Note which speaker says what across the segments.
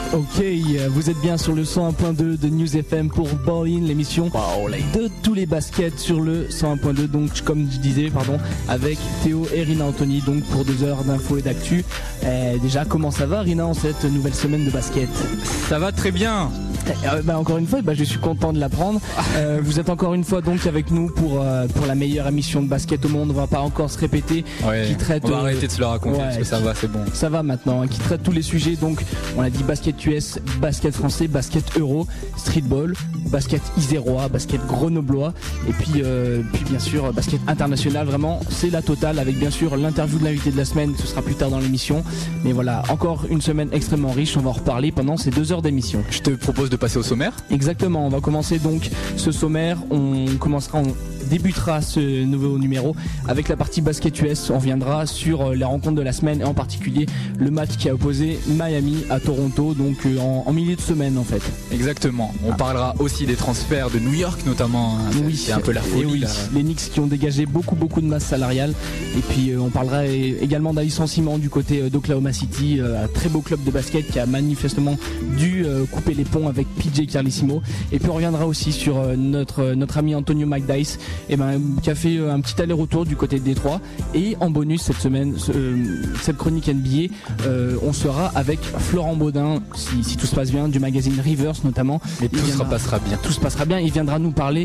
Speaker 1: Ok, vous êtes bien sur le 101.2 de News FM pour Ballin, l'émission de tous les baskets sur le 101.2. Donc, comme je disais, avec Théo et Rina Anthony, donc pour 2 heures d'infos et d'actu. Déjà, comment ça va, Rina, en cette nouvelle semaine de basket?
Speaker 2: Ça va très bien.
Speaker 1: Encore une fois, je suis content de l'apprendre. Vous êtes encore une fois donc avec nous pour la meilleure émission de basket au monde. On va pas encore se répéter.
Speaker 2: Ouais,
Speaker 1: qui traite,
Speaker 2: on va arrêter de se le raconter parce que ça va, c'est bon.
Speaker 1: Ça va maintenant, qui traite tous les sujets. Donc, on a dit basket US, basket français, basket euro, streetball, basket isérois, basket grenoblois, et puis bien sûr basket international. Vraiment, c'est la totale avec bien sûr l'interview de l'invité de la semaine. Ce sera plus tard dans l'émission. Mais voilà, encore une semaine extrêmement riche. On va en reparler pendant ces 2 heures d'émission.
Speaker 2: Je te propose de passer au sommaire.
Speaker 1: Exactement, on va commencer donc ce sommaire. On débutera ce nouveau numéro avec la partie basket US. On reviendra sur les rencontres de la semaine et en particulier le match qui a opposé Miami à Toronto, donc en milieu de semaine en fait.
Speaker 2: Exactement. On parlera aussi des transferts de New York notamment.
Speaker 1: Oui,
Speaker 2: c'est un peu la folie.
Speaker 1: Oui, les Knicks qui ont dégagé beaucoup de masse salariale. Et puis on parlera également d'un licenciement du côté d'Oklahoma City, un très beau club de basket qui a manifestement dû couper les ponts avec PJ Carlissimo. Et puis on reviendra aussi sur notre ami Antonio McDyess, qui a fait un petit aller-retour du côté de Détroit. Et en bonus cette semaine, cette chronique NBA, on sera avec Florent Baudin, si tout se passe bien, du magazine Rivers notamment.
Speaker 2: Et tout se passera bien.
Speaker 1: Tout se passera bien. Il viendra nous parler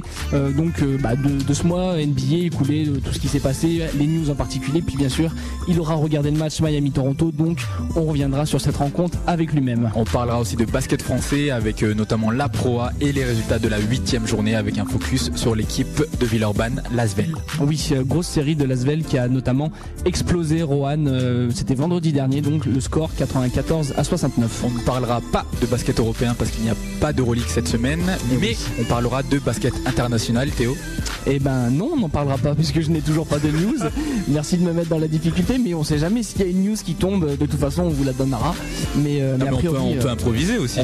Speaker 1: de ce mois NBA écoulé, de tout ce qui s'est passé, les news en particulier. Puis bien sûr, il aura regardé le match Miami-Toronto, donc on reviendra sur cette rencontre avec lui-même.
Speaker 2: On parlera aussi de basket français avec notamment la Pro A et les résultats de la 8e journée avec un focus sur l'équipe de Villeurbanne, l'Asvel.
Speaker 1: Oui, grosse série de l'Asvel qui a notamment explosé Roanne. C'était vendredi dernier, donc le score 94-69.
Speaker 2: On ne parlera pas de basket européen parce qu'il n'y a pas d'Euroleague cette semaine, mais on parlera de basket international, Théo.
Speaker 1: Non, on n'en parlera pas puisque je n'ai toujours pas de news. Merci de me mettre dans la difficulté, mais on sait jamais s'il y a une news qui tombe. De toute façon, on vous la donnera. Mais a priori,
Speaker 2: on peut improviser aussi.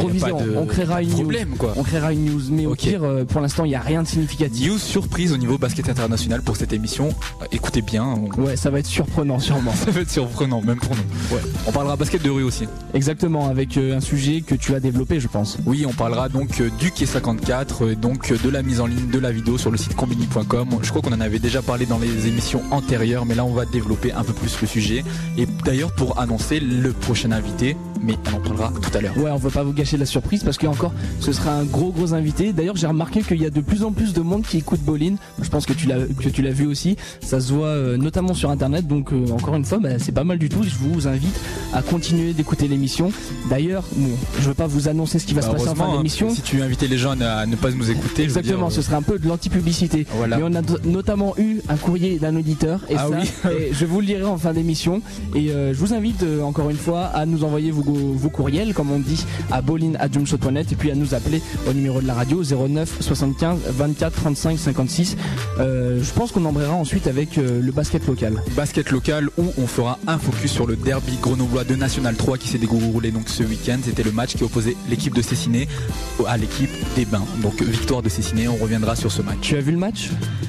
Speaker 1: On créera une
Speaker 2: problème,
Speaker 1: news.
Speaker 2: Quoi.
Speaker 1: On créera une news, mais au pire, pour l'instant, il n'y a rien de significatif.
Speaker 2: News surprise au niveau basket international pour cette émission. Écoutez bien.
Speaker 1: Ouais, ça va être surprenant, sûrement.
Speaker 2: Ça va être surprenant, même pour nous. Ouais. On parlera basket de rue aussi.
Speaker 1: Exactement, avec un sujet que tu as développé, je pense.
Speaker 2: Oui, on parlera donc du Quai 54, donc de la mise en ligne de la vidéo sur le site combini.com. Je crois qu'on en avait déjà parlé dans les émissions antérieures, mais là on va développer un peu plus le sujet. Et d'ailleurs pour annoncer le prochain invité, mais on en parlera tout à l'heure.
Speaker 1: Ouais, on va pas vous gâcher la surprise parce que encore ce sera un gros invité. D'ailleurs, j'ai remarqué qu'il y a de plus en plus de monde qui écoute Ballin. Je pense que tu l'as vu aussi. Ça se voit notamment sur internet. Donc encore une fois, c'est pas mal du tout. Je vous invite à continuer d'écouter l'émission. D'ailleurs, je veux pas vous annoncer ce qui va se passer en fin d'émission.
Speaker 2: Si tu veux inviter les gens à ne pas nous écouter,
Speaker 1: exactement, ce serait un peu de l'anti-publicité.
Speaker 2: Voilà.
Speaker 1: Mais on a notamment eu un courrier d'un auditeur et et je vous le lirai en fin d'émission. Et je vous invite encore une fois à nous envoyer vos courriels, comme on dit, à ballin@jumpshot.net et puis à nous appeler au numéro de la radio 09 75 24 35 56. Je pense qu'on embrayera ensuite avec le basket local.
Speaker 2: Basket local où on fera un focus sur le derby grenoblois de National 3 qui s'est déroulé donc ce week-end. C'était le match qui opposait l'équipe de Cessiné à l'équipe des Bains. Donc victoire de Cessiné, on reviendra sur ce match.
Speaker 1: Tu as vu le match ?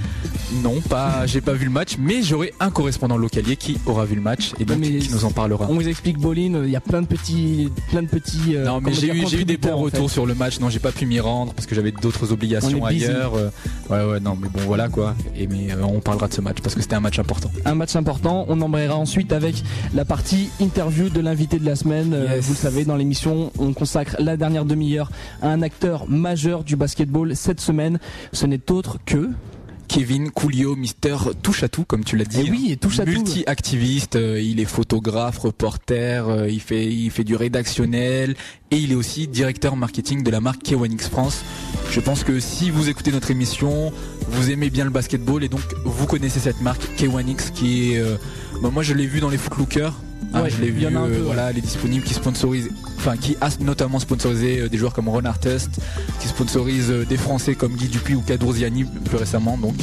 Speaker 2: Non, j'ai pas vu le match, mais j'aurai un correspondant localier qui aura vu le match et donc qui nous en parlera.
Speaker 1: On vous explique Ballin, il y a plein de petits.
Speaker 2: Non, mais j'ai eu des bons retours sur le match. Non, j'ai pas pu m'y rendre parce que j'avais d'autres obligations ailleurs. Non, mais bon, voilà quoi. Mais on parlera de ce match parce que c'était un match important.
Speaker 1: Un match important. On embrayera ensuite avec la partie interview de l'invité de la semaine. Yes. Vous le savez, dans l'émission, on consacre la dernière demi-heure à un acteur majeur du basketball cette semaine. Ce n'est autre que
Speaker 2: Kevin Coulio, Mister touche à tout, comme tu l'as dit.
Speaker 1: Et oui, touche à tout.
Speaker 2: Multi-activiste, il est photographe, reporter, il fait du rédactionnel et il est aussi directeur marketing de la marque K1X France. Je pense que si vous écoutez notre émission, vous aimez bien le basketball et donc vous connaissez cette marque K1X qui est... moi je l'ai vu dans les Footlookers. Je l'ai vu, elle est disponible, qui a notamment sponsorisé des joueurs comme Ron Artest, qui sponsorise des Français comme Guy Dupuis ou Kadroziani plus récemment. Donc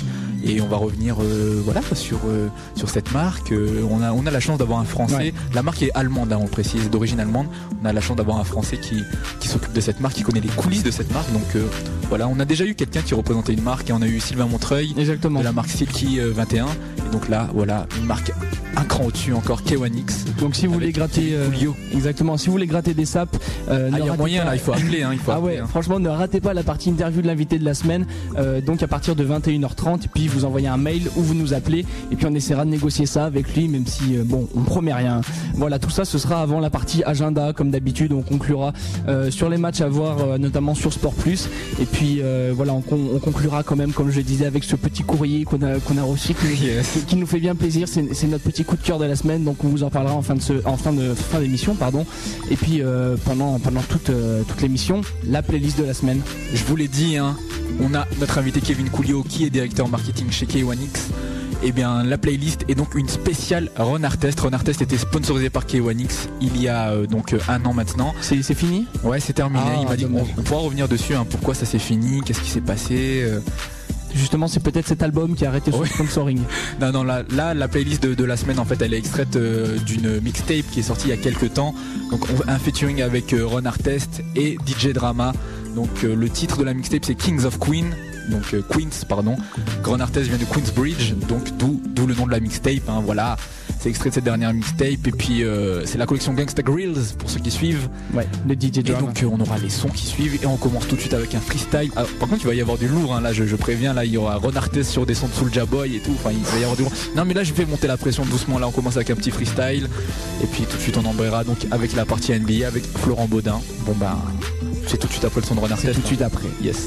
Speaker 2: et on va revenir sur cette marque. On a la chance d'avoir un Français. Ouais. La marque est allemande, on le précise, d'origine allemande. On a la chance d'avoir un Français qui s'occupe de cette marque, qui connaît les coulisses de cette marque. Donc voilà, on a déjà eu quelqu'un qui représentait une marque et on a eu Sylvain Montreuil.
Speaker 1: Exactement.
Speaker 2: De la marque Silky 21. Et donc là, voilà, une marque un cran au-dessus encore, K1X.
Speaker 1: Donc si vous voulez gratter exactement, si vous voulez gratter des sapes,
Speaker 2: il y a moyen là, il faut appeler, il faut appeler,
Speaker 1: franchement, ne ratez pas la partie interview de l'invité de la semaine. Donc à partir de 21h30, et puis vous envoyez un mail ou vous nous appelez et puis on essaiera de négocier ça avec lui, même si on promet rien. Voilà, tout ça ce sera avant la partie agenda comme d'habitude. On conclura sur les matchs à voir, notamment sur Sport Plus, et puis voilà, on conclura quand même, comme je disais, avec ce petit courrier qu'on a reçu qui nous fait bien plaisir. C'est notre petit coup de cœur de la semaine, donc on vous en parlera en fin d'émission, pardon. Et puis pendant toute l'émission, la playlist de la semaine.
Speaker 2: Je vous l'ai dit, on a notre invité Kevin Coulio qui est directeur marketing chez K1X. Et bien la playlist est donc une spéciale Run Artest. Run Artest était sponsorisé par K1X il y a donc 1 an maintenant.
Speaker 1: C'est fini ?
Speaker 2: Ouais, c'est terminé. Il m'a dit on pourra revenir dessus, pourquoi ça s'est fini, qu'est-ce qui s'est passé.
Speaker 1: Justement, c'est peut-être cet album qui a arrêté son sponsoring.
Speaker 2: Non, là, la playlist de la semaine, en fait, elle est extraite d'une mixtape qui est sortie il y a quelques temps. Donc, un featuring avec Ron Artest et DJ Drama. Donc, le titre de la mixtape, c'est Kings of Queen. Donc, Queens, pardon. Ron Artest vient de Queensbridge, donc d'où le nom de la mixtape. Voilà. C'est extrait de cette dernière mixtape, et puis c'est la collection Gangsta Grills pour ceux qui suivent.
Speaker 1: Ouais, le DJ Drama.
Speaker 2: Et donc on aura les sons qui suivent et on commence tout de suite avec un freestyle. Par contre il va y avoir du lourd, là je préviens, là il y aura Ron Artest sur des sons de Soulja Boy et tout. Enfin il va y avoir du lourd. Non mais là je vais monter la pression doucement. Là on commence avec un petit freestyle et puis tout de suite on embrayera donc avec la partie NBA avec Florent Baudin. Bon bah c'est tout de suite après le son de Ron Artest.
Speaker 1: C'est tout de suite après.
Speaker 2: Yes.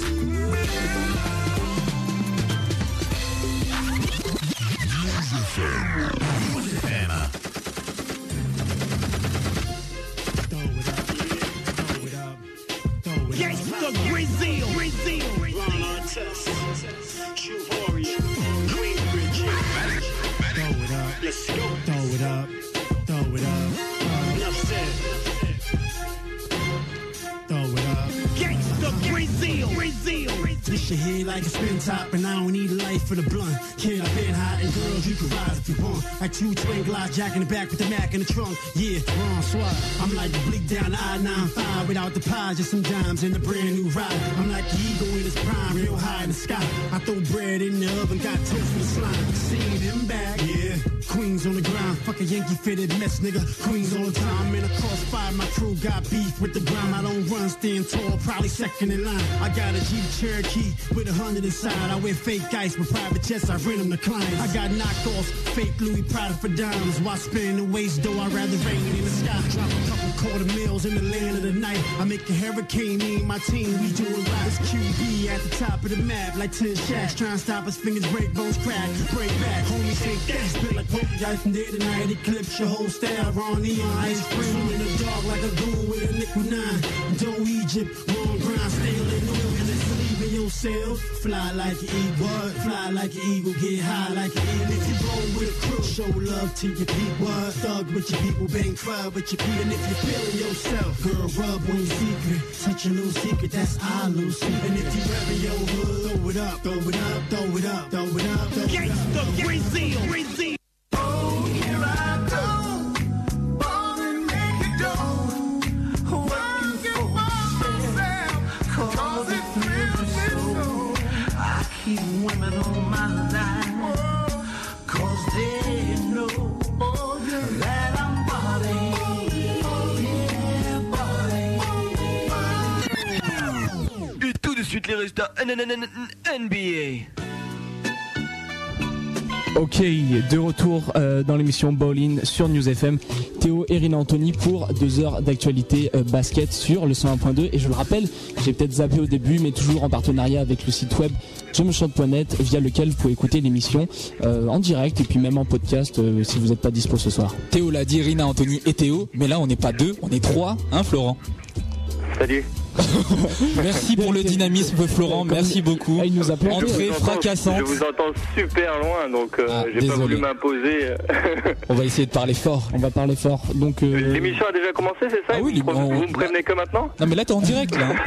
Speaker 3: Your head like a spin top, and I don't need a life for the blunt. Yeah, I've been hot, and girls, you can rise if you want. Like 2 twin glide jack in the back with the Mac in the trunk. Yeah, wrong swat. I'm like the bleak down the I-95 without the pies, just some dimes in a brand new ride. I'm like the eagle in his prime, real high in the sky. I throw bread in the oven, got toast with slime. See them back, yeah. Queens on the ground, fuck a Yankee fitted mess, nigga. Queens all the time, in a crossfire. My crew got beef with the ground. I don't run, stand tall, probably second in line. I got a Jeep Cherokee with 100 inside. I wear fake ice with private jets, I rent them to clients. I got knockoffs, fake Louis Prada for diamonds. Why spend the waste though? I'd rather rain in the sky. Drop a couple $250,000 in the land of the night. I make a hurricane, me and my team, we doing right. It's QB at the top of the map, like 10 shacks. Trying to stop us, fingers break, bones crack. Break back, homies say that. Spit like poker guys from day to night. Eclipse your whole style, raw neon, ice cream in the dark like a goon with a liquid 9. Dough Egypt, wrong grind, stale in oil. Yourself, fly like an eagle, fly like an eagle, get high like an eagle. If you roll with a crew, show love to your people. Thug with your people, bang crowd with your people. And if you're feeling yourself, girl, rub on your secret, touch a little secret, that's our little secret. And if you revving your hood, throw it up, throw it up, throw it up, throw it up, throw it up. Gangsta Brazil, Brazil. Oh, here I go, ball and make it go. Working for myself, cause it feels I keep women on my line, cause they know that I'm balling, yeah, balling. Et tout de suite les résultats NBA.
Speaker 1: Ok, de retour dans l'émission Ball-In sur News FM. Théo et Rina Anthony pour 2 heures d'actualité basket sur le 101.2. Et je le rappelle, j'ai peut-être zappé au début, mais toujours en partenariat avec le site web jemechante.net, via lequel vous pouvez écouter l'émission en direct et puis même en podcast si vous n'êtes pas dispo ce soir.
Speaker 2: Théo l'a dit, Rina Anthony et Théo, mais là on n'est pas 2, on est 3, hein Florent?
Speaker 4: Salut.
Speaker 2: Merci pour le dynamisme, Florent. Merci beaucoup.
Speaker 1: Il nous a planté.
Speaker 2: Entrée fracassante.
Speaker 4: Je vous entends super loin, donc j'ai
Speaker 2: désolé.
Speaker 4: pas voulu m'imposer.
Speaker 2: On va essayer de parler fort.
Speaker 1: On va parler fort. Donc
Speaker 4: l'émission a déjà commencé, c'est ça?
Speaker 2: Ah oui,
Speaker 4: vous me prévenez que maintenant?
Speaker 2: Non mais là t'es en direct là.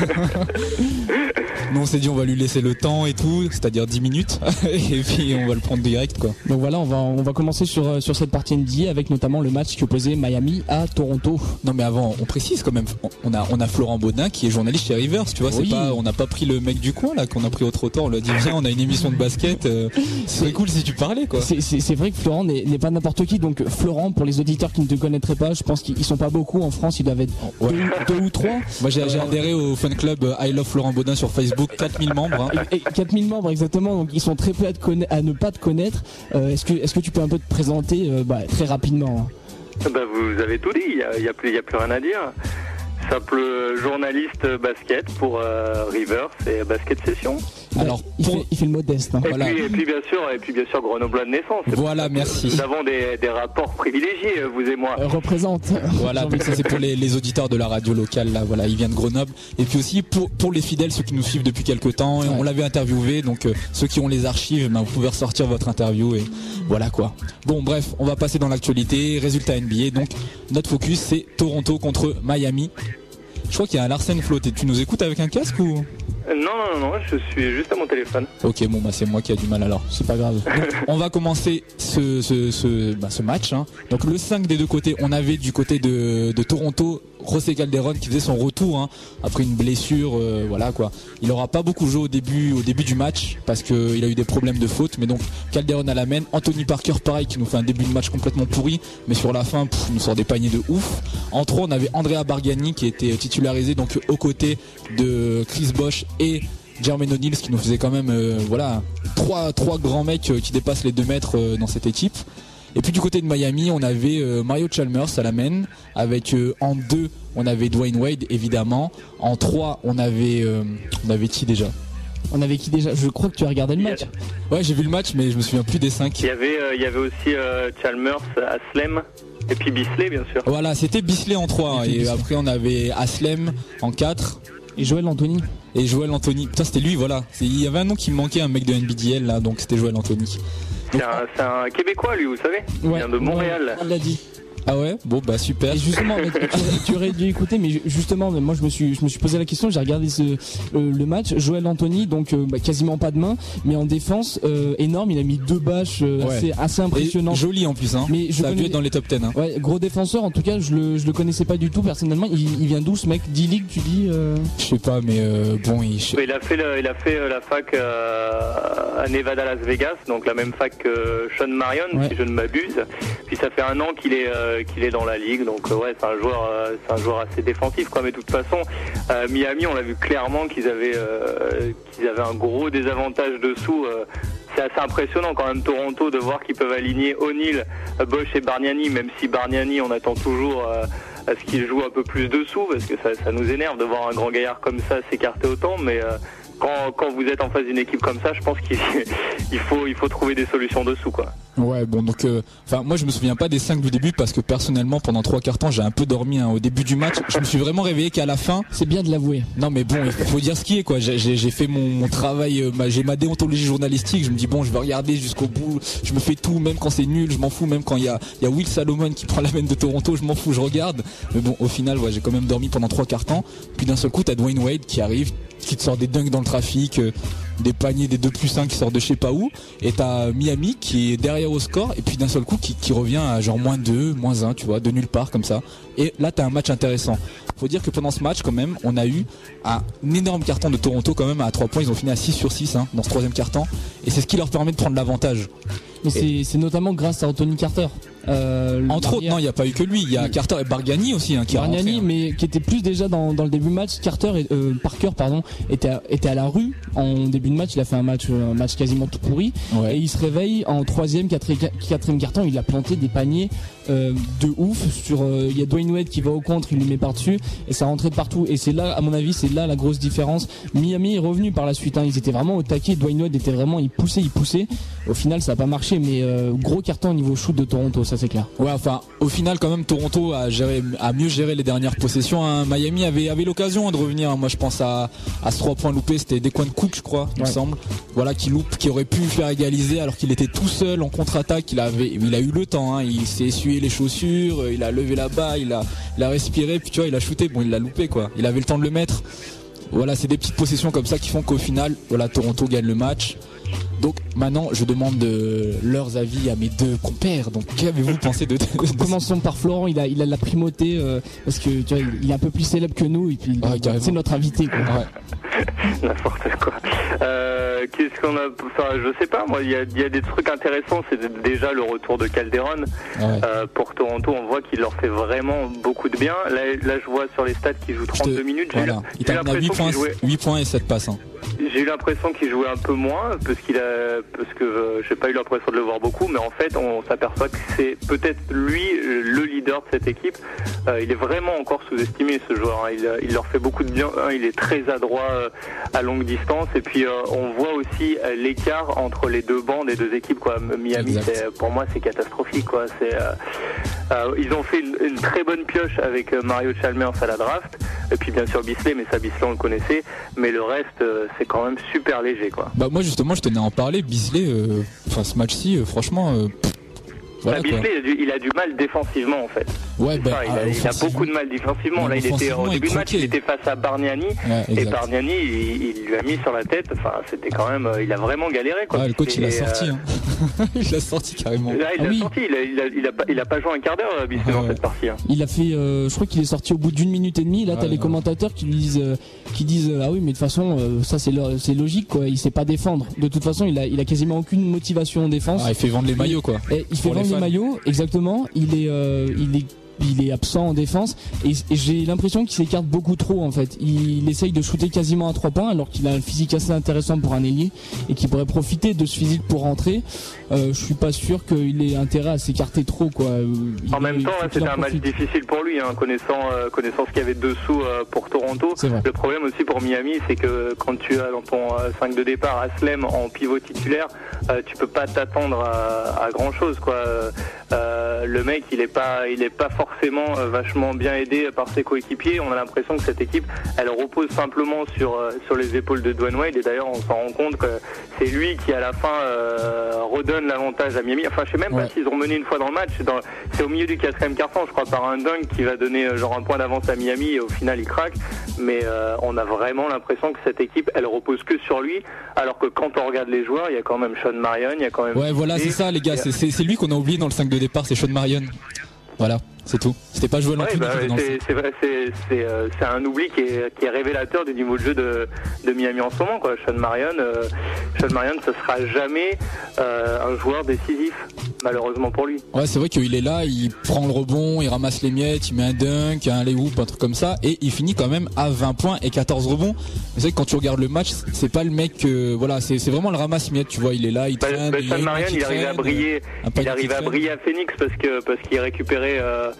Speaker 2: Nous on s'est dit on va lui laisser le temps et tout, c'est-à-dire 10 minutes et puis on va le prendre direct quoi.
Speaker 1: Donc voilà, on va commencer sur cette partie NBA avec notamment le match qui opposait Miami à Toronto.
Speaker 2: Non mais avant, on précise quand même, on a Florent Baudin qui est journaliste chez Rivers, tu vois,
Speaker 1: oui.
Speaker 2: on n'a pas pris le mec du coin là qu'on a pris au trottoir, on lui a dit viens, on a une émission de basket, c'est cool si tu parlais quoi.
Speaker 1: C'est vrai que Florent n'est pas n'importe qui, donc Florent, pour les auditeurs qui ne te connaîtraient pas, je pense qu'ils sont pas beaucoup en France, ils doivent être deux ou trois.
Speaker 2: Moi j'ai adhéré au fan club I Love Florent Baudin sur Facebook, 4000 membres. Hein.
Speaker 1: Et 4000 membres exactement, donc ils sont très peu à ne pas te connaître. Est-ce que tu peux un peu te présenter très rapidement?
Speaker 4: Vous avez tout dit, il y a plus rien à dire. Simple journaliste basket pour Rivers et Basket Session.
Speaker 2: Alors
Speaker 1: il fait le modeste. Hein.
Speaker 4: Et puis bien sûr Grenoblois de naissance.
Speaker 2: Voilà, merci.
Speaker 4: Nous avons des rapports privilégiés, vous et moi.
Speaker 1: Représente.
Speaker 2: Voilà, donc ça c'est pour les auditeurs de la radio locale là. Voilà, il vient de Grenoble. Et puis aussi pour les fidèles, ceux qui nous suivent depuis quelques temps, on l'avait interviewé. Donc ceux qui ont les archives, vous pouvez ressortir votre interview et voilà quoi. Bon bref, on va passer dans l'actualité. Résultat NBA. Donc notre focus c'est Toronto contre Miami. Je crois qu'il y a un Larsen flotté. Tu nous écoutes avec un casque ou?
Speaker 4: Non, je suis juste à mon téléphone.
Speaker 2: Ok, bon c'est moi qui a du mal alors, c'est pas grave. On va commencer ce match. Hein. Donc le 5 des deux côtés, on avait du côté de Toronto José Calderon qui faisait son retour hein, après une blessure, voilà quoi. Il aura pas beaucoup joué au début du match parce qu'il a eu des problèmes de faute, mais donc Calderon à la main. Anthony Parker pareil qui nous fait un début de match complètement pourri, mais sur la fin il nous sort des paniers de ouf. En 3 on avait Andrea Bargnani qui était titularisé donc aux côtés de Chris Bosh et Jermaine O'Neal, ce qui nous faisait quand même trois grands mecs qui dépassent les 2 mètres dans cette équipe. Et puis du côté de Miami, on avait Mario Chalmers à la main, avec en 2 on avait Dwayne Wade évidemment, en 3 on avait qui déjà?
Speaker 1: On avait qui déjà? Je crois que tu as regardé le match.
Speaker 2: Ouais, j'ai vu le match mais je me souviens plus des 5.
Speaker 4: Il y avait aussi Chalmers, Aslem et puis Bisley bien sûr.
Speaker 2: Voilà, c'était Bisley en 3 et après on avait Aslem en 4.
Speaker 1: Et Joel Anthony.
Speaker 2: Putain c'était lui voilà. Il y avait un nom qui me manquait, un mec de NBDL là, donc c'était Joel Anthony.
Speaker 4: C'est un Québécois lui, vous savez. Il vient de Montréal.
Speaker 1: On l'a dit.
Speaker 2: Ah ouais, bon bah super.
Speaker 1: Et justement, tu aurais dû écouter, mais justement, moi je me suis posé la question, j'ai regardé le match. Joel Anthony, donc quasiment pas de main, mais en défense énorme, il a mis 2 bâches assez impressionnantes.
Speaker 2: Joli en plus, hein. Mais ça a dû être dans les top 10. Hein.
Speaker 1: Ouais, gros défenseur. En tout cas, je le connaissais pas du tout personnellement. Il vient d'où ce mec? D-League, tu dis?
Speaker 2: Je sais pas, mais bon, il
Speaker 4: a fait la fac à Nevada, Las Vegas, donc la même fac que Sean Marion, si je ne m'abuse. Puis ça fait 1 an qu'il est dans la ligue, donc c'est un joueur assez défensif quoi. Mais de toute façon Miami, on l'a vu clairement qu'ils avaient un gros désavantage dessous. C'est assez impressionnant quand même Toronto de voir qu'ils peuvent aligner O'Neal, Bosh et Bargnani, même si Bargnani on attend toujours à ce qu'il joue un peu plus dessous parce que ça nous énerve de voir un grand gaillard comme ça s'écarter autant, mais quand vous êtes en face d'une équipe comme ça, je pense qu'il faut trouver des solutions dessous quoi.
Speaker 2: Ouais, bon donc moi je me souviens pas des 5 du début parce que personnellement pendant 3/4 temps j'ai un peu dormi au début du match. Je me suis vraiment réveillé qu'à la fin.
Speaker 1: C'est bien de l'avouer.
Speaker 2: Non mais bon, il faut dire ce qui est quoi. J'ai fait mon travail, j'ai ma déontologie journalistique. Je me dis bon, je vais regarder jusqu'au bout. Je me fais tout, même quand c'est nul, je m'en fous. Même quand il y a Will Salomon qui prend la main de Toronto, je m'en fous, je regarde. Mais bon, au final, j'ai quand même dormi pendant 3/4 temps. Puis d'un seul coup, t'as Dwayne Wade qui arrive, qui te sort des dunks dans le trafic, des paniers, des 2+1 qui sortent de je sais pas où, et t'as Miami qui est derrière au score, et puis d'un seul coup qui revient à genre -2, -1, tu vois, de nulle part comme ça. Et là t'as un match intéressant. Faut dire que pendant ce match quand même, on a eu un énorme carton de Toronto quand même à 3 points, ils ont fini à 6/6 dans ce 3e carton, et c'est ce qui leur permet de prendre l'avantage.
Speaker 1: Mais c'est notamment grâce à Anthony Carter.
Speaker 2: Entre autres, non, il n'y a pas eu que lui, il y a Carter et Bargnani aussi qui
Speaker 1: Bargnani,
Speaker 2: rentré,
Speaker 1: mais qui était plus déjà dans le début de match. Parker était à la rue en début de match. Il a fait un match quasiment tout pourri, et il se réveille en 3e, 4e carton. Il a planté des paniers de ouf. Il y a Dwayne Wade qui va au contre, il lui met par dessus et ça rentrait de partout. Et c'est là, à mon avis, c'est là la grosse différence. Miami est revenu par la suite. Ils étaient vraiment au taquet. Dwayne Wade était vraiment, il poussait. Au final, ça n'a pas marché, mais gros carton au niveau shoot de Toronto, ça c'est clair.
Speaker 2: Ouais, enfin, au final, quand même, Toronto a mieux géré les dernières possessions. Hein. Miami avait l'occasion de revenir. Moi, je pense à ce 3 points loupés. C'était des coins de Cook, je crois, il me semble. Voilà, qui aurait pu faire égaliser alors qu'il était tout seul en contre-attaque. Il a eu le temps. Hein. Il s'est essuyé les chaussures. Il a levé la balle. Il a respiré. Puis tu vois, il a shooté. Bon, il l'a loupé, quoi. Il avait le temps de le mettre. Voilà, c'est des petites possessions comme ça qui font qu'au final, voilà, Toronto gagne le match. Donc maintenant, je demande leurs avis à mes deux compères. Donc, qu'avez-vous pensé de
Speaker 1: Commençons par Florent. Il a la primauté parce que tu vois, il est un peu plus célèbre que nous et puis c'est notre invité, quoi.
Speaker 4: Ouais. N'importe quoi. Qu'est-ce qu'on a? Enfin, je sais pas. Moi, il y a des trucs intéressants. C'est déjà le retour de Calderon. Ouais. Pour Toronto, on voit qu'il leur fait vraiment beaucoup de bien. Là, je vois sur les stats qu'il joue 32 minutes.
Speaker 2: Voilà. Il termine à 8 points et 7 passes. Hein.
Speaker 4: J'ai eu l'impression qu'il jouait un peu moins parce que j'ai pas eu l'impression de le voir beaucoup, mais en fait on s'aperçoit que c'est peut-être lui le leader de cette équipe. Il est vraiment encore sous-estimé, ce joueur, hein. Il leur fait beaucoup de bien, hein. Il est très adroit à longue distance et puis on voit aussi l'écart entre les deux bancs des deux équipes, quoi. Miami, pour moi c'est catastrophique, quoi. Ils ont fait une très bonne pioche avec Mario Chalmers à la draft et puis bien sûr Bisley, mais ça Bisley on le connaissait, mais le reste c'est quand même super léger, quoi.
Speaker 2: Bah moi justement je tenais à en parler. Bisley, ce match-ci, franchement,
Speaker 4: voilà, Bisley, il a du mal défensivement en fait.
Speaker 2: Ouais,
Speaker 4: il a beaucoup de mal défensivement. Là, il était au début du match, il était face à Bargnani, et Bargnani, il lui a mis sur la tête. Enfin, c'était quand même, il a vraiment galéré, quoi.
Speaker 2: Ouais, le coach il l'a sorti, hein. Il l'a sorti carrément.
Speaker 4: Là, il l'a sorti. Il a pas joué un quart d'heure, Bisley, dans cette partie. Hein.
Speaker 1: Il a fait, je crois qu'il est sorti au bout d'1 minute et demie. Là, t'as les commentateurs qui disent ah oui, mais de toute façon, ça c'est logique, quoi. Il sait pas défendre. De toute façon, il a quasiment aucune motivation en défense.
Speaker 2: Il fait vendre les maillots, quoi.
Speaker 1: Il fait vendre les maillots, exactement. Il est absent en défense et j'ai l'impression qu'il s'écarte beaucoup trop, en fait. Il essaye de shooter quasiment à 3 points alors qu'il a un physique assez intéressant pour un ailier et qu'il pourrait profiter de ce physique pour rentrer. Je suis pas sûr qu'il ait intérêt à s'écarter trop, quoi.
Speaker 4: En même temps, c'était un match difficile pour lui, hein, connaissant ce qu'il y avait dessous pour Toronto. Le problème aussi pour Miami, c'est que quand tu as dans ton 5 de départ Haslem en pivot titulaire, tu peux pas t'attendre à grand chose, quoi. Le mec, il est pas forcément vachement bien aidé par ses coéquipiers. On a l'impression que cette équipe, elle repose simplement sur les épaules de Dwayne Wade, et d'ailleurs on s'en rend compte que c'est lui qui à la fin redonne l'avantage à Miami. Enfin, je sais même pas s'ils ont mené une fois dans le match. C'est au milieu du 4e quart-temps, je crois, par un dunk qui va donner genre un point d'avance à Miami et au final il craque. Mais on a vraiment l'impression que cette équipe, elle repose que sur lui, alors que quand on regarde les joueurs, il y a quand même Sean Marion, il y a quand même...
Speaker 2: Ouais, voilà, c'est ça les gars, c'est lui qu'on a oublié dans le 5 de départ, c'est Sean Marion. Voilà, c'est tout. C'était pas joué non plus.
Speaker 4: C'est vrai, c'est un oubli qui est révélateur du niveau de jeu de Miami en ce moment, quoi. Sean Marion, ce sera jamais un joueur décisif, malheureusement pour lui.
Speaker 2: Ouais, c'est vrai qu'il est là, il prend le rebond, il ramasse les miettes, il met un dunk, un lay-oop, un truc comme ça, et il finit quand même à 20 points et 14 rebonds. Mais c'est vrai que quand tu regardes le match, c'est pas le mec, voilà, c'est vraiment le ramasse-miettes, tu vois, il est là, il traîne.
Speaker 4: Sean Marion, il arrive à briller, à Phoenix parce qu'il récupérait.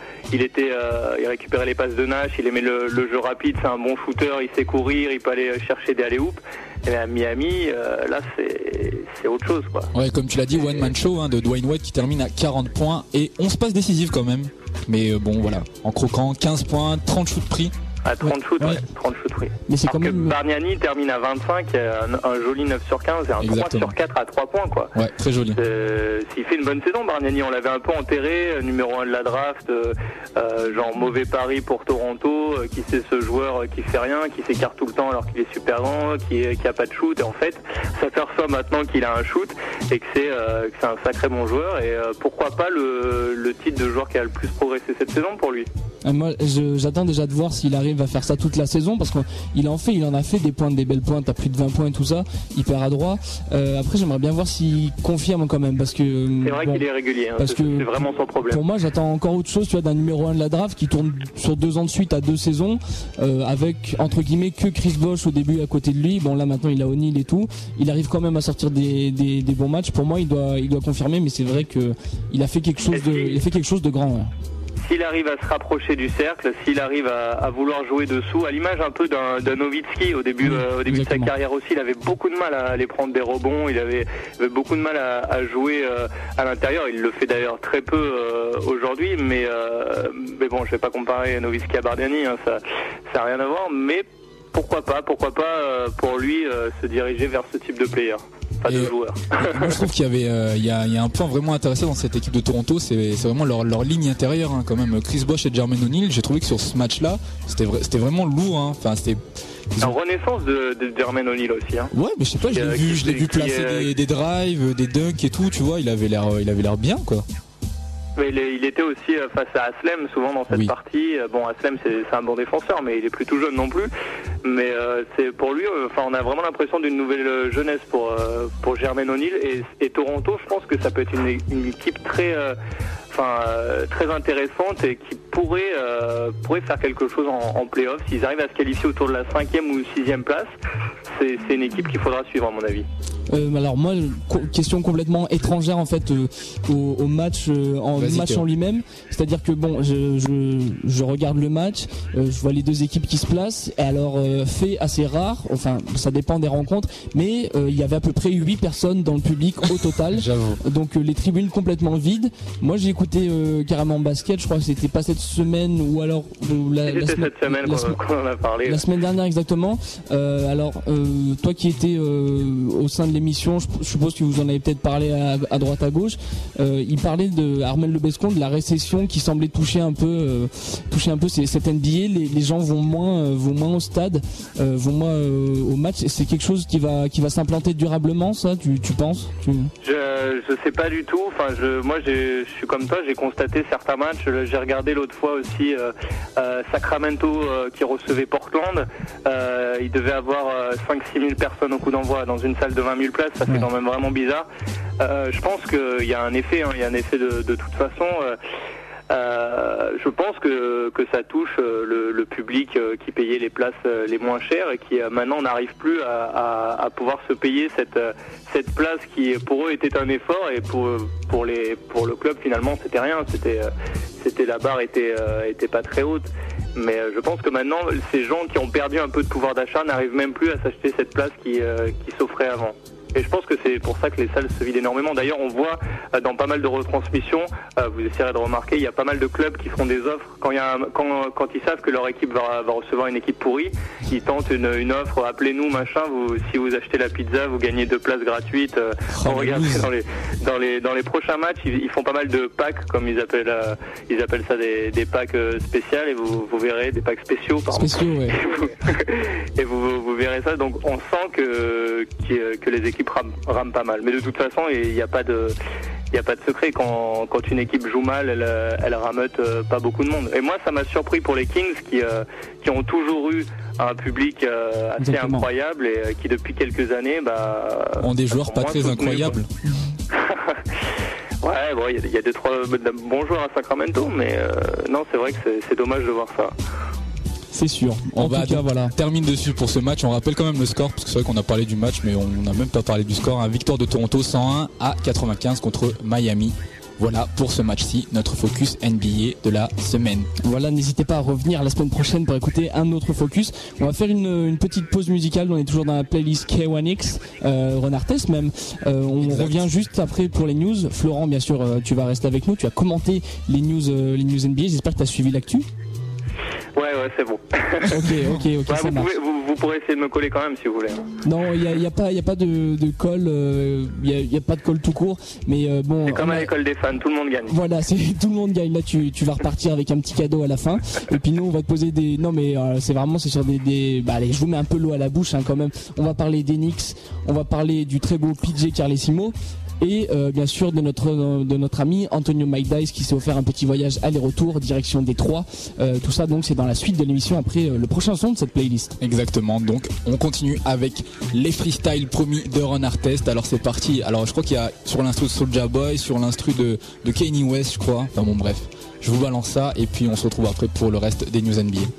Speaker 4: Il récupérait les passes de Nash, il aimait le jeu rapide, c'est un bon shooter, il sait courir, il peut aller chercher des alley-oops. Et à Miami, là c'est autre chose, quoi.
Speaker 2: Ouais, comme tu l'as dit, one man show, hein, de Dwayne Wade qui termine à 40 points et 11 passes décisives quand même. Mais bon, voilà, en croquant 15 points, 30 shoots pris.
Speaker 4: À 30 shoots, 30 shoots, oui.
Speaker 1: Mais c'est quand même...
Speaker 4: Bargnani termine à 25, un joli 9 sur 15 et un 3 sur 4 à 3 points, quoi.
Speaker 2: Ouais, très joli.
Speaker 4: S'il fait une bonne saison, Bargnani, on l'avait un peu enterré, numéro 1 de la draft, genre mauvais pari pour Toronto, qui c'est ce joueur qui fait rien, qui s'écarte tout le temps alors qu'il est super grand, qui a pas de shoot, et en fait, ça s'aperçoit maintenant qu'il a un shoot et que c'est un sacré bon joueur, et pourquoi pas le titre de joueur qui a le plus progressé cette saison pour lui.
Speaker 1: Moi, j'attends déjà de voir s'il arrive à faire ça toute la saison, parce qu'il en a fait des pointes, des belles pointes, à plus de 20 points et tout ça, hyper adroit. Après, j'aimerais bien voir s'il confirme quand même, parce que
Speaker 4: c'est vrai qu'il est régulier, hein, parce que c'est vraiment son problème.
Speaker 1: Pour moi, j'attends encore autre chose, tu vois, d'un numéro 1 de la draft qui tourne sur 2 ans de suite à 2 saisons, avec entre guillemets que Chris Bosh au début à côté de lui. Bon, là maintenant il a O'Neal et tout, il arrive quand même à sortir des bons matchs. Pour moi, il doit confirmer, mais c'est vrai que il a fait quelque chose de grand. Ouais.
Speaker 4: s'il arrive à se rapprocher du cercle, s'il arrive à vouloir jouer dessous, à l'image un peu d'un Nowitzki au début de sa carrière aussi, il avait beaucoup de mal à aller prendre des rebonds, il avait beaucoup de mal à jouer à l'intérieur. Il le fait d'ailleurs très peu aujourd'hui, mais bon, je vais pas comparer Nowitzki à Bargnani, hein, ça n'a rien à voir, mais pourquoi pas pour lui se diriger vers ce type de player. Pas de joueurs.
Speaker 2: Moi je trouve qu'il y a un point vraiment intéressant dans cette équipe de Toronto, c'est vraiment leur ligne intérieure, hein, quand même. Chris Bosh et Jermaine O'Neal, j'ai trouvé que sur ce match-là, c'était vraiment lourd, hein. Enfin, c'était
Speaker 4: une renaissance de Jermaine O'Neal aussi, hein.
Speaker 2: Ouais, mais je sais pas, je l'ai vu placer des drives, des dunks et tout, tu vois, il avait l'air bien, quoi.
Speaker 4: Mais il était aussi face à Aslem souvent dans cette partie. Bon, Aslem c'est un bon défenseur, mais il est plus tout jeune non plus. Mais c'est pour lui, on a vraiment l'impression d'une nouvelle jeunesse pour Jermaine O'Neal et Toronto. Je pense que ça peut être une équipe très intéressante et qui pourrait faire quelque chose en play-off s'ils arrivent à se qualifier autour de la 5e ou 6e place. C'est une équipe qu'il faudra suivre à mon avis.
Speaker 1: Alors moi, question complètement étrangère en fait au match en lui-même. C'est-à-dire que bon, je regarde le match, je vois les deux équipes qui se placent. Et alors fait assez rare, enfin ça dépend des rencontres, mais il y avait à peu près 8 personnes dans le public au total.
Speaker 2: J'avoue.
Speaker 1: Donc les tribunes complètement vides. Moi j'ai écouté carrément basket. Je crois que c'était pas cette semaine ou alors
Speaker 4: cette semaine qu'on en a parlé.
Speaker 1: La semaine dernière exactement. Alors toi qui étais au sein de l'émission, je suppose que vous en avez peut-être parlé à droite à gauche. Il parlait de Armel Lebescon, de la récession qui semblait toucher un peu cette NBA. Les gens vont moins au stade, vont moins au match. C'est quelque chose qui va s'implanter durablement, ça, tu penses?
Speaker 4: Je sais pas du tout. Enfin, moi je suis comme toi, j'ai constaté certains matchs. J'ai regardé l'autre fois aussi Sacramento qui recevait Portland. Il devait avoir 5-6 000 personnes au coup d'envoi dans une salle de 20 000 places, ça fait quand même vraiment bizarre. Je pense qu'il y a un effet, de toute façon. Je pense que ça touche le public qui payait les places les moins chères et qui maintenant n'arrive plus à pouvoir se payer cette place qui pour eux était un effort et pour le club finalement c'était rien, c'était la barre était pas très haute. Mais je pense que maintenant, ces gens qui ont perdu un peu de pouvoir d'achat n'arrivent même plus à s'acheter cette place qui s'offrait avant. Et je pense que c'est pour ça que les salles se vident énormément. D'ailleurs, on voit dans pas mal de retransmissions, vous essayerez de remarquer, il y a pas mal de clubs qui font des offres. Quand ils savent que leur équipe va recevoir une équipe pourrie, ils tentent une offre, appelez-nous, machin, si vous achetez la pizza, vous gagnez 2 places gratuites. Regardez dans les prochains matchs, ils font pas mal de packs, comme ils appellent ça des packs spéciaux, et vous verrez, des packs spéciaux, pardon.
Speaker 1: Spéciaux, ouais.
Speaker 4: Et vous verrez ça, donc on sent que les équipes rament pas mal. Mais de toute façon, il n'y a pas de secret. Quand une équipe joue mal, elle rameute pas beaucoup de monde. Et moi, ça m'a surpris pour les Kings qui ont toujours eu un public assez incroyable et qui depuis quelques années
Speaker 2: ont des joueurs pas très incroyables.
Speaker 4: Ouais, bon, il y a 2-3 bons joueurs à Sacramento, mais non, c'est vrai que c'est dommage de voir ça.
Speaker 1: C'est sûr. En tout cas, voilà.
Speaker 2: Termine dessus pour ce match. On rappelle quand même le score, parce que c'est vrai qu'on a parlé du match, mais on n'a même pas parlé du score. Victoire de Toronto 101-95 contre Miami. Voilà pour ce match-ci, notre focus NBA de la semaine.
Speaker 1: Voilà, n'hésitez pas à revenir la semaine prochaine pour écouter un autre focus. On va faire une petite pause musicale. On est toujours dans la playlist K1X, Ron Artest même. On revient juste après pour les news. Florent, bien sûr, tu vas rester avec nous. Tu as commenté les news NBA. J'espère que tu as suivi l'actu.
Speaker 4: Ouais, c'est bon.
Speaker 1: Ok,
Speaker 4: ouais,
Speaker 1: ça marche.
Speaker 4: Vous pourrez essayer de me coller quand même si vous voulez.
Speaker 1: Non, il y a pas de colle, il y a pas de colle tout court, mais bon.
Speaker 4: C'est comme à l'école des fans, tout le monde gagne.
Speaker 1: Voilà, tout le monde gagne. Là, tu vas repartir avec un petit cadeau à la fin. Et puis nous, on va te poser des. Non, mais c'est sur des. Bah allez, je vous mets un peu l'eau à la bouche, hein, quand même. On va parler d'Enix, on va parler du très beau PJ Carlesimo. Et bien sûr de notre ami Antonio Mike Dice qui s'est offert un petit voyage aller-retour direction Détroit. Tout ça donc c'est dans la suite de l'émission après le prochain son de cette playlist.
Speaker 2: Exactement, donc on continue avec les freestyles promis de Ron Artest. Alors c'est parti, alors je crois qu'il y a sur l'instru de Soulja Boy, sur l'instru de Kanye West je crois. Enfin bon bref, je vous balance ça et puis on se retrouve après pour le reste des news NBA.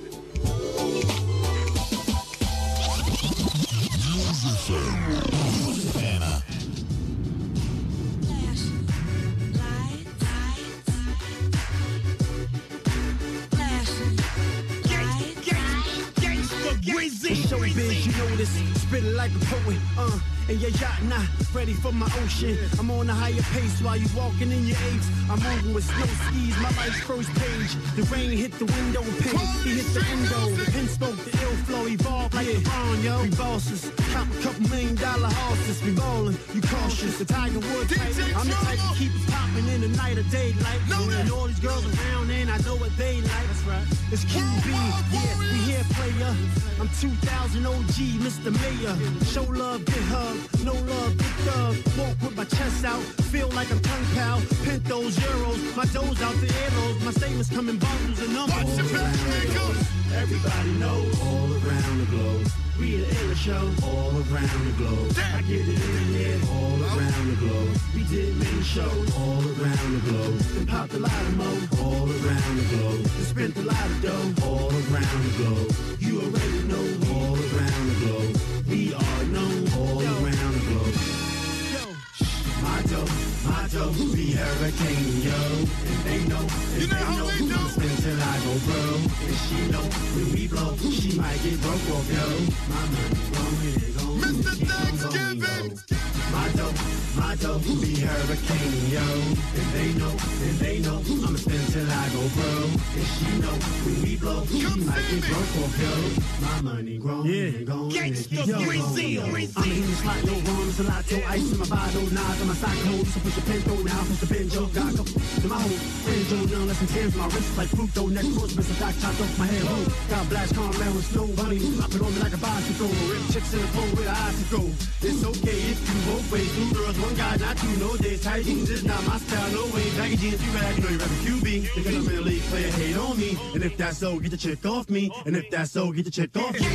Speaker 3: cause you know this. Spitting like a poet, and your yacht not ready for my ocean. I'm on a higher pace while you walking in your apes. I'm moving with snow skis, my life's first page. The rain hit the window pane, he hit the endo. The pen spoke, the ill flow evolved like LeBron, yo. We bosses, count a couple $1 million horses. We ballin', you cautious, the Tiger Woods type. I'm the type to keep it poppin' in the night of daylight. And all these girls around and I know what they like. That's right. It's QB, yeah, we here player. I'm 2000 OG, Mr. Mayor. Show love, get hugged. No love, big thug. Walk with my chest out. Feel like I'm tongue pal. Pintos, euros. My dough's out the arrows. My statements come in bundles and numbers. Watch it back, everybody knows. All around the globe. We the Illa Show. All around the globe. I get it in there. All around the globe. We did many shows. All around the globe. Then popped a lot of mo. All around the globe. Then spent a lot of dough. All around the globe. You already know. All around the globe. We are known. All around the globe. Yo, my dough, be hurricane, yo. And they know, spin till I go bro. And she know, when we blow, she might get broke off, yo. My money gon' Mr. Thanksgiving. My dough, be hurricane, yo. And they know, I'ma spin till I go bro. And she know, when we blow, she might get broke off, yo. My money grown, Gangsta Brazil. I'm in the slot, no rum, salato, ice in my bottle, knives on my sock hole. So push your pinto now, push the benjo, got go. To my home, benjo, none less than 10 for my wrist like Pluto. Next course, Mr. Doc chopped off my hair. Got blast, calm down with snow bunny. Drop it on me like a bicycle. Rip chicks in the pole with an icicle. It's okay if you both ways. 2 girls, 1 guy, not 2, no days. Tight jeans is not my style, no way. Baggy jeans, you rag, you know you're rapping QB. Because I'm in a league player, hate on me. And if that's so, get the chick off me. And if that's so, get the chick off me.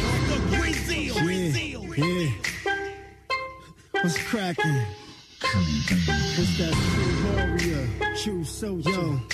Speaker 3: Yeah. What's cracking? It's that true warrior, true soldier.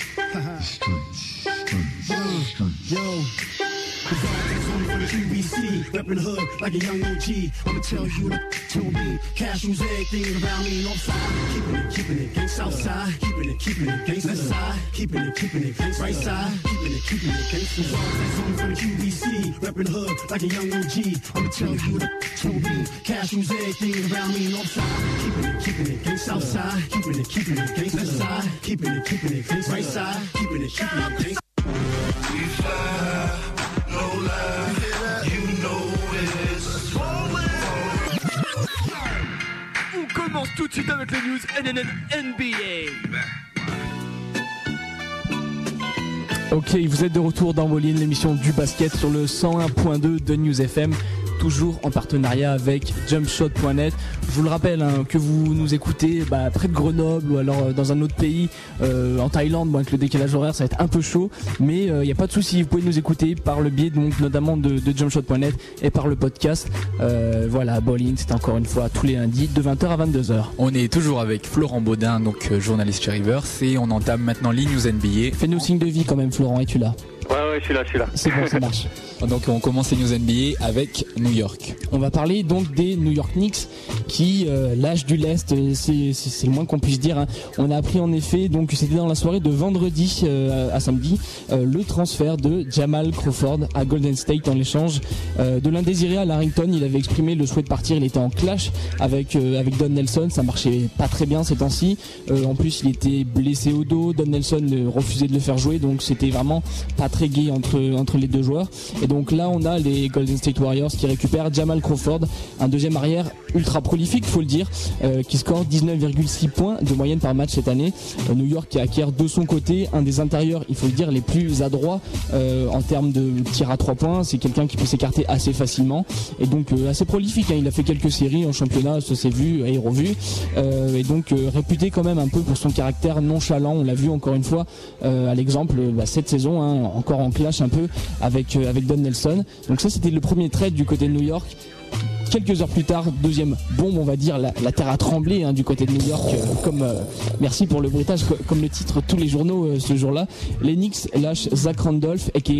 Speaker 3: Yo. For the QBC, reppin' the hood like a young OG. I'ma tell you to me. Cashews, everything around me, north side. Keeping it, gang south side. Keeping it, gang left side. Keeping it, gang right side. Keeping it, gang south side. For the QBC, reppin' the hood like a young OG. I'ma tell you to me. Cashews, everything around me, north side. Keeping it, gang south side. Keeping it, gang left side. Keeping it, gang right side. Keeping it, gang.
Speaker 5: We fly.
Speaker 6: On commence tout de suite avec les news NBA.
Speaker 1: Ok, vous êtes de retour dans Moline, l'émission du basket sur le 101.2 de News FM. Toujours en partenariat avec jumpshot.net. Je vous le rappelle que vous nous écoutez près de Grenoble ou alors dans un autre pays, en Thaïlande, avec le décalage horaire ça va être un peu chaud, mais il n'y a pas de souci, vous pouvez nous écouter par le biais donc notamment de jumpshot.net et par le podcast. Voilà, Bowling, c'est encore une fois tous les lundis de 20h à 22h.
Speaker 2: On est toujours avec Florent Baudin, donc journaliste chez Rivers, et on entame maintenant les news NBA.
Speaker 1: Fais-nous signe de vie quand même Florent, es-tu là?
Speaker 4: Ouais, je suis là.
Speaker 1: C'est bon, ça marche.
Speaker 2: Donc on commence les news NBA avec New York.
Speaker 1: On va parler donc des New York Knicks qui lâchent du lest, c'est le moins qu'on puisse dire. On a appris en effet, donc c'était dans la soirée de vendredi à samedi, le transfert de Jamal Crawford à Golden State en l'échange de l'indésiré à Larrington. Il avait exprimé le souhait de partir, il était en clash avec Don Nelson, ça marchait pas très bien ces temps-ci. En plus il était blessé au dos, Don Nelson refusait de le faire jouer, donc c'était vraiment pas très gai entre les deux joueurs. Et donc là on a les Golden State Warriors qui récupèrent Jamal Crawford, un deuxième arrière ultra prolifique faut le dire, qui score 19,6 points de moyenne par match cette année. New York qui acquiert de son côté un des intérieurs, il faut le dire, les plus adroits en termes de tir à 3 points. C'est quelqu'un qui peut s'écarter assez facilement et donc assez prolifique, il a fait quelques séries en championnat, ça s'est vu et revu, et donc réputé quand même un peu pour son caractère nonchalant. On l'a vu encore une fois à l'exemple cette saison, encore en clash un peu avec Don Nelson. Donc ça c'était le premier trade du côté de New York. Quelques heures plus tard, deuxième bombe, on va dire, la terre a tremblé du côté de New York, merci pour le bruitage, comme le titre tous les journaux ce jour-là. Les Knicks lâchent Zach Randolph, aka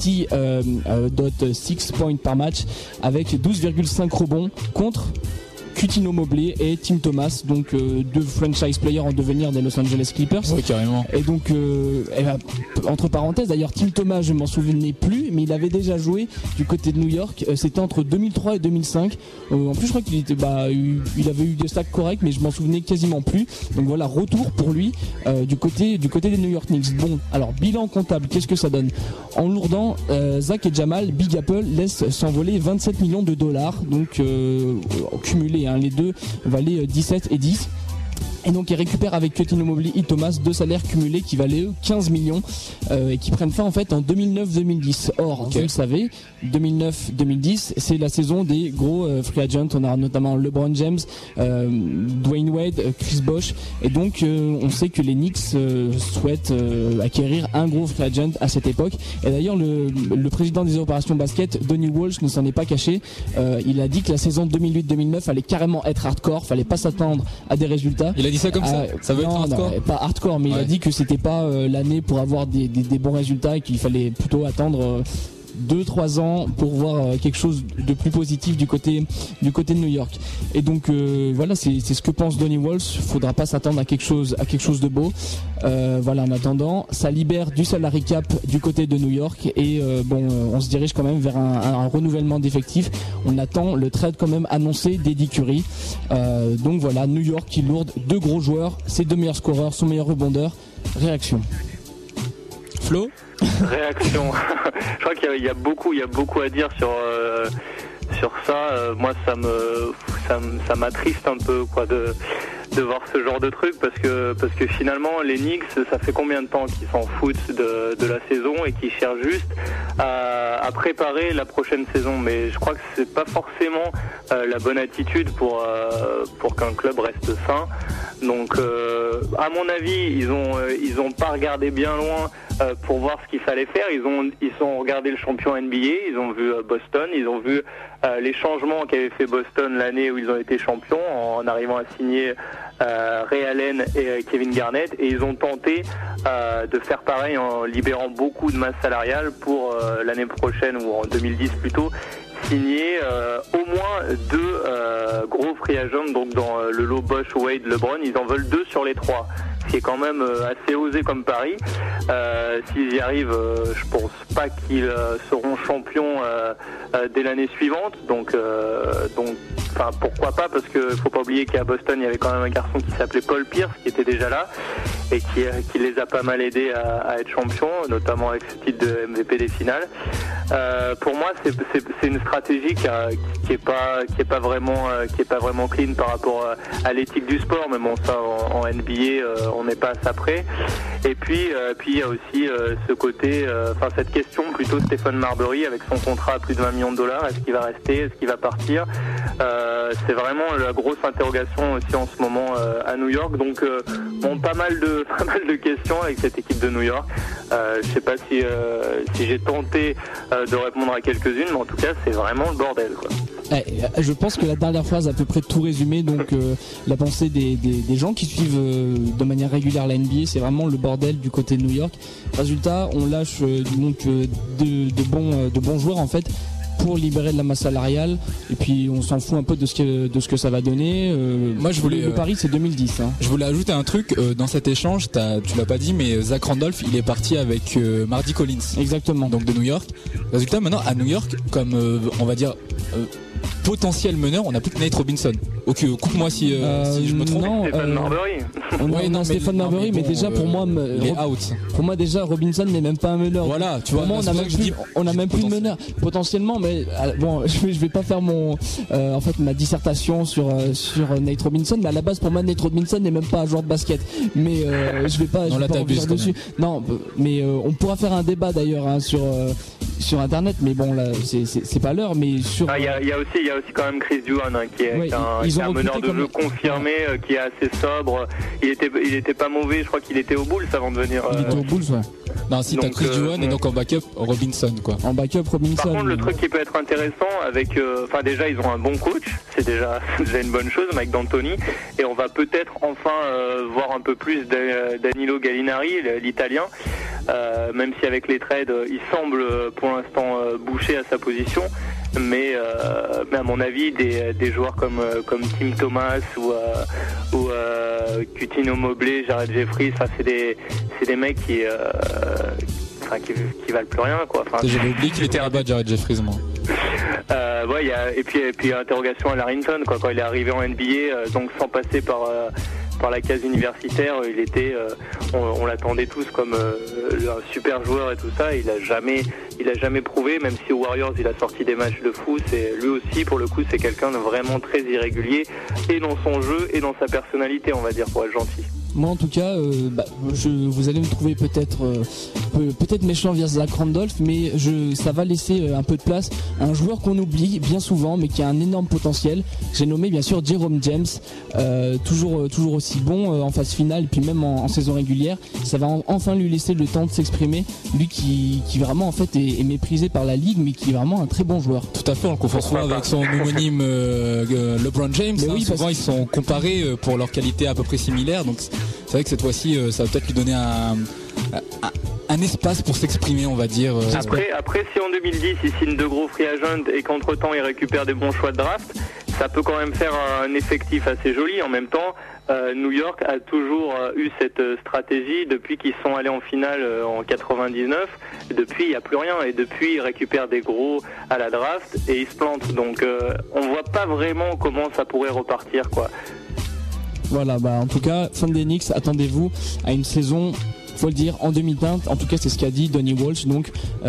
Speaker 1: 20.6 points par match, avec 12,5 rebonds contre Cuttino Mobley et Tim Thomas, donc deux franchise players en devenir des Los Angeles Clippers.
Speaker 2: Oui, carrément.
Speaker 1: Et donc, entre parenthèses, d'ailleurs, Tim Thomas, je m'en souvenais plus, mais il avait déjà joué du côté de New York. C'était entre 2003 et 2005. En plus, je crois qu'il était, il avait eu des stacks corrects, mais je m'en souvenais quasiment plus. Donc voilà, retour pour lui du côté des New York Knicks. Bon, alors bilan comptable, qu'est-ce que ça donne? En lourdant, Zach et Jamal, Big Apple laissent s'envoler 27 millions de dollars, donc cumulés, les deux valaient 17 et 10. Et donc ils récupèrent avec Cuttino Mobley et Thomas deux salaires cumulés qui valaient eux 15 millions et qui prennent fin en fait en 2009-2010. Or, vous le savez, 2009-2010 c'est la saison des gros free agents. On a notamment LeBron James, Dwayne Wade, Chris Bosh, et donc on sait que les Knicks souhaitent acquérir un gros free agent à cette époque. Et d'ailleurs le président des opérations basket, Donnie Walsh, ne s'en est pas caché. Il a dit que la saison 2008-2009 allait carrément être hardcore, fallait pas s'attendre à des résultats.
Speaker 2: Il a dit ça comme ça. Ça veut être hardcore.
Speaker 1: Non, pas hardcore, mais il a dit que c'était pas l'année pour avoir des bons résultats et qu'il fallait plutôt attendre 2-3 ans pour voir quelque chose de plus positif du côté de New York. Et donc voilà, c'est ce que pense Donnie Walsh. Faudra pas s'attendre à quelque chose de beau. Voilà, en attendant, ça libère du salary cap du côté de New York et on se dirige quand même vers un renouvellement d'effectifs. On attend le trade quand même annoncé d'Eddie Curry. Donc voilà, New York qui lourde deux gros joueurs, ses deux meilleurs scoreurs, son meilleur rebondeur. Réaction.
Speaker 2: Flo?
Speaker 4: Réaction. Je crois qu'il y a beaucoup à dire sur ça. Moi, ça m'attriste un peu, quoi, de voir ce genre de truc parce que finalement les Knicks, ça fait combien de temps qu'ils s'en foutent de la saison et qu'ils cherchent juste à préparer la prochaine saison. Mais je crois que c'est pas forcément la bonne attitude pour qu'un club reste sain. Donc à mon avis, ils ont pas regardé bien loin pour voir ce qu'il fallait faire. Ils ont regardé le champion NBA, ils ont vu Boston, ils ont vu les changements qu'avait fait Boston l'année où ils ont été champions en arrivant à signer Ray Allen et Kevin Garnett, et ils ont tenté de faire pareil en libérant beaucoup de masse salariale pour l'année prochaine ou en 2010 plutôt signer au moins deux gros free agents, donc dans le lot Bosh, Wade, LeBron. Ils en veulent 2 sur les 3, ce qui est quand même assez osé comme pari. S'ils y arrivent, je pense pas qu'ils seront champions dès l'année suivante, donc enfin pourquoi pas, parce que faut pas oublier qu'à Boston il y avait quand même un garçon qui s'appelait Paul Pierce qui était déjà là et qui les a pas mal aidés à être champions, notamment avec ce titre de MVP des finales. Pour moi c'est une stratégie qui est pas vraiment clean par rapport à l'éthique du sport, mais bon, ça en NBA on n'est pas à ça près. Et puis il y a aussi ce côté, cette question plutôt, Stephen Marbury avec son contrat à plus de 20 millions de dollars, est-ce qu'il va rester, est-ce qu'il va partir? C'est vraiment la grosse interrogation aussi en ce moment à New York. Donc pas mal de questions avec cette équipe de New York. Je sais pas si j'ai tenté de répondre à quelques-unes, mais en tout cas c'est vraiment le bordel, quoi.
Speaker 1: Je pense que la dernière phrase a à peu près tout résumé, donc la pensée des gens qui suivent de manière régulière la NBA, c'est vraiment le bordel du côté de New York. Résultat, on lâche de bons joueurs en fait pour libérer de la masse salariale, et puis on s'en fout un peu de ce que ça va donner.
Speaker 2: Moi je voulais
Speaker 1: le pari c'est 2010.
Speaker 2: Je voulais ajouter un truc dans cet échange, tu l'as pas dit, mais Zach Randolph il est parti avec Mardy Collins.
Speaker 1: Exactement.
Speaker 2: Donc de New York. Résultat, maintenant à New York, comme on va dire potentiel meneur, on n'a plus que Nate Robinson. Ok, coupe-moi si je me trompe.
Speaker 4: Non, Stephen Marbury.
Speaker 1: Stephen Marbury, mais déjà pour moi,
Speaker 2: il est out.
Speaker 1: Pour moi déjà Robinson n'est même pas un meneur.
Speaker 2: Voilà, tu vois.
Speaker 1: Pour moi, on a même plus de meneur potentiellement, mais bon, je vais pas faire ma dissertation sur Nate Robinson, mais à la base pour moi Nate Robinson n'est même pas un joueur de basket. Mais je vais pas revenir dessus. Non, mais on pourra faire un débat d'ailleurs sur internet, mais bon là c'est pas l'heure. Mais sur
Speaker 4: il y a aussi quand même Chris Duhon qui est un meneur de jeu confirmé, qui est assez sobre. Il était pas mauvais, je crois qu'il était aux Bulls avant de venir.
Speaker 1: Il était aux Bulls, ouais.
Speaker 2: Non, si t'as Chris Duhon et donc en backup Robinson, quoi.
Speaker 1: En backup Robinson.
Speaker 4: Par contre, le truc qui peut être intéressant avec, déjà ils ont un bon coach, c'est déjà une bonne chose, Mike D'Antoni, et on va peut-être enfin voir un peu plus Danilo Gallinari, l'Italien, même si avec les trades il semble pour l'instant bouché à sa position. mais à mon avis des joueurs comme Tim Thomas ou Coutinho Mobley, Jared Jeffries, c'est des mecs qui valent plus rien, quoi.
Speaker 2: J'avais oublié qu'il était là-bas, Jared Jeffries, moi.
Speaker 4: Et puis interrogation à Larrington, quoi, quand il est arrivé en NBA, donc sans passer par la case universitaire, on l'attendait tous comme un super joueur et tout ça. Il a jamais prouvé, même si aux Warriors il a sorti des matchs de fou. Lui aussi, pour le coup, c'est quelqu'un de vraiment très irrégulier, et dans son jeu et dans sa personnalité, on va dire, pour être gentil.
Speaker 1: Moi en tout cas, vous allez me trouver peut-être méchant vers Zach Randolph, mais ça va laisser un peu de place à un joueur qu'on oublie bien souvent, mais qui a un énorme potentiel. J'ai nommé bien sûr Jérôme James, toujours aussi bon en phase finale, puis même en saison régulière. Ça va enfin lui laisser le temps de s'exprimer. Lui qui vraiment en fait est méprisé par la ligue, mais qui est vraiment un très bon joueur.
Speaker 2: Tout à fait, on le confond souvent avec son homonyme LeBron James. Mais oui, souvent ils sont comparés pour leur qualité à peu près similaire. Donc c'est vrai que cette fois-ci, ça va peut-être lui donner un espace pour s'exprimer, on va dire.
Speaker 4: Après, si en 2010 il signe de gros free agents et qu'entre-temps il récupère des bons choix de draft, ça peut quand même faire un effectif assez joli. En même temps, New York a toujours eu cette stratégie depuis qu'ils sont allés en finale en 99. Depuis, il n'y a plus rien, et depuis, ils récupèrent des gros à la draft et ils se plantent. Donc on voit pas vraiment comment ça pourrait repartir, quoi.
Speaker 1: Voilà, en tout cas, fan des Knicks, attendez-vous à une saison, faut le dire, en demi-teinte. En tout cas, c'est ce qu'a dit Donnie Walsh, donc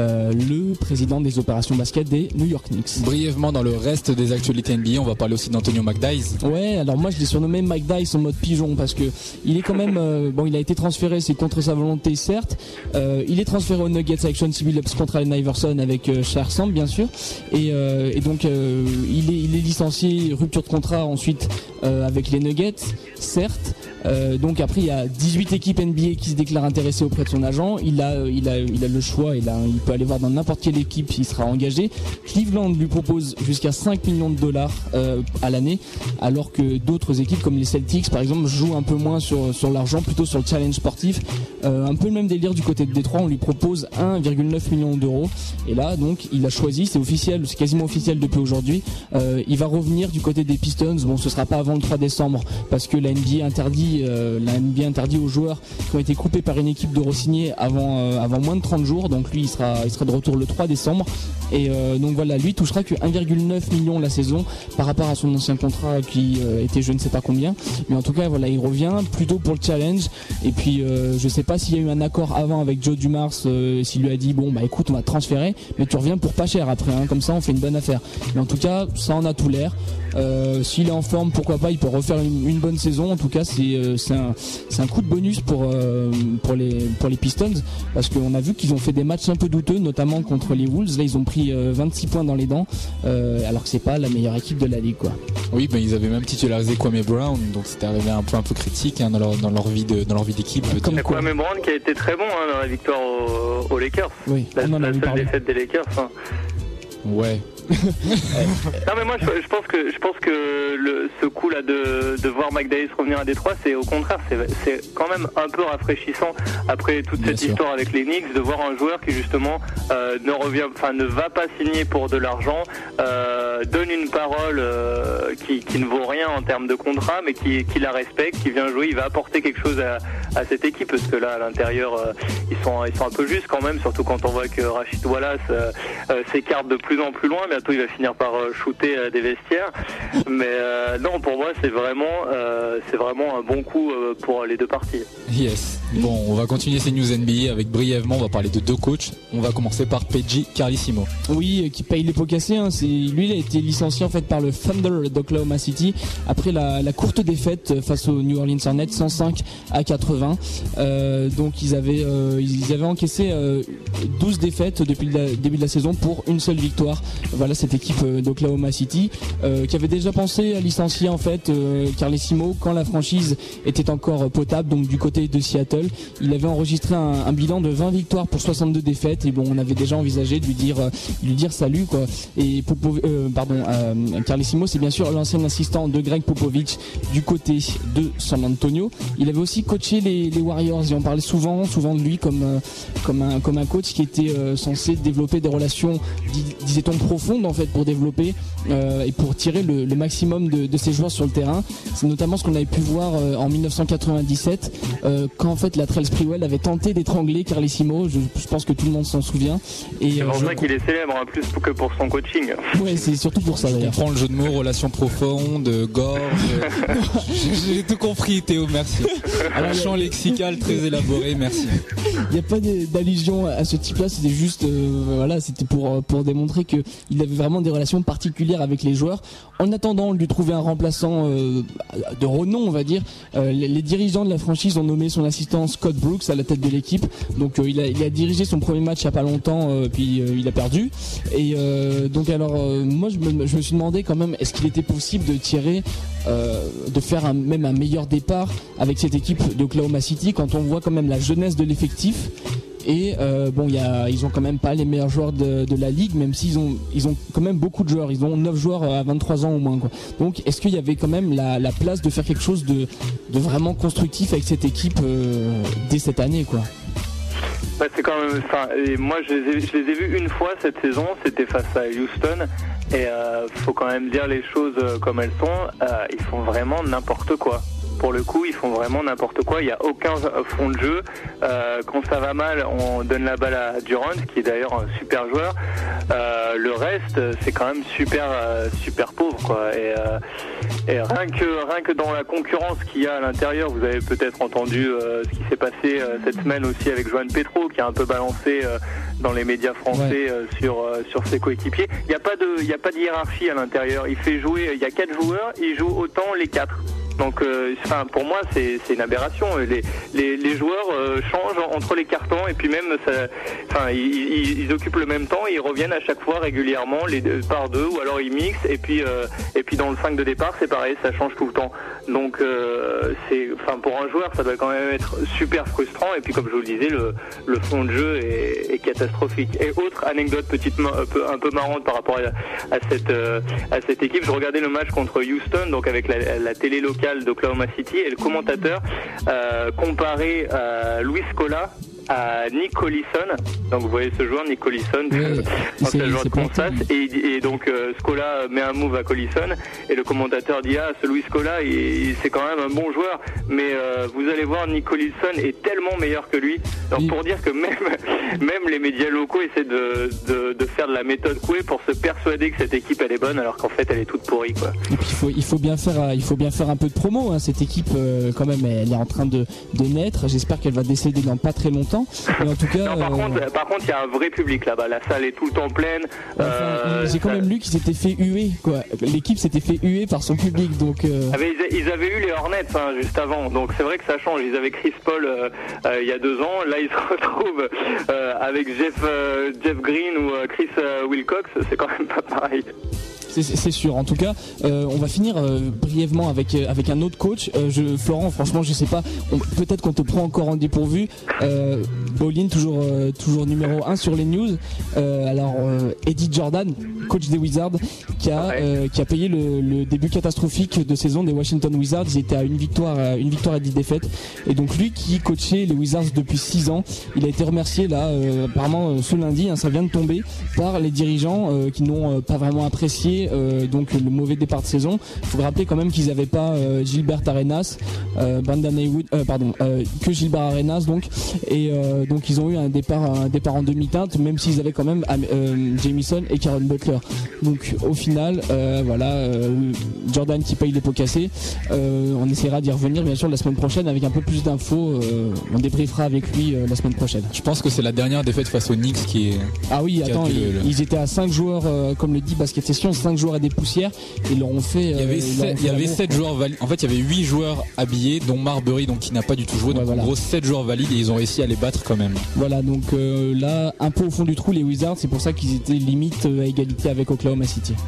Speaker 1: le président des opérations basket des New York Knicks.
Speaker 2: Brièvement, dans le reste des actualités NBA, on va parler aussi d'Antonio McDyess.
Speaker 1: Ouais, alors moi je l'ai surnommé McDyess en mode pigeon, parce que il est quand même il a été transféré, c'est contre sa volonté certes. Il est transféré aux Nuggets avec Sean Billups contre Allen Iverson avec Shar Samp bien sûr, et donc il est licencié, rupture de contrat ensuite avec les Nuggets certes. Donc après il y a 18 équipes NBA qui se déclarent intéressées auprès de son agent. Il a le choix, il peut aller voir dans n'importe quelle équipe s'il sera engagé. Cleveland lui propose jusqu'à 5 millions de dollars à l'année, alors que d'autres équipes comme les Celtics par exemple jouent un peu moins sur l'argent, plutôt sur le challenge sportif. Un peu le même délire du côté de Détroit, on lui propose 1,9 million d'euros, et là donc il a choisi, c'est officiel, c'est quasiment officiel depuis aujourd'hui, il va revenir du côté des Pistons. Bon, ce sera pas avant le 3 décembre parce que la NBA interdit aux joueurs qui ont été coupés par une équipe de re-signer avant moins de 30 jours. Donc lui il sera de retour le 3 décembre, et donc voilà, lui touchera que 1,9 million la saison par rapport à son ancien contrat qui était je ne sais pas combien, mais en tout cas voilà, il revient plutôt pour le challenge. Et puis je sais pas s'il y a eu un accord avant avec Joe Dumars, s'il lui a dit bon écoute, on va te transférer mais tu reviens pour pas cher après, comme ça on fait une bonne affaire. Mais en tout cas ça en a tout l'air. S'il est en forme, pourquoi pas, il peut refaire une bonne saison. En tout cas c'est un coup de bonus pour les Pistons, parce qu'on a vu qu'ils ont fait des matchs un peu douteux, notamment contre les Wolves. Là ils ont pris 26 points dans les dents, alors que c'est pas la meilleure équipe de la ligue, quoi.
Speaker 2: Oui, ils avaient même titularisé Kwame Brown, donc c'était arrivé un peu critique dans leur vie d'équipe.
Speaker 4: Comme Kwame Brown qui a été très bon dans la victoire aux Lakers.
Speaker 1: Oui,
Speaker 4: la seule défaite des Lakers.
Speaker 2: Ouais.
Speaker 4: Non mais moi je pense que ce coup là de voir McDyess revenir à Détroit, c'est au contraire, c'est quand même un peu rafraîchissant après toute cette histoire avec les Knicks, de voir un joueur qui justement ne va pas signer pour de l'argent, donne une parole qui ne vaut rien en termes de contrat, mais qui la respecte, qui vient jouer, il va apporter quelque chose à cette équipe, parce que là à l'intérieur ils sont un peu justes quand même, surtout quand on voit que Rashid Wallace s'écarte de plus en plus loin. Bientôt il va finir par shooter des vestiaires, mais non, pour moi c'est vraiment un bon coup pour les deux parties.
Speaker 2: Yes. Bon, on va continuer ces news NBA avec, brièvement, on va parler de deux coachs. On va commencer par PG Carlesimo.
Speaker 1: Oui, qui paye les pots cassés, hein. Lui il a été licencié en fait par le Thunder d'Oklahoma City après la courte défaite face aux New Orleans Hornets 105-80. Donc ils avaient encaissé 12 défaites depuis le début de la saison pour une seule victoire. Voilà, cette équipe d'Oklahoma City qui avait déjà pensé à licencier en fait Carlesimo quand la franchise était encore potable, donc du côté de Seattle. Sprewell. Il avait enregistré un bilan de 20 victoires pour 62 défaites et bon, on avait déjà envisagé de lui dire salut quoi. Et Carlesimo, c'est bien sûr l'ancien assistant de Greg Popovich du côté de San Antonio. Il avait aussi coaché les Warriors et on parlait souvent de lui comme un coach qui était censé développer des relations, disait-on, profondes en fait, pour développer et pour tirer le maximum de ses joueurs sur le terrain. C'est notamment ce qu'on avait pu voir en 1997 quand en fait Latrell Sprewell avait tenté d'étrangler Carlesimo. Je pense que tout le monde s'en souvient. Et
Speaker 4: c'est pour ça qu'il est célèbre, en plus que pour son coaching.
Speaker 1: Ouais, c'est surtout pour ça d'ailleurs.
Speaker 2: Je comprends le jeu de mots, relations profondes, gorge. J'ai tout compris, Théo, merci. Un champ lexical très élaboré, merci.
Speaker 1: Il n'y a pas d'allusion à ce type-là, c'était juste, c'était pour démontrer qu'il avait vraiment des relations particulières avec les joueurs. En attendant de lui trouver un remplaçant de renom, on va dire, les dirigeants de la franchise ont nommé son assistant Scott Brooks à la tête de l'équipe. Donc il a dirigé son premier match il n'y a pas longtemps, puis il a perdu. Et donc alors, moi je me suis demandé quand même, est-ce qu'il était possible de tirer, de faire même un meilleur départ avec cette équipe d'Oklahoma City quand on voit quand même la jeunesse de l'effectif. Et ils ont quand même pas les meilleurs joueurs de la ligue, même s'ils ont quand même beaucoup de joueurs. Ils ont 9 joueurs à 23 ans au moins, quoi. Donc est-ce qu'il y avait quand même la place de faire quelque chose de vraiment constructif avec cette équipe dès cette année, quoi?
Speaker 4: Bah, c'est quand même, moi je les ai vus une fois cette saison, c'était face à Houston, et faut quand même dire les choses comme elles sont. Ils font vraiment n'importe quoi. Pour le coup, ils font vraiment n'importe quoi. Il n'y a aucun fond de jeu. Quand ça va mal, on donne la balle à Durant, qui est d'ailleurs un super joueur. Le reste, c'est quand même super pauvre, quoi. Et rien que dans la concurrence qu'il y a à l'intérieur, vous avez peut-être entendu ce qui s'est passé cette semaine aussi avec Johan Petro, qui a un peu balancé dans les médias français sur ses coéquipiers. Il n'y a pas de hiérarchie à l'intérieur. Il fait jouer, il y a 4 joueurs, il joue autant les 4. Donc, pour moi, c'est une aberration. Les joueurs changent entre les cartons et puis même, ils occupent le même temps et ils reviennent à chaque fois régulièrement, par deux, ou alors ils mixent et puis dans le 5 de départ, c'est pareil, ça change tout le temps. Donc, pour un joueur, ça doit quand même être super frustrant. Et puis, comme je vous le disais, le fond de jeu est catastrophique. Et autre anecdote un peu marrante par rapport à cette équipe, je regardais le match contre Houston, donc avec la télé locale d'Oklahoma City, et le commentateur comparait Luis Scola à Nick Collison. Donc vous voyez ce joueur, Nick Collison, c'est le joueur de Kansas, et donc Scola met un move à Collison et le commentateur dit ce Luis Scola c'est quand même un bon joueur, mais vous allez voir, Nick Collison est tellement meilleur que lui. Donc pour dire que même les médias locaux essaient de faire de la méthode Coué pour se persuader que cette équipe elle est bonne alors qu'en fait elle est toute pourrie, quoi.
Speaker 1: Et puis il faut bien faire un peu de promo, hein. Cette équipe quand même elle est en train de naître. J'espère qu'elle va décéder dans pas très longtemps. Mais en tout cas,
Speaker 4: non, par contre, il y a un vrai public là-bas. La salle est tout le temps pleine.
Speaker 1: J'ai quand même lu qu'ils s'étaient fait huer, quoi. L'équipe s'était fait huer par son public, donc.
Speaker 4: Ils avaient eu les Hornets juste avant, donc c'est vrai que ça change. Ils avaient Chris Paul il y a 2 ans. Là, ils se retrouvent avec Jeff Green ou Chris Wilcox. C'est quand même pas pareil.
Speaker 1: C'est sûr. En tout cas, on va finir brièvement avec un autre coach. Florent, franchement, je sais pas. Peut-être qu'on te prend encore en dépourvu. Bowling, toujours numéro 1 sur les news. Eddie Jordan, coach des Wizards, qui a payé le début catastrophique de saison des Washington Wizards. Ils étaient à une victoire et 10 défaites. Et donc lui, qui coachait les Wizards depuis 6 ans, il a été remercié là, apparemment ce lundi. Ça vient de tomber par les dirigeants qui n'ont pas vraiment apprécié. Donc le mauvais départ de saison. Il faut rappeler quand même qu'ils n'avaient pas Gilbert Arenas, Brandon Haywood, que Gilbert Arenas donc, et donc ils ont eu un départ en demi-teinte, même s'ils avaient quand même Jamison et Caron Butler. Donc au final, Jordan qui paye les pots cassés. On essaiera d'y revenir bien sûr la semaine prochaine avec un peu plus d'infos. On débriefera avec lui la semaine prochaine.
Speaker 2: Je pense que c'est la dernière défaite face aux Knicks qui est.
Speaker 1: Ah oui, attends, ils étaient à 5 joueurs, comme le dit Basket Session, 5 joueurs à des poussières. Ils leur ont fait.
Speaker 2: Il y avait 7 joueurs valides. En fait, il y avait 8 joueurs habillés, dont Marbury, donc qui n'a pas du tout joué. Donc en gros, 7 joueurs valides et ils ont réussi à les battre quand même.
Speaker 1: Voilà, donc là, un peu au fond du trou, les Wizards. C'est pour ça qu'ils étaient limite à égalité avec Oklahoma City.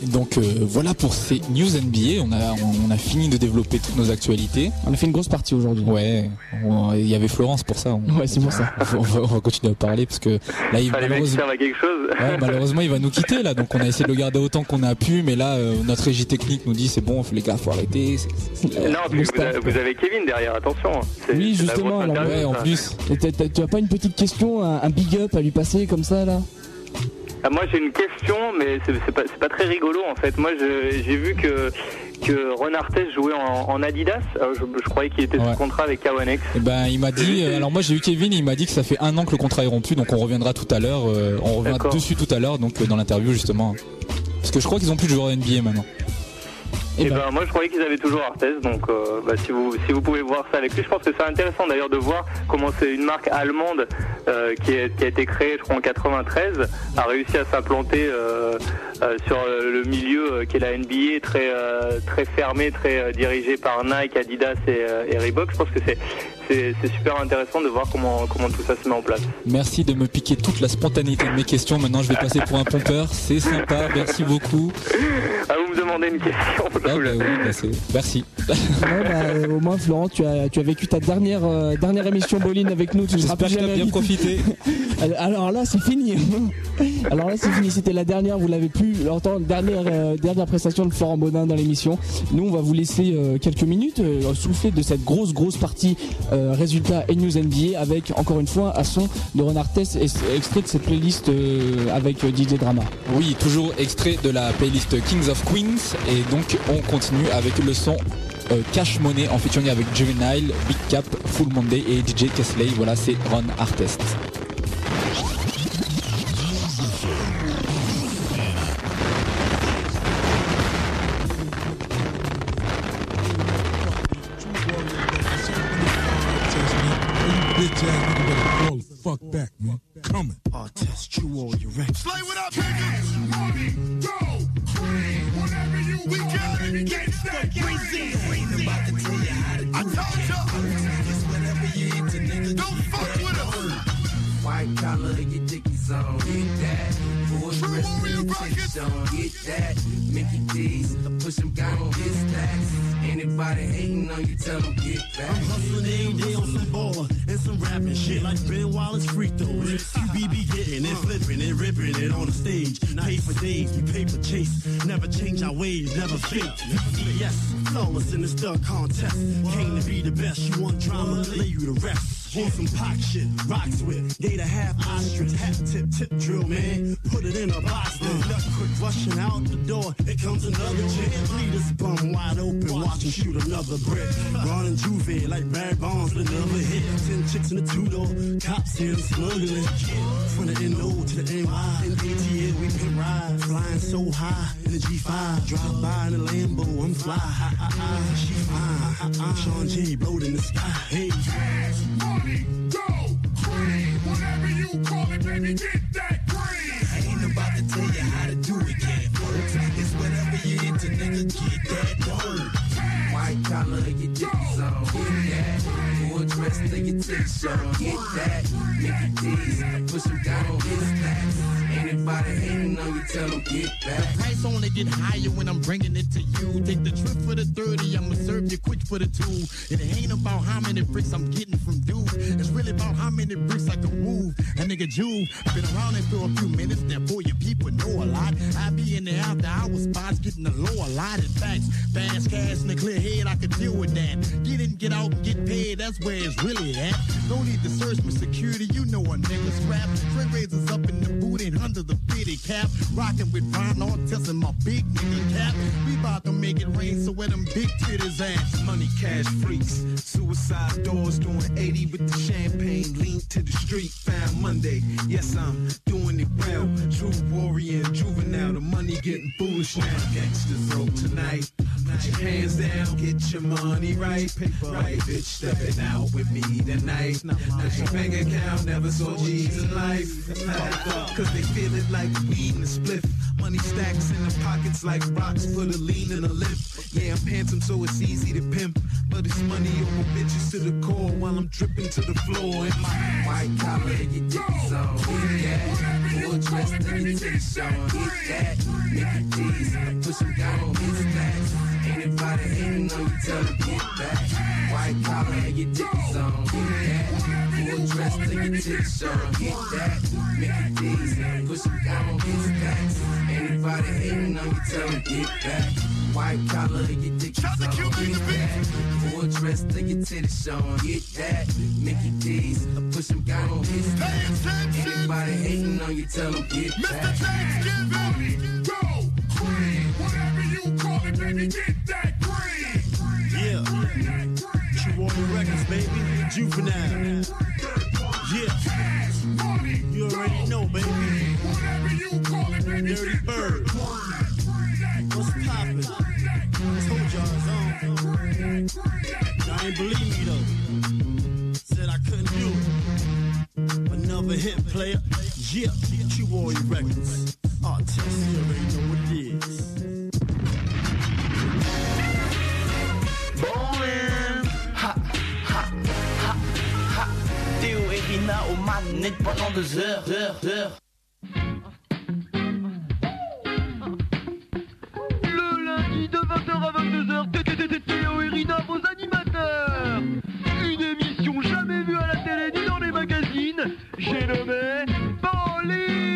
Speaker 2: Donc voilà pour ces news NBA. On a fini de développer toutes nos actualités.
Speaker 1: On a fait une grosse partie aujourd'hui.
Speaker 2: Ouais, il y avait Florence pour ça.
Speaker 1: Ouais, c'est pour ça.
Speaker 2: On va continuer à parler parce que là, malheureusement, il va nous quitter là. Donc on a essayé de le garder autant qu'on a pu, mais là, notre régie technique nous dit c'est bon, les gars, faut arrêter.
Speaker 4: Non, puis vous avez Kevin derrière, attention.
Speaker 1: Oui, justement. Alors,
Speaker 2: ouais, en plus.
Speaker 1: Tu as pas une petite question, un big up à lui passer comme ça là?
Speaker 4: Moi j'ai une question, mais c'est pas très rigolo en fait. Moi j'ai vu que Ron Artest jouait en Adidas. Alors, je croyais qu'il était sous contrat avec K1X.
Speaker 2: Et ben il m'a dit. Alors moi j'ai eu Kevin, il m'a dit que ça fait 1 an que le contrat est rompu, donc on reviendra tout à l'heure. On reviendra dessus tout à l'heure, donc dans l'interview justement. Parce que je crois qu'ils ont plus de joueurs NBA maintenant.
Speaker 4: Et moi je croyais qu'ils avaient toujours Artest, donc si vous pouvez voir ça avec lui, je pense que c'est intéressant d'ailleurs de voir comment c'est une marque allemande qui a été créée je crois en 93, a réussi à s'implanter sur le milieu qui est la NBA, très fermé, très dirigé par Nike, Adidas et Reebok. Je pense que c'est super intéressant de voir comment tout ça se met en place.
Speaker 2: Merci de me piquer toute la spontanéité de mes questions. Maintenant je vais passer pour un pompeur, c'est sympa, merci beaucoup.
Speaker 4: Vous me demandez une question.
Speaker 2: Merci.
Speaker 1: Au moins Florent, tu as vécu ta dernière émission Boline avec nous.
Speaker 2: J'espère que tu as bien profité.
Speaker 1: Alors là c'est fini. C'était la dernière, vous l'avez pu l'entendre, dernière prestation de Florent Bodin dans l'émission. Nous on va vous laisser quelques minutes souffler de cette grosse partie résultats et news NBA avec encore une fois un son de Ron Artest extrait de cette playlist avec DJ Drama.
Speaker 2: Oui, toujours extrait de la playlist Kings of Queens, et donc on continue avec le son Cash Money en featuring avec Juvenile, Big Cap, Full Monday et DJ Kesley. Voilà, c'est Ron Artest.
Speaker 7: Bitch ass nigga better fall the fuck back, man. Coming.
Speaker 3: Artest, true warrior, right?
Speaker 5: Slay what up, niggas? Money, go, green, whatever you we got it, get that green. Ain't about to tell you how to do it. I told ya. It's whatever you into, nigga. Don't fuck with us.
Speaker 8: White collar, your dickies on, get that. Full dress, bitch on, get that. Mickey D's, push them got his stacks. Anybody hating on you, tell them get back.
Speaker 3: I'm hustling every day on some baller and some rapping shit like Ben Wallace free throws. QB getting it, flipping it, ripping it on the stage. Pay for days, we paper chase. Never change our ways, never fake. Yes, flawless in the stud contest. Came to be the best, you want drama, lay you to rest. Want some pop shit, rocks with Gator half ostrich, hat tip drill, man. Put it in a box, then duck quick, rushing out the door. Here comes another chick. Leave this bum wide open, watch him shoot another brick. Ron and Juve like Barry Bonds, but never hit. 10 chicks in the two-door, cops here smuggling. From the NO to the NY, in ATL we pimp ride. Flying so high in the G5, drive by in the Lambo, I'm fly. She fine, Sean G, blowed in the sky. Hey.
Speaker 5: Cash, money, go, green, whatever you call it, baby, get that green.
Speaker 8: I ain't about to tell you how to do it, can't folks. It's whatever you into, nigga, get that dough. White collar, your dickies on, get that. Full dress, nigga, t-shirt, get that. Mickey D's, push them down on his stacks. Anybody hating on you, tell them get back.
Speaker 9: The price only get higher when I'm bringing it to you. Take the trip for the 30, I'ma serve you quick for the 2. It ain't about how many bricks I'm getting from Duke. It's really about how many bricks I can move. A nigga Juve, been around it for a few minutes, therefore your people know a lot. I be in the after hour spots, getting the low a lot. In fact, fast cash and a clear head, I can deal with that. Get in, get out, get paid, that's where it's really at. No need to search for security, you know a nigga scrap. Straight razors up in the boot and under the fitted cap. Rockin' with Ron Artest and my big nigga cap. We bout to make it rain, so where them big titties at?
Speaker 10: Money, cash freaks, suicide doors, doing 80 with the champagne, lean to the street, found Monday. Yes, I'm doing it well. True warrior and juvenile, the money getting foolish now. Gangsters broke tonight. Put your hands down, get your money right. Paper right, bitch, stepping out with me tonight. Now your bank account never saw G's in life. Cause they feel it like weed and a spliff. Money stacks in the pockets like rocks, put a lean in a lip. Yeah, I'm handsome, so it's easy to pimp. But it's money over bitches to the core while I'm dripping to the floor. And my
Speaker 8: white collar, your dickies on, get that. Full dress till your titties show. Get that, Mickey D's, push them down, hit stacks. Anybody hating on you, tell them get back. White collar and your dick is on. Get that, full dress till your titties show. Get that, Mickey D's, push them down, hit stacks. Anybody hating on you, tell them get back. White collar and your dick is on. Get that, full dress till your titties show. Get that, Mickey D's, push them down, hit stacks. Anybody hating on you, tell them get back.
Speaker 5: Mr. Thanksgiving, go green, whatever you call it, baby, get that green.
Speaker 3: Yeah, True Warrior Records, baby, Juvenile. Yeah, you already know, baby.
Speaker 5: Whatever you call it, baby,
Speaker 3: Dirty Bird. What's poppin'? I told y'all it's on. Y'all ain't believe me though. Said I couldn't do it. Another hit player. Yeah, True Warrior Records. Artist, you already know what it is.
Speaker 11: Ballin', ha, ha, ha, ha. Théo et Rina aux manettes pendant 2 heures.
Speaker 6: Le lundi de 20h à 22h, Théo et Rina, vos animateurs. Une émission jamais vue à la télé ni dans les magazines. J'ai nommé Ballin'.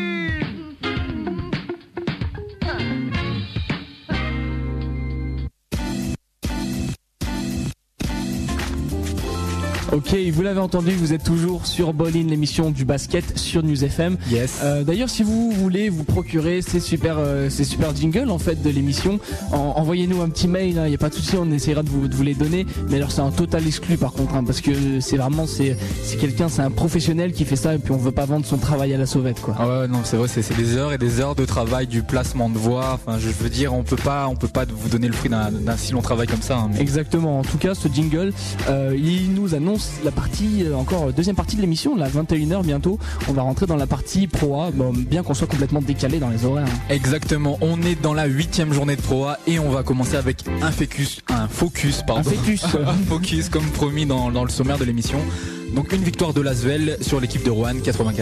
Speaker 1: Ok, vous l'avez entendu, vous êtes toujours sur Ballin', l'émission du basket sur News FM.
Speaker 2: Yes.
Speaker 1: D'ailleurs, si vous voulez vous procurer ces super jingles en fait de l'émission, envoyez-nous un petit mail. Il n'y a pas de souci, on essaiera de vous les donner. Mais alors c'est un total exclu par contre, parce que c'est vraiment c'est quelqu'un, c'est un professionnel qui fait ça et puis on veut pas vendre son travail à la sauvette quoi.
Speaker 2: Ah ouais, non, c'est vrai, c'est des heures et des heures de travail, du placement de voix. Enfin, je veux dire, on peut pas vous donner le fruit d'un si long travail comme ça. Hein, mais...
Speaker 1: Exactement. En tout cas, ce jingle, il nous annonce la partie deuxième partie de l'émission, la 21h bientôt. On va rentrer dans la partie Pro A, bien qu'on soit complètement décalé dans les horaires.
Speaker 2: Exactement. On est dans la 8e journée de Pro A et on va commencer avec un focus, comme promis dans le sommaire de l'émission. Donc une victoire de l'Asvel sur l'équipe de Roanne,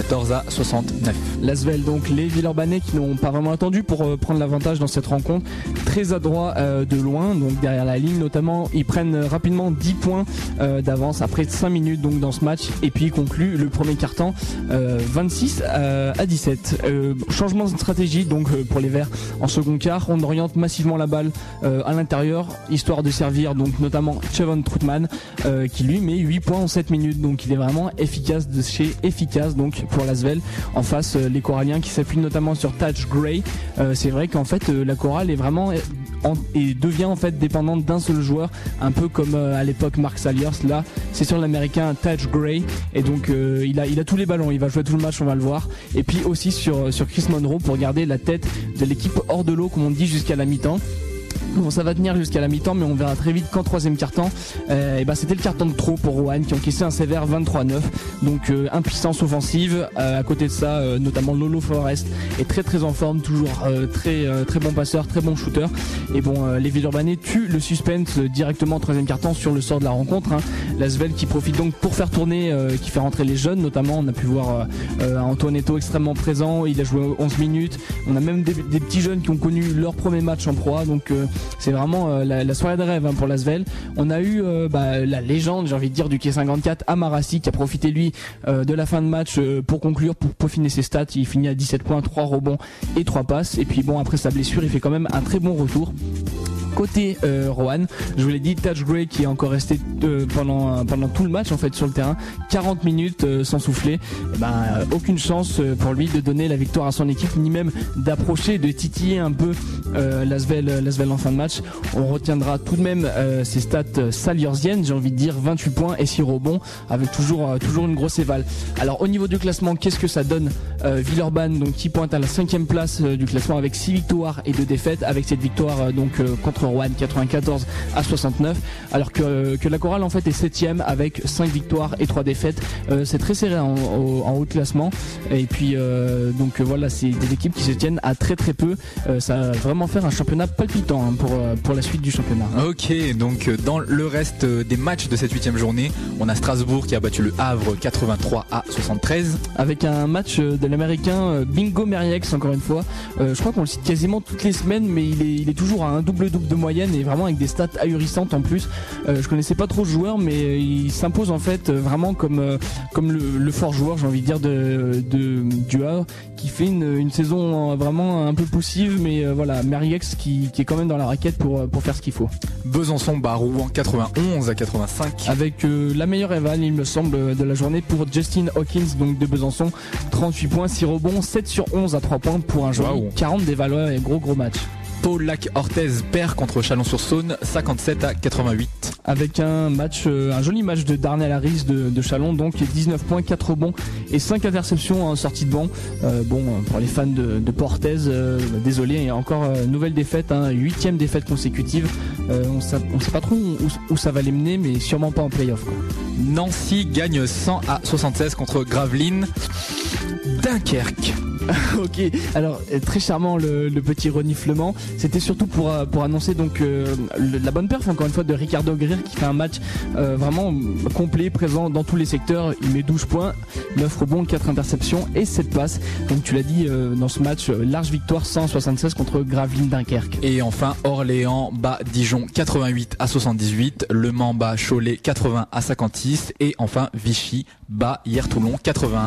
Speaker 2: 94-69.
Speaker 1: L'Asvel, donc les Villeurbanais qui n'ont pas vraiment attendu pour prendre l'avantage dans cette rencontre. Très adroit de loin, donc derrière la ligne notamment. Ils prennent rapidement 10 points d'avance après 5 minutes donc dans ce match. Et puis ils concluent le premier quart-temps 26 à 17. Changement de stratégie donc pour les Verts en second quart. On oriente massivement la balle à l'intérieur, histoire de servir donc notamment Chavon Troutman qui lui met 8 points en 7 minutes. Donc il est vraiment efficace de chez efficace donc pour l'Asvel. En face les Coralliens qui s'appuient notamment sur Taj Gray. C'est vrai qu'en fait la chorale est vraiment et devient en fait dépendante d'un seul joueur, un peu comme à l'époque Mark Saliers. Là c'est sur l'américain Taj Gray et donc il a tous les ballons, il va jouer tout le match, on va le voir. Et puis aussi sur Chris Monroe pour garder la tête de l'équipe hors de l'eau comme on dit jusqu'à la mi-temps. Bon, ça va tenir jusqu'à la mi-temps, mais on verra très vite qu'en troisième quart-temps, c'était le quart-temps de trop pour Roanne qui ont encaissé un sévère 23-9. Donc impuissance offensive. À côté de ça, notamment Lolo Forest est très très en forme, toujours très bon passeur, très bon shooter. Et bon, les Villeurbanais tuent le suspense directement en troisième quart-temps sur le sort de la rencontre. L'Asvel qui profite donc pour faire tourner, qui fait rentrer les jeunes, notamment on a pu voir Antoinetto extrêmement présent. Il a joué 11 minutes. On a même des petits jeunes qui ont connu leur premier match en Pro A. Donc c'est vraiment la soirée de rêve pour l'Asvel. On a eu la légende, j'ai envie de dire, du Quai 54, Amarassi, qui a profité lui de la fin de match pour conclure, pour peaufiner ses stats. Il finit à 17 points, 3 rebonds et 3 passes. Et puis bon, après sa blessure, il fait quand même un très bon retour. Côté Roanne, je vous l'ai dit, Taj Gray qui est encore resté pendant tout le match en fait sur le terrain, 40 minutes sans souffler. Aucune chance pour lui de donner la victoire à son équipe, ni même d'approcher, de titiller un peu l'Asvel en fin de match. On retiendra tout de même ses stats saliersiennes, j'ai envie de dire 28 points et 6 rebonds avec toujours une grosse éval. Alors au niveau du classement, qu'est-ce que ça donne? Villeurbanne donc qui pointe à la 5e place du classement avec 6 victoires et 2 défaites, avec cette victoire contre contre Rouen 94-69, alors que la chorale en fait est 7ème avec 5 victoires et 3 défaites. C'est très serré en haut de classement, et puis donc voilà, c'est des équipes qui se tiennent à très peu. Ça va vraiment faire un championnat palpitant hein, pour la suite du championnat.
Speaker 2: Ok, donc dans le reste des matchs de cette 8ème journée, on a Strasbourg qui a battu le Havre 83-73
Speaker 1: avec un match de l'américain Bingo Meriex, encore une fois. Je crois qu'on le cite quasiment toutes les semaines, mais il est toujours à un double-double de moyenne et vraiment avec des stats ahurissantes en plus. Je connaissais pas trop ce joueur, mais il s'impose en fait vraiment comme le fort joueur, j'ai envie de dire, du Havre, qui fait une saison vraiment un peu poussive, mais voilà, Meriex qui est quand même dans la raquette pour faire ce qu'il faut.
Speaker 2: Besançon bat Rouen 91-85
Speaker 1: avec la meilleure éval, il me semble, de la journée pour Justin Hawkins, donc de Besançon. 38 points, 6 rebonds, 7 sur 11 à 3 points pour un joueur. 40 d'éval, et gros match.
Speaker 2: Pau Lac Orthez perd contre Chalon-sur-Saône 57-88.
Speaker 1: Avec un joli match de Darnell Harris de Chalon, donc 19 points, 4 rebonds et 5 interceptions en sortie de banc. Pour les fans de Pau Orthez, désolé, il y a encore nouvelle défaite, 8ème défaite consécutive. On sait pas trop où ça va les mener, mais sûrement pas en play-off, quoi.
Speaker 2: Nancy gagne 100-76 contre Gravelines. Dunkerque.
Speaker 1: Ok, alors très charmant le petit reniflement. C'était surtout pour annoncer donc la bonne perf encore une fois de Ricardo Greer, qui fait un match vraiment complet, présent dans tous les secteurs. Il met 12 points, 9 rebonds, 4 interceptions et 7 passes. Donc tu l'as dit, dans ce match, large victoire 176 contre Gravelines Dunkerque.
Speaker 2: Et enfin Orléans bat Dijon 88-78, Le Mans bat Cholet 80-56 et enfin Vichy bat hier Toulon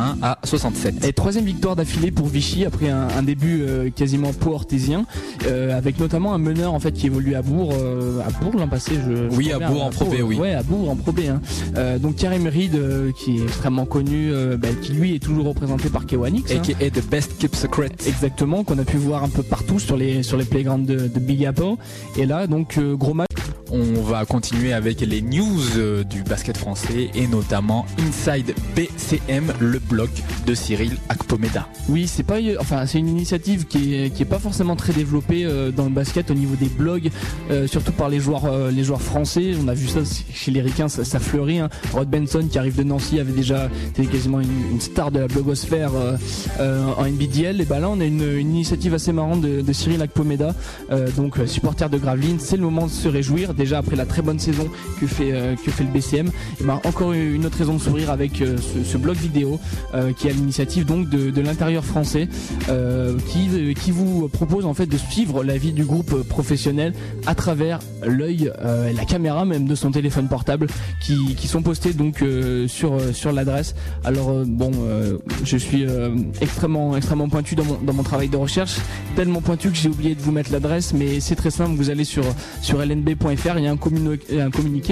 Speaker 2: 81-67.
Speaker 1: Et 3ème victoire d'affilée pour Vichy après un début quasiment pau-orthésien, avec notamment un meneur en fait qui évolue à Bourg l'an passé.
Speaker 2: Oui, à Bourg en Pro B, oui.
Speaker 1: Ouais, à Bourg en Pro B. Donc Karim Reed, qui est extrêmement connu, qui lui est toujours représenté par K1X.
Speaker 2: Et qui est The Best Kept Secret.
Speaker 1: Exactement, qu'on a pu voir un peu partout sur les playgrounds de Big Apple. Et là, donc gros match.
Speaker 2: On va continuer avec les news du basket français et notamment Inside BCM, le blog de Cyril Akpomeda.
Speaker 1: Oui, c'est une initiative qui est pas forcément très développée dans le basket au niveau des blogs, surtout par les joueurs français. On a vu ça chez les Ricains, ça fleurit. Rod Benson, qui arrive de Nancy, avait déjà été quasiment une star de la blogosphère en NBDL. Et là, on a une initiative assez marrante de Cyril Akpomeda, donc supporter de Gravelines. C'est le moment de se réjouir. Déjà après la très bonne saison que fait le BCM, et encore une autre raison de sourire avec ce blog vidéo qui est à l'initiative donc de l'intérieur français, qui vous propose en fait de suivre la vie du groupe professionnel à travers l'œil, la caméra même de son téléphone portable, qui sont postés donc sur l'adresse. Alors je suis extrêmement pointu dans mon travail de recherche, tellement pointu que j'ai oublié de vous mettre l'adresse, mais c'est très simple, vous allez sur lnb.fr. Il y a un communiqué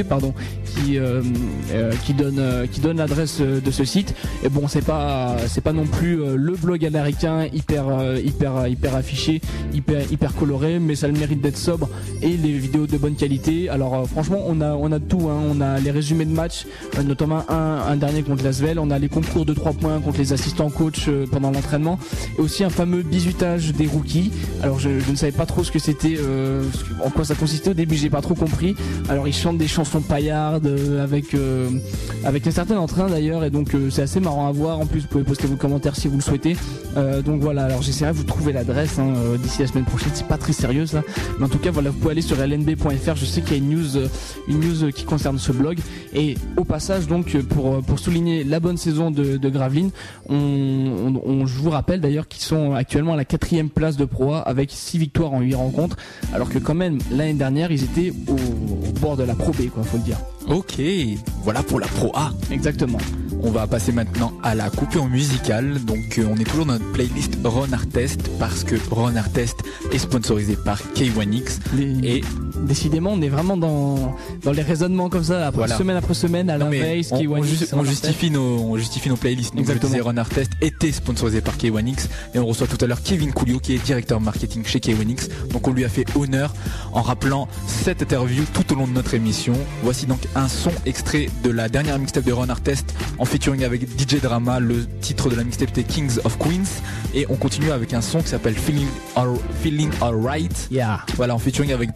Speaker 1: qui donne l'adresse de ce site. Et bon, c'est pas non plus le blog américain hyper affiché, hyper coloré, mais ça a le mérite d'être sobre et les vidéos de bonne qualité. Alors franchement, on a tout, on a les résumés de matchs, notamment un dernier contre l'Asvel, on a les concours de 3 points contre les assistants coach pendant l'entraînement, et aussi un fameux bisutage des rookies. Alors je ne savais pas trop ce que c'était, en quoi ça consistait au début, j'ai pas trop compris. Alors ils chantent des chansons paillardes avec un certain entrain d'ailleurs, et donc c'est assez marrant à voir. En plus, vous pouvez poster vos commentaires si vous le souhaitez. Donc voilà, alors j'essaierai de vous trouver l'adresse d'ici la semaine prochaine. C'est pas très sérieux ça, mais en tout cas voilà, vous pouvez aller sur lnb.fr. Je sais qu'il y a une news qui concerne ce blog. Et au passage, donc pour souligner la bonne saison de Gravelines, je vous rappelle d'ailleurs qu'ils sont actuellement à la 4e place de Pro A avec 6 victoires en 8 rencontres, alors que quand même l'année dernière ils étaient au bord de la Pro B, quoi, faut le dire.
Speaker 2: Ok, voilà pour la Pro A.
Speaker 1: Exactement.
Speaker 2: On va passer maintenant à la coupure musicale. Donc on est toujours dans notre playlist Ron Artest, parce que Ron Artest est sponsorisé par K1X. Et
Speaker 1: décidément, on est vraiment dans les raisonnements comme ça, semaine après semaine, à la veille.
Speaker 2: On justifie nos playlists. Donc je disais, Ron Artest était sponsorisé par K1X, et on reçoit tout à l'heure Kevin Coulio, qui est directeur marketing chez K1X. Donc on lui a fait honneur en rappelant cette interview tout au long de notre émission. Voici donc un son extrait de la dernière mixtape de Ron Artest en featuring avec DJ Drama. Le titre de la mixtape était Kings of Queens, et on continue avec un son qui s'appelle Feeling Alright.
Speaker 1: Yeah.
Speaker 2: Voilà, en featuring avec plein de gens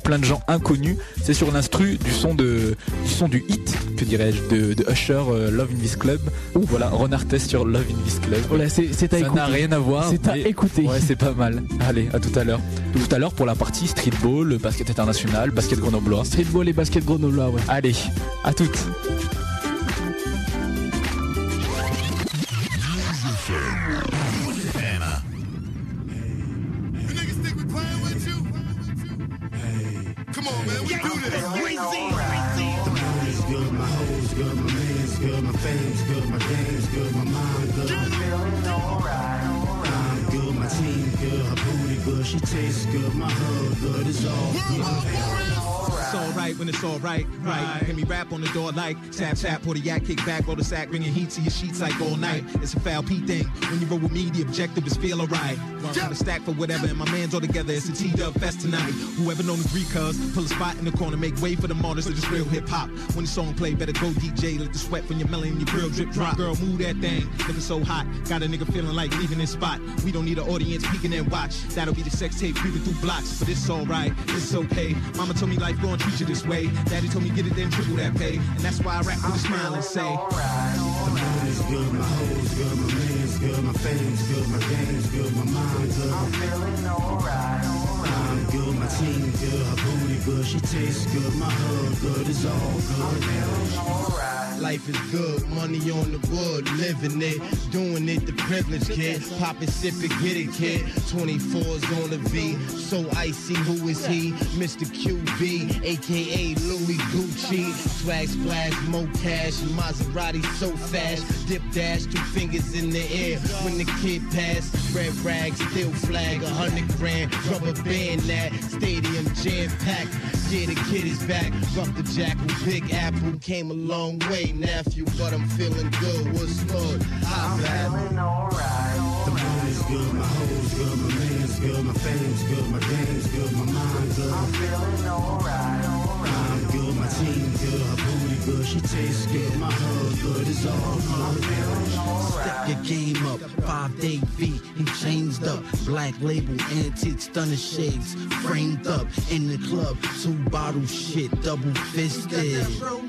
Speaker 2: inconnu. C'est sur l'instru du son du hit, que dirais-je, de Usher, Love in This Club. Voilà, Ron Artest sur Love in This Club.
Speaker 1: Voilà, c'est à écouter.
Speaker 2: Ça n'a rien à voir.
Speaker 1: C'est à écouter.
Speaker 2: Ouais, c'est pas mal. Allez, à tout à l'heure. Tout à l'heure pour la partie streetball, basket international, basket grenoblois.
Speaker 1: Streetball et basket grenoblois, ouais.
Speaker 2: Allez, à toutes.
Speaker 5: Come on, man, we do this.
Speaker 3: The money's good, my hoes good, my man's good, my fame's good, my game's good, my mind good. I'm good, my team good, her booty good, she tastes good, my hood good, it's all good.
Speaker 10: It's alright when it's alright, right? Hear me rap on the door like tap tap, pour the yak, kick back, roll the sack, bringing heat to your sheets like all night. It's a foul P thing. When you roll with me, the objective is feel alright. Trying to stack for whatever, and my man's all together. It's a T-Dub fest tonight. Whoever known the Greek cuz, pull a spot in the corner, make way for the martyrs of this real hip hop. When the song play, better go DJ, let the sweat from your melon and your grill drip drop. Girl, move that thing, looking so hot, got a nigga feeling like leaving this spot. We don't need an audience peeking and watch. That'll be the sex tape creeping through blocks, but it's alright, it's okay. Mama told me life gon' treat you this way. Daddy told me get it then triple that pay, and that's why I rap with a smile and say.
Speaker 3: The money's good, my hoes good, my man's good, my fame's good, my game's good, my mind good. I'm feeling alright. I'm good, my team good, her booty good, she tastes good, my hood good, it's all good. I'm feeling alright.
Speaker 9: Life is good, money on the wood, living it, doing it, the privilege, kid. Pop it, sip it, get it, kid. 24's on the V, so icy, who is he? Mr. QB, aka Louis Gucci. Swag splash, mo cash, Maserati so fast. Dip dash, 2 fingers in the air. When the kid passed, red rag, still flag, 100 grand, rubber band that. Stadium jam packed, yeah, the kid is back. Rough the jackal, Big Apple, came a long way, nephew, but I'm feeling good. What's good? I'm feeling alright.
Speaker 3: The money's good, my hoes good, my man's good, my fame's good, my game's good, my mind good. I'm feeling alright. I'm good, my team good, her booty good, she tastes good, my hood good, it's all good. I'm feeling alright.
Speaker 9: Step your game up, 5-day V, he changed up. Black label, antique stunner shades, framed up in the club. 2 bottle shit, double fisted.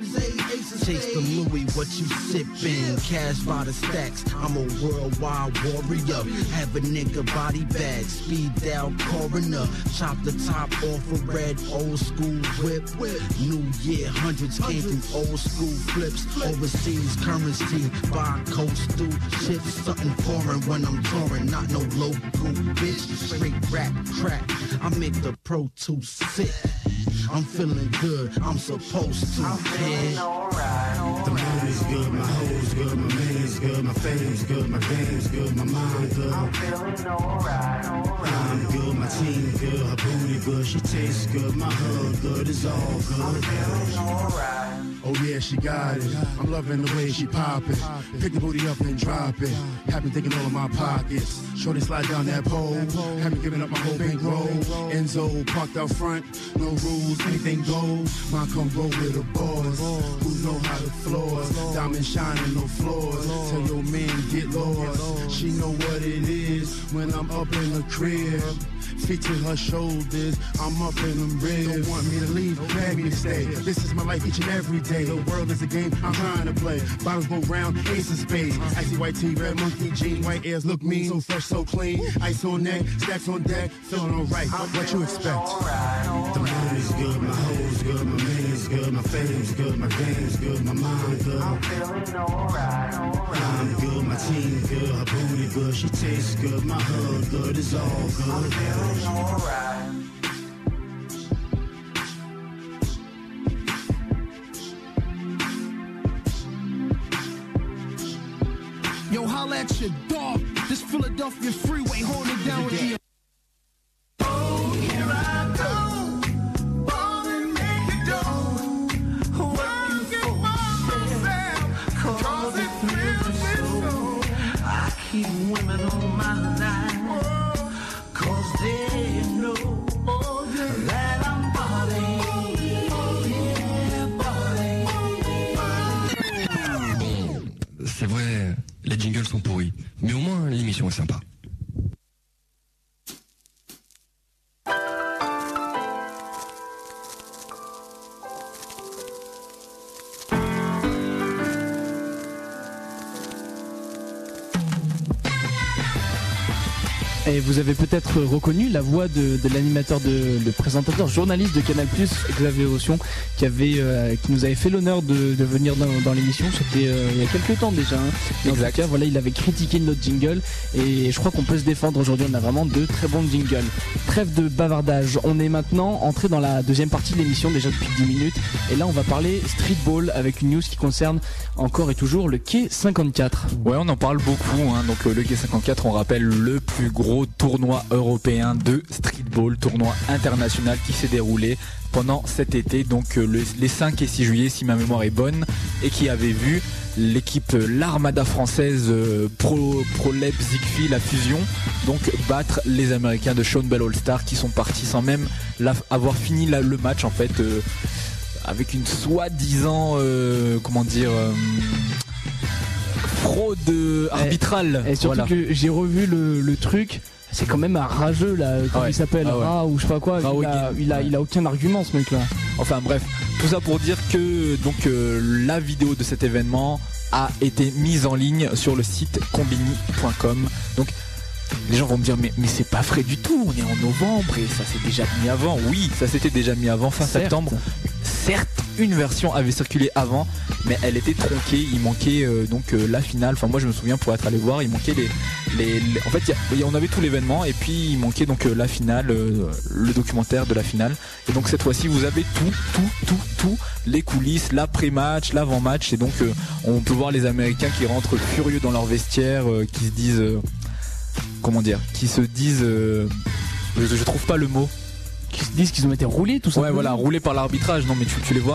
Speaker 9: Chase the Louis, what you sippin'? Cash by the stacks, I'm a worldwide warrior. Have a nigga body bag, speed down coroner. Chop the top off a red old school whip. New year, hundreds came through old school flips. Overseas currency, buy coastal ships. Something foreign when I'm touring, not no local bitch. Straight rap crack, I make the Pro Tools sick. I'm feeling good, I'm supposed to, kid.
Speaker 3: The money's good, my hoes good, my man's good, my fame's good, my game's good, my mind good. I'm feeling alright. I'm good, my team good, her booty good, she tastes good, my hood good, it's all good. I'm feeling alright.
Speaker 12: Oh yeah, she got it. I'm loving the way she pop it. Pick the booty up and drop it. Have me thinking all of my pockets. Shorty slide down that pole. Have me giving up my whole bankroll. Enzo parked out front. No rules, anything goes. Mine come roll with the boys. Who know how to floors? Diamond shining, no floors. Tell your man get lost. She know what it is when I'm up in the crib. Feet to her shoulders, I'm up in them ribs. Don't want me to leave, beg me to stay. This is my life each and every day. The world is a game I'm trying to play. Bottles go round, ace of spades. Icy white tee, red monkey jeans, white airs look mean. So fresh, so clean. Ice on neck, stacks on deck, feeling alright. What you expect?
Speaker 3: The money's good, my hoes good, my man's good, my fame's good, my game's good, my mind good. I'm feeling alright. I'm good, my team good, her booty good, she tastes good, my hood good, it's all good. I'm feeling alright.
Speaker 13: Yo, holla at your dog. This Philadelphia freeway holding it down with the.
Speaker 5: Oh, here I go. Ballin' naked dough. Working for myself. Cause it thrills me so. I keep women on my line. Cause they know that I'm balling.
Speaker 14: C'est vrai, les jingles sont pourris, mais au moins l'émission est sympa.
Speaker 1: Et vous avez peut-être reconnu la voix de l'animateur, le présentateur, journaliste de Canal+, Xavier Otion, qui nous avait fait l'honneur de venir dans l'émission. C'était il y a quelques temps déjà. En tout cas, voilà, il avait critiqué notre jingle et je crois qu'on peut se défendre aujourd'hui. On a vraiment de très bons jingles. Trêve de bavardage. On est maintenant entré dans la deuxième partie de l'émission déjà depuis 10 minutes. Et là, on va parler streetball avec une news qui concerne encore et toujours le quai 54.
Speaker 2: Ouais, on en parle beaucoup. Donc le quai 54, on rappelle, le plus gros tournoi européen de streetball, tournoi international qui s'est déroulé pendant cet été, donc les 5 et 6 juillet si ma mémoire est bonne, et qui avait vu l'équipe l'Armada française Pro-Lep Ziegfeld, la fusion, donc battre les Américains de Sean Bell All-Star qui sont partis sans même avoir fini le match en fait, avec une soi-disant fraude arbitrale.
Speaker 1: Et surtout que j'ai revu le truc. C'est quand même un rageux là, comment il s'appelle, ou je sais pas quoi. Il a aucun argument ce mec là.
Speaker 2: Enfin bref, tout ça pour dire que donc la vidéo de cet événement a été mise en ligne sur le site combini.com. Donc les gens vont me dire mais c'est pas frais du tout, on est en novembre et ça s'est déjà mis avant. Oui, ça s'était déjà mis avant, fin septembre. Certes, une version avait circulé avant, mais elle était tronquée. Il manquait la finale. Enfin, moi je me souviens, pour être allé voir, il manquait en fait, on avait tout l'événement et puis il manquait donc la finale, le documentaire de la finale. Et donc cette fois-ci, vous avez tout, les coulisses, l'après-match, l'avant-match. Et donc on peut voir les Américains qui rentrent furieux dans leur vestiaire, qui se disent, je trouve pas le mot.
Speaker 1: Qui se disent qu'ils ont été roulés, tout ça.
Speaker 2: Ouais, voilà, roulés par l'arbitrage. Non, mais tu les vois.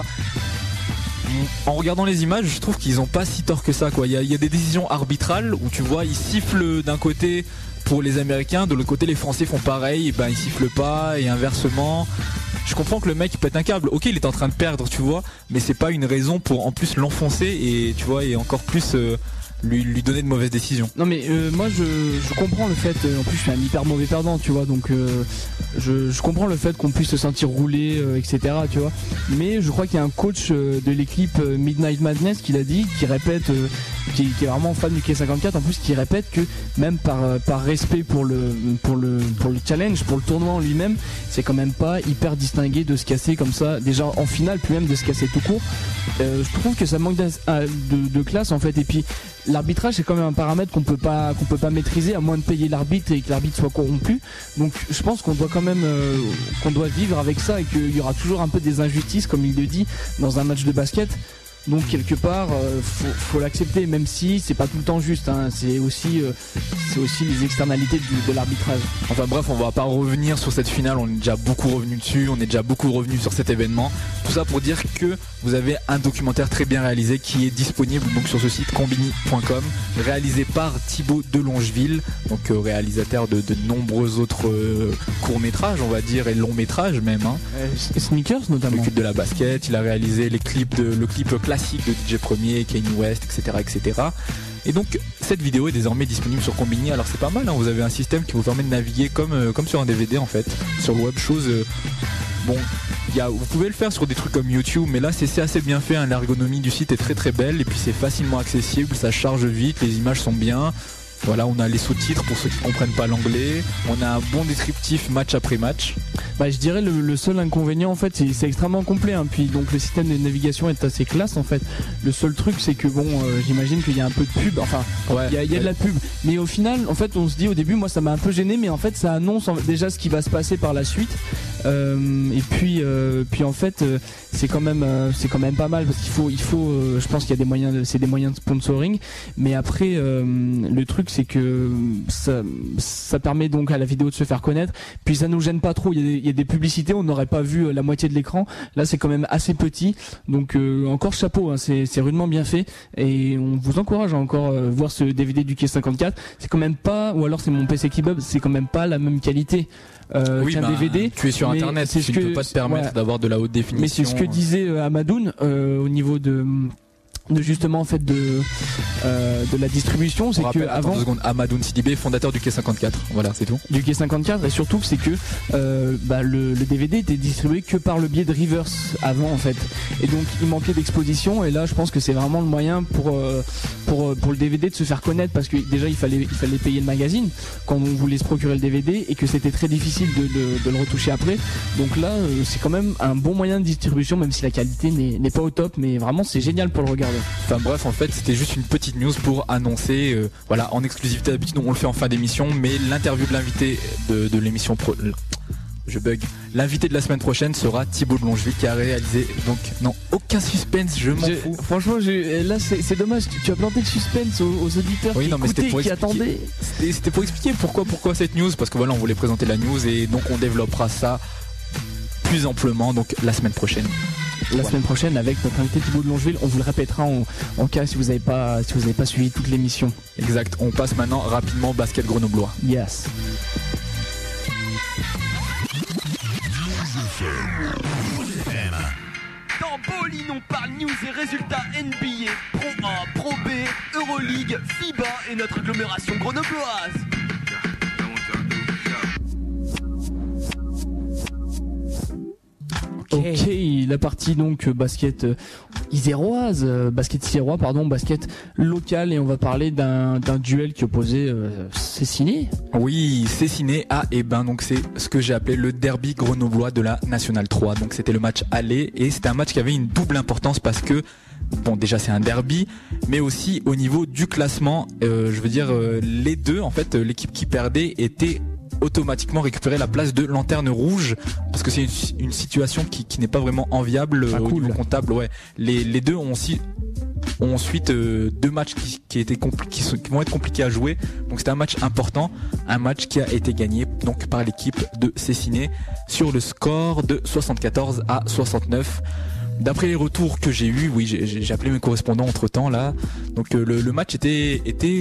Speaker 2: En regardant les images, je trouve qu'ils ont pas si tort que ça, quoi. Il y a des décisions arbitrales où tu vois, ils sifflent d'un côté pour les Américains, de l'autre côté les Français font pareil, et ben ils sifflent pas, et inversement. Je comprends que le mec il pète un câble. Ok, il est en train de perdre, tu vois, mais c'est pas une raison pour en plus l'enfoncer et tu vois, et encore plus lui donner de mauvaises décisions.
Speaker 1: Non mais moi je comprends le fait, en plus je suis un hyper mauvais perdant, tu vois, donc je comprends le fait qu'on puisse se sentir roulé, etc., tu vois, mais je crois qu'il y a un coach de l'équipe Midnight Madness qui l'a dit, qui répète, qui est vraiment fan du quai 54 en plus, qui répète que même par respect pour le challenge, pour le tournoi en lui-même, c'est quand même pas hyper distingué de se casser comme ça déjà en finale, puis même de se casser tout court. Je trouve que ça manque de classe en fait, et puis l'arbitrage c'est quand même un paramètre qu'on peut pas maîtriser à moins de payer l'arbitre et que l'arbitre soit corrompu. Donc je pense qu'on doit quand même qu'on doit vivre avec ça et qu'il y aura toujours un peu des injustices comme il le dit dans un match de basket. Donc quelque part, faut l'accepter, même si c'est pas tout le temps juste. C'est aussi les externalités de l'arbitrage.
Speaker 2: Enfin bref, on va pas revenir sur cette finale. On est déjà beaucoup revenu dessus. On est déjà beaucoup revenu sur cet événement. Tout ça pour dire que vous avez un documentaire très bien réalisé qui est disponible donc sur ce site combini.com, réalisé par Thibaut Delongeville, donc réalisateur de nombreux autres courts-métrages, on va dire, et longs-métrages même.
Speaker 1: Sneakers notamment.
Speaker 2: Le culte de la basket. Il a réalisé le clip classique de DJ Premier, Kanye West, etc. Et donc cette vidéo est désormais disponible sur Combini. Alors c'est pas mal, vous avez un système qui vous permet de naviguer comme sur un DVD en fait, sur le web, chose vous pouvez le faire sur des trucs comme YouTube, mais là c'est assez bien fait, l'ergonomie du site est très très belle et puis c'est facilement accessible, ça charge vite, les images sont bien. Voilà, on a les sous-titres pour ceux qui comprennent pas l'anglais. On a un bon descriptif match après match.
Speaker 1: Je dirais le seul inconvénient en fait, c'est extrêmement complet. Puis donc le système de navigation est assez classe en fait. Le seul truc c'est que j'imagine qu'il y a un peu de pub. Enfin, il y a de la pub. Mais au final, en fait, on se dit au début, moi ça m'a un peu gêné, mais en fait ça annonce déjà ce qui va se passer par la suite. Et puis en fait c'est quand même pas mal parce qu'il faut je pense qu'il y a des moyens, c'est des moyens de sponsoring. Mais après le truc c'est que ça permet donc à la vidéo de se faire connaître. Puis ça nous gêne pas trop. Il y a des publicités, on n'aurait pas vu la moitié de l'écran. Là c'est quand même assez petit. Donc encore chapeau, c'est rudement bien fait. Et on vous encourage à encore voir ce DVD du quai 54. C'est quand même pas, ou alors c'est mon PC qui bug, c'est quand même pas la même qualité. Qu'un DVD.
Speaker 2: Tu es sur internet, tu ne peux pas te permettre d'avoir de la haute définition.
Speaker 1: Mais c'est ce que disait Amadoun au niveau de justement en fait de la distribution, c'est que avant
Speaker 2: 2 secondes, Amadou Sidibé, fondateur du Quai 54, voilà, c'est tout.
Speaker 1: Du Quai 54, et surtout c'est que le DVD était distribué que par le biais de Rivers avant en fait, et donc il manquait d'exposition, et là je pense que c'est vraiment le moyen pour le DVD de se faire connaître, parce que déjà il fallait payer le magazine quand on voulait se procurer le DVD, et que c'était très difficile de le retoucher après, donc là c'est quand même un bon moyen de distribution, même si la qualité n'est pas au top, mais vraiment c'est génial pour le regarder.
Speaker 2: Enfin bref, en fait c'était juste une petite news pour annoncer, voilà, en exclusivité, d'habitude on le fait en fin d'émission, mais l'interview de l'invité de l'émission l'invité de la semaine prochaine sera Thibaut de Longeville, qui a réalisé, donc non, aucun suspense, je m'en fous.
Speaker 1: Franchement, là c'est dommage, tu as planté le suspense aux auditeurs qui écoutaient, qui attendaient.
Speaker 2: C'était pour expliquer pourquoi cette news, parce que voilà, on voulait présenter la news, et donc on développera ça plus amplement donc la semaine prochaine.
Speaker 1: Semaine prochaine avec notre invité Thibaut de Longeville, on vous le répétera en cas si vous n'avez pas suivi toute l'émission.
Speaker 2: Exact, on passe maintenant rapidement au basket grenoblois.
Speaker 1: Yes.
Speaker 6: Dans Bowling, on parle news et résultats NBA, Pro A, Pro B, Euroleague, FIBA et notre agglomération grenobloise.
Speaker 1: Ok, la partie donc basket iséroise, basket local, et on va parler d'un duel qui opposait Cessiné.
Speaker 2: Oui, Cessiné à Hébin, donc c'est ce que j'ai appelé le derby grenoblois de la Nationale 3. Donc c'était le match aller, et c'était un match qui avait une double importance parce que bon, déjà c'est un derby, mais aussi au niveau du classement, les deux, en fait, l'équipe qui perdait était automatiquement récupérer la place de lanterne rouge, parce que c'est une situation qui n'est pas vraiment enviable au niveau comptable. Ouais, les deux ont ensuite 2 matchs qui vont être compliqués à jouer, donc c'était un match important, un match qui a été gagné donc par l'équipe de Cessiné sur le score de 74 à 69. D'après les retours que j'ai eu, oui, j'ai appelé mes correspondants entre temps là. Donc le match était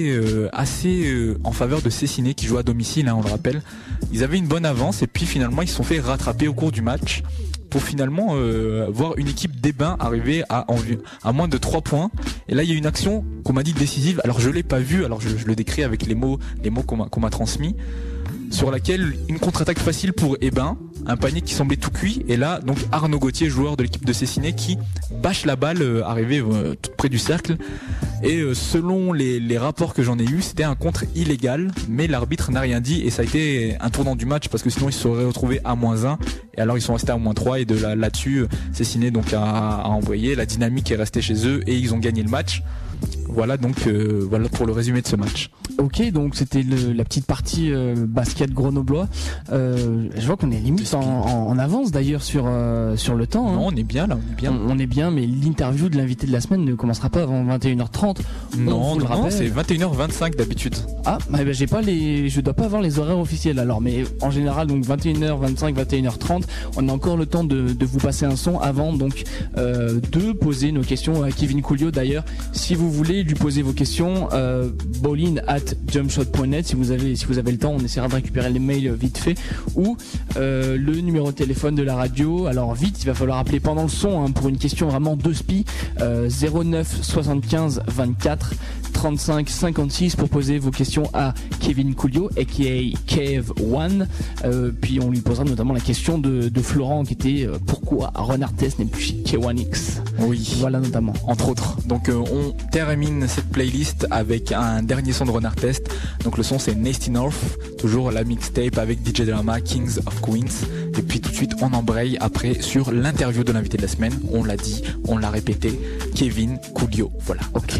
Speaker 2: assez en faveur de Cessiné, qui joue à domicile, hein, on le rappelle. Ils avaient une bonne avance, et puis finalement ils se sont fait rattraper au cours du match pour finalement voir une équipe d'Hébin arriver à moins de 3 points. Et là il y a une action qu'on m'a dit décisive. Alors je l'ai pas vue, alors je le décris avec les mots qu'on m'a transmis, sur laquelle une contre-attaque facile pour Hébin, un panier qui semblait tout cuit, et là donc Arnaud Gauthier, joueur de l'équipe de Cessiné, qui bâche la balle arrivé tout près du cercle, et selon les rapports que j'en ai eu, c'était un contre illégal, mais l'arbitre n'a rien dit, et ça a été un tournant du match, parce que sinon ils se seraient retrouvés à -1, et alors ils sont restés à -3, et là-dessus Cessiné donc a envoyé, la dynamique est restée chez eux, et ils ont gagné le match. Voilà donc voilà pour le résumé de ce match.
Speaker 1: Ok, donc c'était la petite partie basket grenoblois. Je vois qu'on est limite en avance d'ailleurs sur le temps.
Speaker 2: Non, on est bien là,
Speaker 1: on est bien, mais l'interview de l'invité de la semaine ne commencera pas avant 21h30.
Speaker 2: Non, c'est 21h25 d'habitude.
Speaker 1: Ah, bah, je dois pas avoir les horaires officiels alors, mais en général donc 21h25, 21h30, on a encore le temps de vous passer un son avant donc de poser nos questions à Kevin Coulio. D'ailleurs, si vous voulez lui poser vos questions, bowling@jumpshot.net, si vous avez le temps, on essaiera de récupérer les mails vite fait, ou le numéro de téléphone de la radio. Alors vite, il va falloir appeler pendant le son, hein, pour une question vraiment de spi, 09 75 24 35 56 pour poser vos questions à Kevin Coulio aka Kev1, puis on lui posera notamment la question de Florent, qui était pourquoi Ron Artest n'est plus chez K1X.
Speaker 2: Oui,
Speaker 1: voilà notamment,
Speaker 2: entre autres. Donc on termine cette playlist avec un dernier son de Ron Artest. Donc le son c'est Nasty North, toujours la mixtape avec DJ Drama, Kings of Queens. Et puis tout de suite on embraye après sur l'interview de l'invité de la semaine. On l'a dit, on l'a répété, Kevin Coulio. Voilà.
Speaker 1: Ok.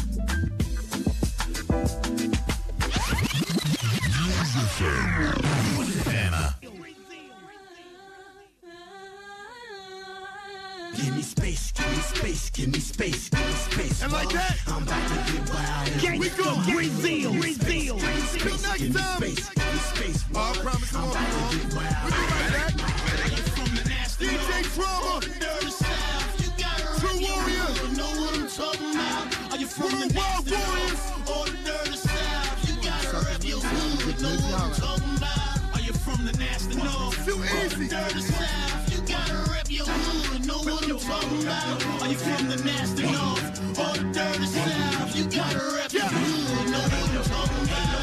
Speaker 8: Give me space, give me space, give me space, give me space. And like that, I'm about to get wild. We go, Brazil. Till next time. Give me space,
Speaker 5: I promise I'm about to get wild. DJ Drama, True Warrior, know what I'm talking about. Are you from the Wild Warriors? Or the dirty South? You gotta rep your hood, know what I'm talking about. Are you from the National? Too easy. Dirty South, you gotta rep your
Speaker 13: your hood, know what I'm talking about? Are you from the nasty north or the dirty south? You gotta rep your hood, know what I'm talking about?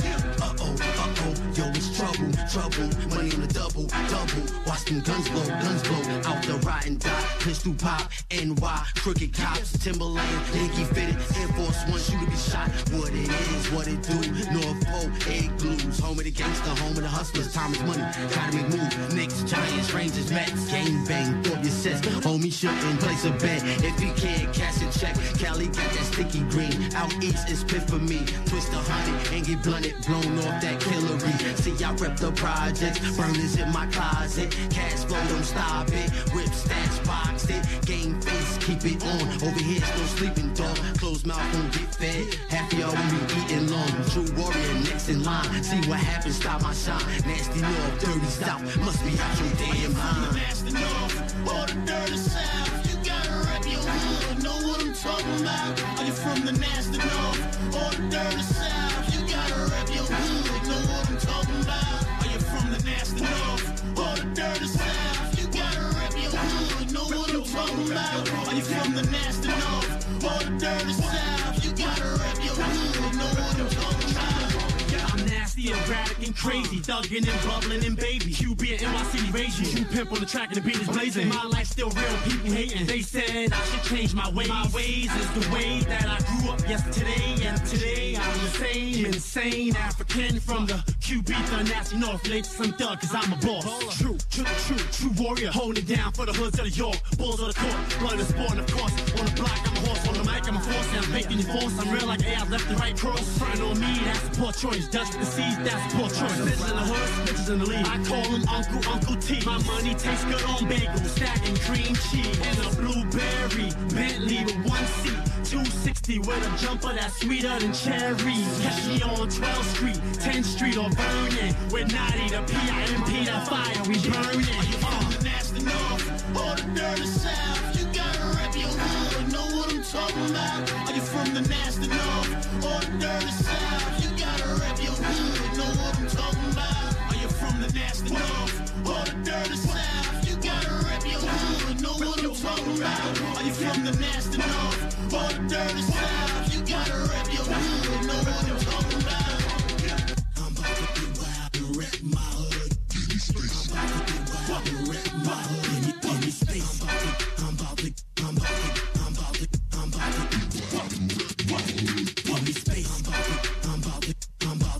Speaker 13: Yo, it's trouble, money on the double. Watch them guns blow, out the rotten dot, pistol pop, NY, crooked cops, Timberland, Yankee fitted, Air Force One, shoot to be shot. What it is, what it do, North Pole, egg glues, home of the gangster, home of the hustlers, time is money, gotta make moves, Knicks, Giants, Rangers, Mets, gang bang, throw your sets, homie shouldn't place a bet, if he can't cash a check, Cali got that sticky green, out east it's pit for me, twist 100 and get blunted, blown off that Hillary, see I rep the projects, burners in my closet, cash flow don't stop it, whip stats box it, game face keep it on, over here's no sleeping dog, closed mouth won't get fed, half of y'all will be eating long, true warrior next in line, see what happens, stop my shine, nasty north, dirty south, must be out your damn mind. Nasty north or the dirty south, you gotta rep your hood, know what I'm talking about, are you from the nasty north or the dirty south, you gotta rep your hood, know what I'm talking about, are you from the nasty north or the dirty south, you gotta rep your hood, know what I'm talking about, are you from the nasty north or the dirty south, you gotta rep your hood, know what I'm talking about. I'm nasty, erratic and crazy, thuggin' and bubbling and baby, QB and NYC raging, Q pimp on the track and the beat is blazing, my life still real, people hating, they said I should change my ways is the way that I grew up yesterday, and today I'm the same, insane African from the QB, the nasty north, late some thug, cause I'm a boss, true warrior, holding it down for the hoods of the York, bulls of the court, blood of the sport, and of course, on the block I'm a horse, on the mic I'm a force, and I'm making your force, I'm real like AI, left and right cross, front on me, that's a poor choice, Dutch with the C's, that's a poor choice, bitches in the hood, bitches in the league, I call him Uncle T, my money tastes good on bagels, stacking cream cheese, and a blueberry, Bentley with one seat, 260 with a jumper that's sweeter than cherries, catch me on 12th Street, 10th Street or burning, with Naughty the P.I.M.P. the fire, we burning, are you from the nasty north or the dirty south, you gotta rep your hood, know what I'm talking about, are you from the nasty north or the dirty south, you gotta rep your hood, know what I'm talking about, are you from the nasty north or the dirty south, you gotta rep your hood, know what I'm talking about, are you from the nasty north or the dirty south, you gotta rep your hood, know what I'm talking about. I'm about to be wild and rep my hood, give me space. I'm about to be wild and rep my hood, give me space. I'm about to be wild and rep my hood, give me space. I'm about to be wild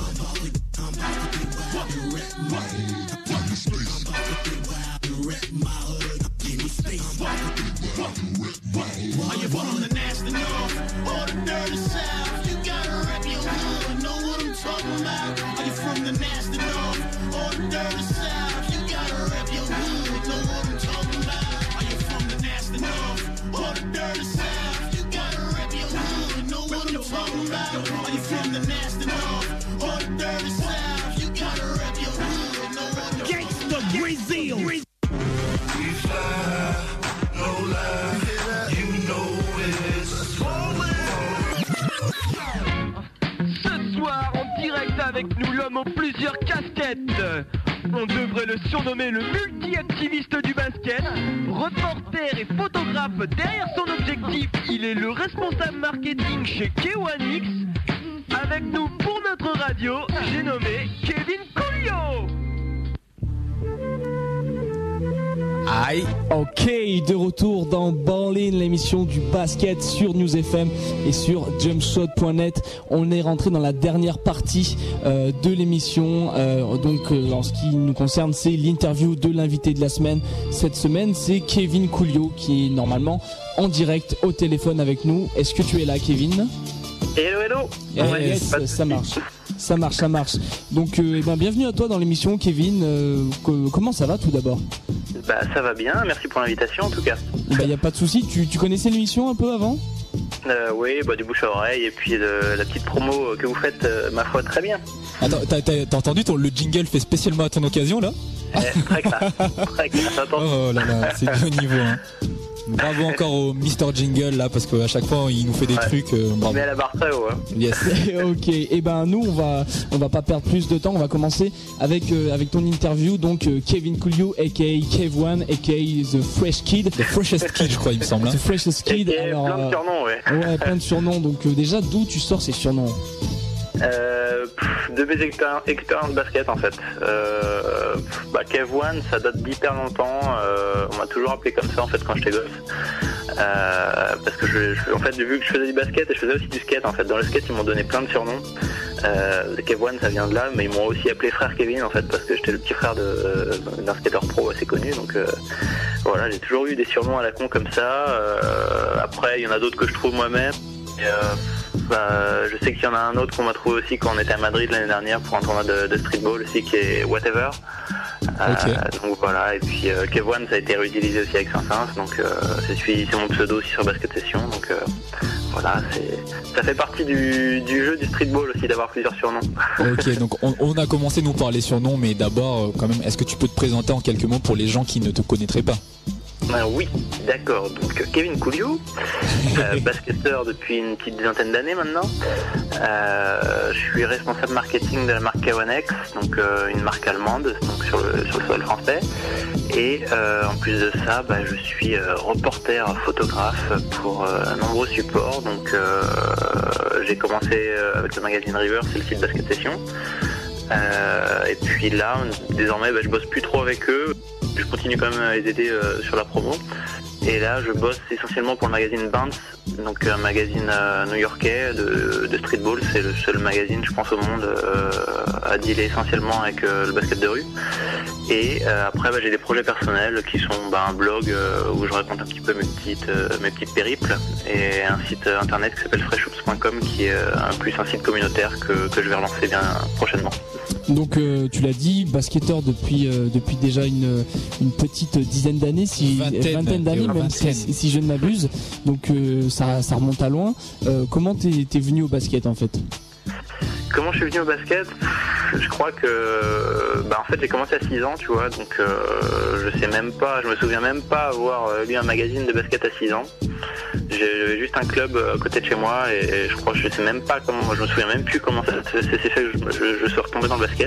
Speaker 13: and rep my hood, give me space. I'm about to be wild and rep my hood, give me space. Are you from the nasty north or the dirty south? You gotta rep your hood, know what I'm talking about. Are you from the nasty north or the dirty south? You gotta rep your hood, know what I'm talking about. Are you from the nasty north or the dirty south? You gotta rep your hood, know what I'm talking about. Are you from the nasty north or the dirty south? You gotta rep your hood, know what I'm talking about. Gangsta Brazil. We fly, no lie.
Speaker 6: Ce soir, en direct avec nous, l'homme aux plusieurs casquettes. On devrait le surnommer le multi-activiste du basket. Reporter et photographe derrière son objectif, il est le responsable marketing chez K1X. Avec nous pour notre radio, j'ai nommé Kevin Coolio.
Speaker 1: Aïe. Ok, de retour dans Ballin, l'émission du basket sur News FM et sur jumpshot.net. On est rentré dans la dernière partie de l'émission. Donc en ce qui nous concerne, c'est l'interview de l'invité de la semaine. Cette semaine, c'est Kevin Coolio qui est normalement en direct au téléphone avec nous. Est-ce que tu es là, Kevin ?
Speaker 4: Hello.
Speaker 1: Yes, ça marche. Donc bienvenue à toi dans l'émission, Kevin. Comment ça va tout d'abord ?
Speaker 4: Ça va bien, merci pour l'invitation en tout cas.
Speaker 1: Y a pas de souci, tu connaissais l'émission un peu avant ?
Speaker 4: Oui, du bouche à oreille et puis la petite promo que vous faites, ma foi, très bien.
Speaker 2: Attends, t'as entendu le jingle fait spécialement à ton occasion là ?
Speaker 4: Très classe, attention.
Speaker 2: Oh là là, c'est de haut niveau. Hein. Bravo encore au Mr Jingle là, parce qu'à chaque fois il nous fait des trucs. Bravo.
Speaker 4: Mais à la barre très haut. Hein.
Speaker 2: Yes.
Speaker 1: Ok, et ben nous on va pas perdre plus de temps, on va commencer avec ton interview. Donc Kevin Coolio aka Kev1 aka The Fresh Kid.
Speaker 2: The Freshest Kid je crois il me semble.
Speaker 1: The Freshest Kid.
Speaker 4: Alors, plein de surnoms, ouais.
Speaker 1: Ouais, plein de surnoms. Donc déjà d'où tu sors ces surnoms?
Speaker 4: De mes expériences basket en fait. Kev1 ça date d'hyper longtemps. On m'a toujours appelé comme ça en fait quand j'étais gosse. Parce que en fait vu que je faisais du basket et je faisais aussi du skate en fait. Dans le skate ils m'ont donné plein de surnoms. Kev1 ça vient de là, mais ils m'ont aussi appelé frère Kevin en fait parce que j'étais le petit frère d'un skateur pro assez connu. Donc voilà, j'ai toujours eu des surnoms à la con comme ça. Après il y en a d'autres que je trouve moi-même. Je sais qu'il y en a un autre qu'on m'a trouvé aussi quand on était à Madrid l'année dernière pour un tournoi de streetball aussi qui est Whatever. Donc voilà, et puis Kev1 ça a été réutilisé aussi avec Saint-Saëns, donc c'est mon pseudo aussi sur Basket Session, donc voilà, ça fait partie du jeu du streetball aussi d'avoir plusieurs surnoms.
Speaker 2: Ok, donc on a commencé nous par les surnoms, mais d'abord quand même, est-ce que tu peux te présenter en quelques mots pour les gens qui ne te connaîtraient pas?
Speaker 4: Oui, d'accord. Donc Kevin Coolio, basketteur depuis une petite vingtaine d'années maintenant. Je suis responsable marketing de la marque K1X, donc une marque allemande, donc sur le sol français. Et en plus de ça, je suis reporter, photographe pour nombreux supports. Donc j'ai commencé avec le magazine River, c'est le site Basket Session. Et puis là, désormais, je bosse plus trop avec eux. Je continue quand même à les aider sur la promo. Et là, je bosse essentiellement pour le magazine Bounce, donc un magazine new-yorkais de streetball. C'est le seul magazine, je pense, au monde à dealer essentiellement avec le basket de rue. Et après, j'ai des projets personnels qui sont un blog où je raconte un petit peu mes petites périples et un site internet qui s'appelle freshhoops.com qui est un site communautaire que je vais relancer bien prochainement.
Speaker 1: Donc tu l'as dit, basketteur depuis déjà une petite dizaine d'années, vingtaine d'années même si je ne m'abuse. Donc ça remonte à loin. Comment t'es venu au basket en fait?
Speaker 4: Comment je suis venu au basket? Je crois que en fait j'ai commencé à 6 ans, tu vois, donc je me souviens même pas avoir lu un magazine de basket à 6 ans. J'avais juste un club à côté de chez moi et je me souviens même plus comment ça s'est fait que je suis retombé dans le basket.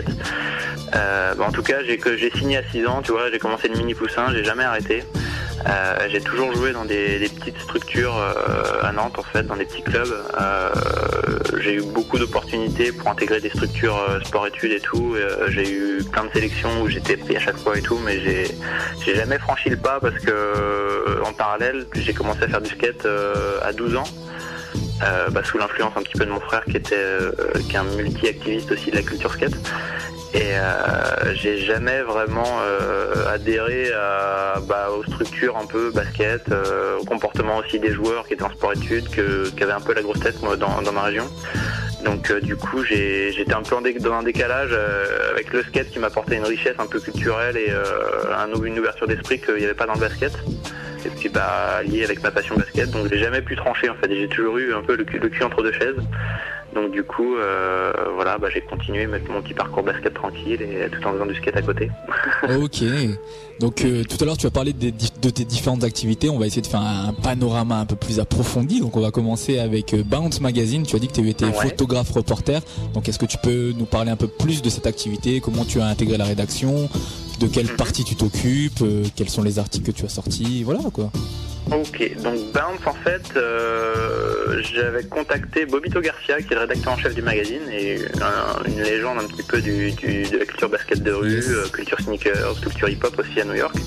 Speaker 4: En tout cas, j'ai signé à 6 ans, tu vois, j'ai commencé le mini poussin, j'ai jamais arrêté. J'ai toujours joué dans des petites structures à Nantes en fait, dans des petits clubs. J'ai eu beaucoup d'opportunités pour intégrer des structures sport-études et tout. J'ai eu plein de sélections où j'étais pris à chaque fois et tout, mais j'ai jamais franchi le pas parce que en parallèle, j'ai commencé à faire du skate à 12 ans. Sous l'influence un petit peu de mon frère qui est un multi-activiste aussi de la culture skate. Et j'ai jamais vraiment adhéré aux structures un peu basket, au comportement aussi des joueurs qui étaient en sport-études, qui avaient un peu la grosse tête moi, dans ma région. Donc du coup j'étais un peu dans un décalage avec le skate qui m'apportait une richesse un peu culturelle et une ouverture d'esprit qu'il n'y avait pas dans le basket. Et puis lié avec ma passion basket, donc j'ai jamais pu trancher en fait, j'ai toujours eu un peu le cul entre deux chaises. Donc du coup, j'ai continué mon petit parcours basket tranquille et tout en faisant du skate à côté.
Speaker 2: Ok. Donc tout à l'heure tu as parlé de tes différentes activités. On va essayer de faire un panorama un peu plus approfondi. Donc on va commencer avec Bounce Magazine. Tu as dit que tu étais photographe reporter. Donc est-ce que tu peux nous parler un peu plus de cette activité? Comment tu as intégré la rédaction? De quelle partie tu t'occupes? Quels sont les articles que tu as sortis? Voilà quoi.
Speaker 4: Ok, donc Bounce en fait, j'avais contacté Bobito Garcia qui est le rédacteur en chef du magazine et une légende un petit peu de la culture basket de rue, culture sneakers, culture hip-hop aussi à New York.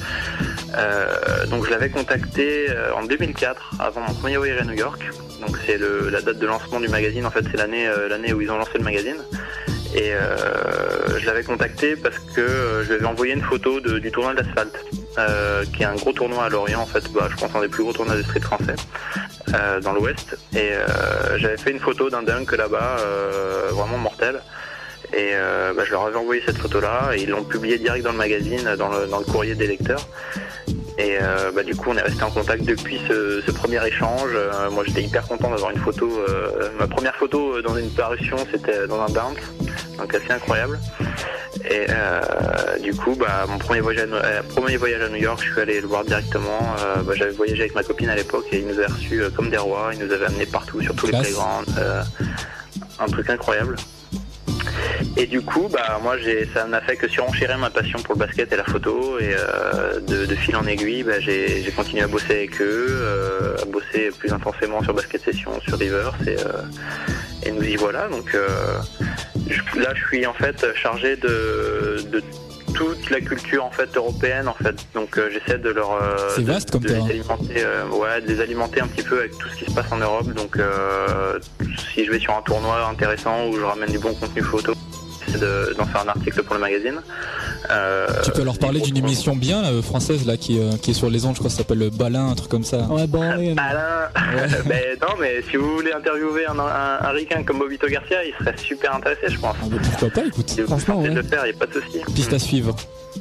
Speaker 4: Donc je l'avais contacté en 2004, avant mon premier voyage à New York. Donc c'est la date de lancement du magazine, en fait c'est l'année où ils ont lancé le magazine. Et je l'avais contacté parce que je lui avais envoyé une photo du tournoi de l'Asphalte, qui est un gros tournoi à Lorient en fait, je pense un des plus gros tournois de street français dans l'Ouest. Et j'avais fait une photo d'un dunk là-bas, vraiment mortel. Et je leur avais envoyé cette photo-là et ils l'ont publiée direct dans le magazine, dans le courrier des lecteurs. Et du coup on est resté en contact depuis ce premier échange. Moi j'étais hyper content d'avoir une photo. Ma première photo dans une parution c'était dans un Bounce, donc assez incroyable. Et
Speaker 15: du coup, mon premier voyage à New York, je suis allé le voir directement. J'avais voyagé avec ma copine à l'époque et il nous a reçus comme des rois. Il nous avait amenés partout, sur tous les playgrounds. Un truc incroyable. Et du coup, moi, ça n'a fait que surenchérir ma passion pour le basket et la photo. Et de fil en aiguille, j'ai continué à bosser avec eux, à bosser plus intensément sur Basket Session, sur Rivers. Et nous y voilà. Donc là, je suis en fait chargé de toute la culture en fait européenne en fait. Donc j'essaie de leur
Speaker 2: c'est vaste comme terrain.
Speaker 15: De les alimenter un petit peu avec tout ce qui se passe en Europe. Donc si je vais sur un tournoi intéressant où je ramène du bon contenu photo, j'essaie d'en faire un article pour le magazine.
Speaker 2: Tu peux leur parler d'une émission bien là, française là qui est sur les ondes, je crois que ça s'appelle Balin, un truc comme ça.
Speaker 1: Ouais,
Speaker 15: Balin. Non, mais si vous voulez interviewer un ricain comme Bobito Garcia, il serait super intéressé, je pense.
Speaker 2: Pourquoi pas, écoute.
Speaker 1: Franchement,
Speaker 15: de le faire, il n'y a pas de souci.
Speaker 2: Piste à suivre.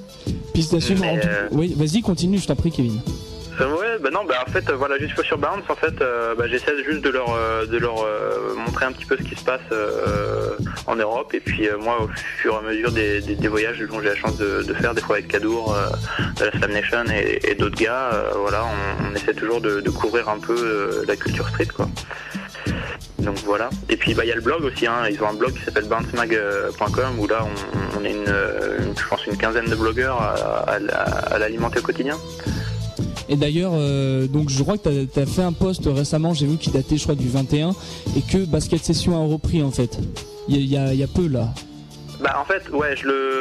Speaker 1: Oui, vas-y, continue, je t'en prie, Kevin.
Speaker 15: En fait, voilà, juste sur Bounce, en fait, j'essaie juste de leur montrer un petit peu ce qui se passe en Europe. Et puis moi, au fur et à mesure des voyages dont j'ai la chance de faire, des fois avec Kadour, de la Slam Nation et d'autres gars, on essaie toujours de couvrir un peu la culture street, quoi. Donc voilà. Et puis il y a le blog aussi, hein. Ils ont un blog qui s'appelle bouncemag.com où là on est je pense une quinzaine de blogueurs à l'alimenter au quotidien.
Speaker 1: Et d'ailleurs, donc je crois que t'as fait un post récemment, j'ai vu qu'il datait je crois du 21 et que Basket Session a repris en fait. Il y a peu là.
Speaker 15: En fait, ouais,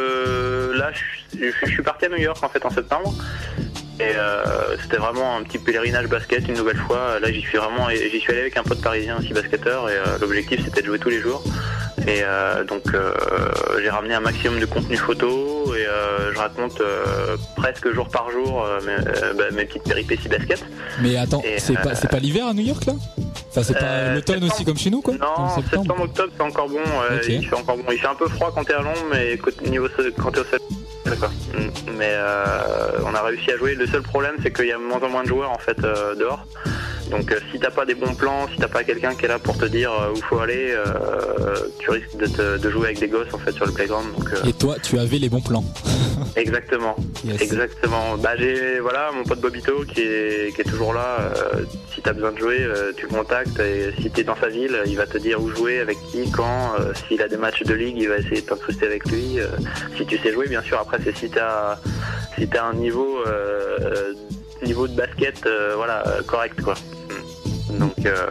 Speaker 15: je suis parti à New York en fait en septembre. Et c'était vraiment un petit pèlerinage basket une nouvelle fois. Là j'y suis allé avec un pote parisien aussi basketteur et l'objectif c'était de jouer tous les jours. Et donc j'ai ramené un maximum de contenu photo et je raconte presque jour par jour mes petites péripéties basket.
Speaker 2: Mais attends, c'est pas l'hiver à New York là? Enfin c'est pas l'automne aussi comme chez nous quoi?
Speaker 15: Non, septembre, octobre c'est encore bon. Okay. Il fait encore bon. Il fait un peu froid quand t'es à Londres, mais quand t'es au soleil. D'accord. Mais on a réussi à jouer. Le seul problème c'est qu'il y a de moins en moins de joueurs en fait dehors. Donc si t'as pas des bons plans, si t'as pas quelqu'un qui est là pour te dire où faut aller, tu risques de jouer avec des gosses en fait sur le playground. Donc,
Speaker 2: Et toi, tu avais les bons plans.
Speaker 15: Exactement. Yes. Exactement. J'ai mon pote Bobito qui est toujours là. Si t'as besoin de jouer, tu le contactes et si t'es dans sa ville, il va te dire où jouer, avec qui, quand. S'il a des matchs de ligue, il va essayer de t'incruster avec lui. Si tu sais jouer, bien sûr. Après, c'est si t'as un niveau de basket correct quoi. Donc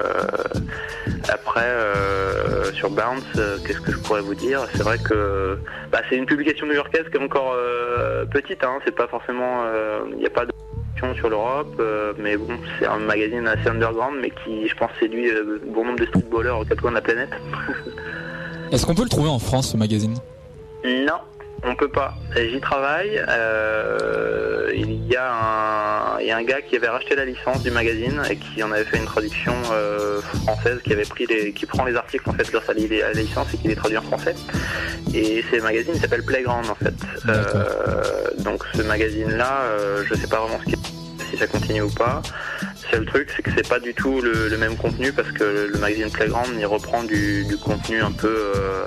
Speaker 15: après sur Bounce, qu'est-ce que je pourrais vous dire? C'est vrai que c'est une publication new-yorkaise qui est encore petite, hein. C'est pas forcément il n'y a pas de sur l'Europe, mais bon, c'est un magazine assez underground mais qui je pense séduit bon nombre de streetballers aux quatre coins de la planète.
Speaker 2: Est-ce qu'on peut le trouver en France ce magazine?
Speaker 15: Non. On peut pas. J'y travaille. Il y a un gars qui avait racheté la licence du magazine et qui en avait fait une traduction française, qui prend les articles en fait grâce à la licence et qui les traduit en français. Et ce magazine s'appelle Playground en fait. Donc ce magazine-là, je sais pas vraiment si ça continue ou pas. Le truc, c'est que c'est pas du tout le même contenu parce que le magazine Playground il reprend du contenu un peu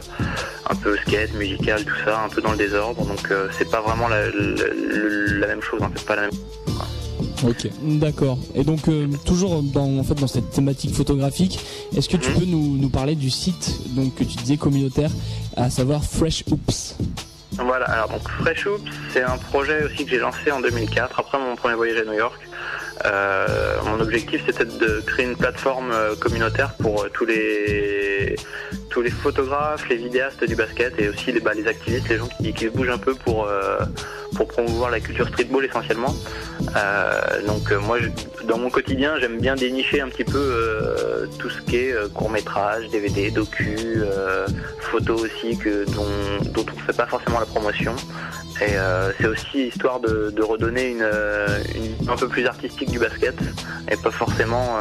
Speaker 15: skate, musical, tout ça, un peu dans le désordre. Donc c'est pas vraiment la même chose, en fait, pas la même.
Speaker 1: Ok, d'accord. Et donc toujours dans cette thématique photographique, est-ce que tu peux nous parler du site donc que tu disais communautaire, à savoir Fresh Oops?
Speaker 15: Voilà. Alors donc Fresh Oops, c'est un projet aussi que j'ai lancé en 2004 après mon premier voyage à New York. Mon objectif c'était de créer une plateforme communautaire pour tous les photographes, les vidéastes du basket et aussi les activistes, les gens qui se bougent un peu pour promouvoir la culture streetball essentiellement. Donc moi dans mon quotidien j'aime bien dénicher un petit peu tout ce qui est court-métrage, DVD, docu, photos aussi dont on ne fait pas forcément la promotion. Et c'est aussi histoire de redonner une un peu plus artistique du basket et pas forcément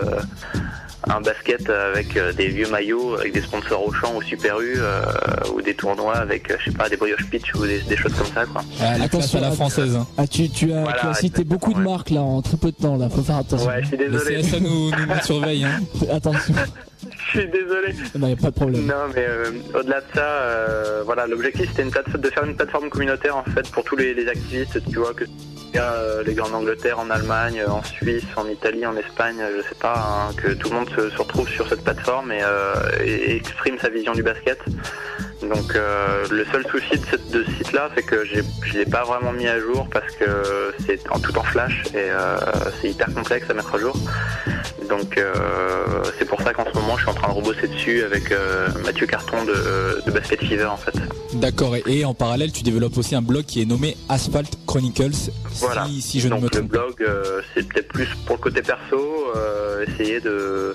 Speaker 15: un basket avec des vieux maillots avec des sponsors au champ ou Super U ou des tournois avec je sais pas des brioche pitch ou des choses comme ça quoi.
Speaker 2: Attention à la française.
Speaker 1: Tu as cité beaucoup de marques là en très peu de temps là, faut faire attention.
Speaker 15: Ouais, je suis désolé.
Speaker 2: Ça nous surveille hein.
Speaker 1: Attention.
Speaker 15: Je suis désolé.
Speaker 1: Non, y a pas de problème.
Speaker 15: Non, mais au-delà de ça, voilà, l'objectif c'était de faire une plateforme communautaire en fait pour tous les activistes, tu vois, que les gars en Angleterre, en Allemagne, en Suisse, en Italie, en Espagne, je sais pas, hein, que tout le monde se retrouve sur cette plateforme et exprime sa vision du basket. Donc le seul souci de ce site-là, c'est que je l'ai pas vraiment mis à jour parce que c'est tout en flash et c'est hyper complexe à mettre à jour. Donc c'est pour ça qu'en ce moment je suis en train de rebosser dessus avec Mathieu Carton de Basket Fever en fait.
Speaker 2: D'accord, et en parallèle tu développes aussi un blog qui est nommé Asphalt Chronicles,
Speaker 15: voilà.
Speaker 2: si je ne me trompe.
Speaker 15: Le blog c'est peut-être plus pour le côté perso, essayer de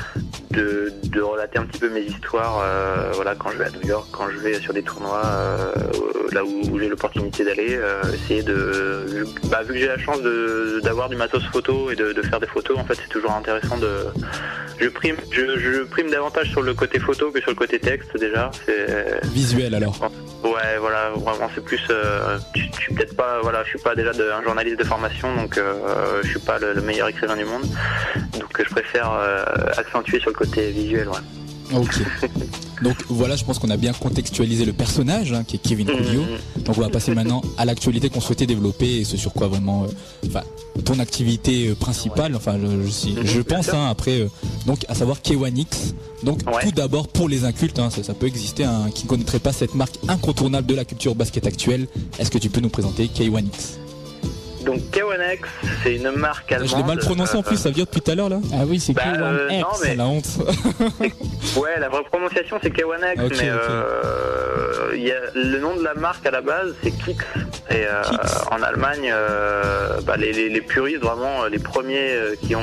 Speaker 15: relater un petit peu mes histoires, voilà, quand je vais à New York, quand je vais sur des tournois, là où j'ai l'opportunité d'aller, essayer vu que j'ai la chance d'avoir du matos photo et de faire des photos, en fait c'est toujours intéressant je prime davantage sur le côté photo que sur le côté texte déjà. C'est
Speaker 2: visuel alors.
Speaker 15: Ouais, voilà, vraiment c'est plus, je suis peut-être pas, voilà, je suis pas déjà un journaliste de formation, donc je suis pas le meilleur écrivain du monde, donc je préfère accentuer sur le côté visuel, ouais.
Speaker 2: Ok. Donc voilà, je pense qu'on a bien contextualisé le personnage qui est Kevin Coolio. Donc on va passer maintenant à l'actualité qu'on souhaitait développer et ce sur quoi vraiment, ton activité principale. Enfin, je pense après, donc à savoir K1X. Donc tout d'abord pour les incultes, ça peut exister, qui ne connaîtrait pas cette marque incontournable de la culture basket actuelle. Est-ce que tu peux nous présenter K1X?
Speaker 15: Donc K1X, c'est une marque allemande.
Speaker 2: Je l'ai mal prononcé en plus, ça vient depuis tout à l'heure là.
Speaker 1: Ah oui, c'est K1X.
Speaker 15: Non, mais...
Speaker 2: c'est la honte.
Speaker 15: Ouais, la vraie prononciation c'est K1X,
Speaker 2: okay,
Speaker 15: mais le nom de la marque à la base c'est Kicks. Et en Allemagne, les puristes, vraiment les premiers qui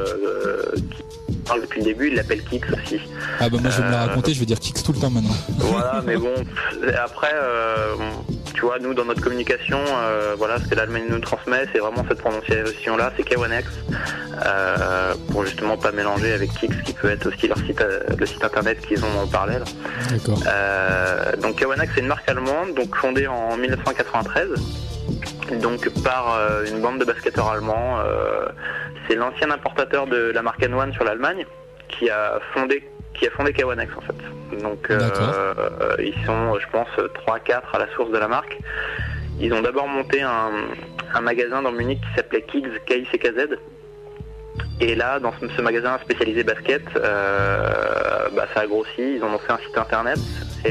Speaker 15: parlent depuis le début, ils l'appellent Kicks aussi.
Speaker 2: Ah bah moi je vais me la raconter, je vais dire Kicks tout le temps maintenant.
Speaker 15: Voilà, mais bon, après, tu vois, nous dans notre communication, voilà, ce que l'Allemagne nous transmet, c'est vraiment cette prononciation-là, c'est K1X, pour justement pas mélanger avec Kicks, qui peut être aussi le site internet qu'ils ont en parallèle.
Speaker 2: D'accord.
Speaker 15: Donc K1X, c'est une marque allemande, donc fondée en 1993. Donc par une bande de basketteurs allemands, c'est l'ancien importateur de la marque N1 sur l'Allemagne qui a fondé K1X en fait. Donc ils sont, je pense, 3-4 à la source de la marque. Ils ont d'abord monté un magasin dans Munich qui s'appelait Kicks, KICKZ. Et là, dans ce magasin spécialisé basket, ça a grossi. Ils en ont fait un site internet et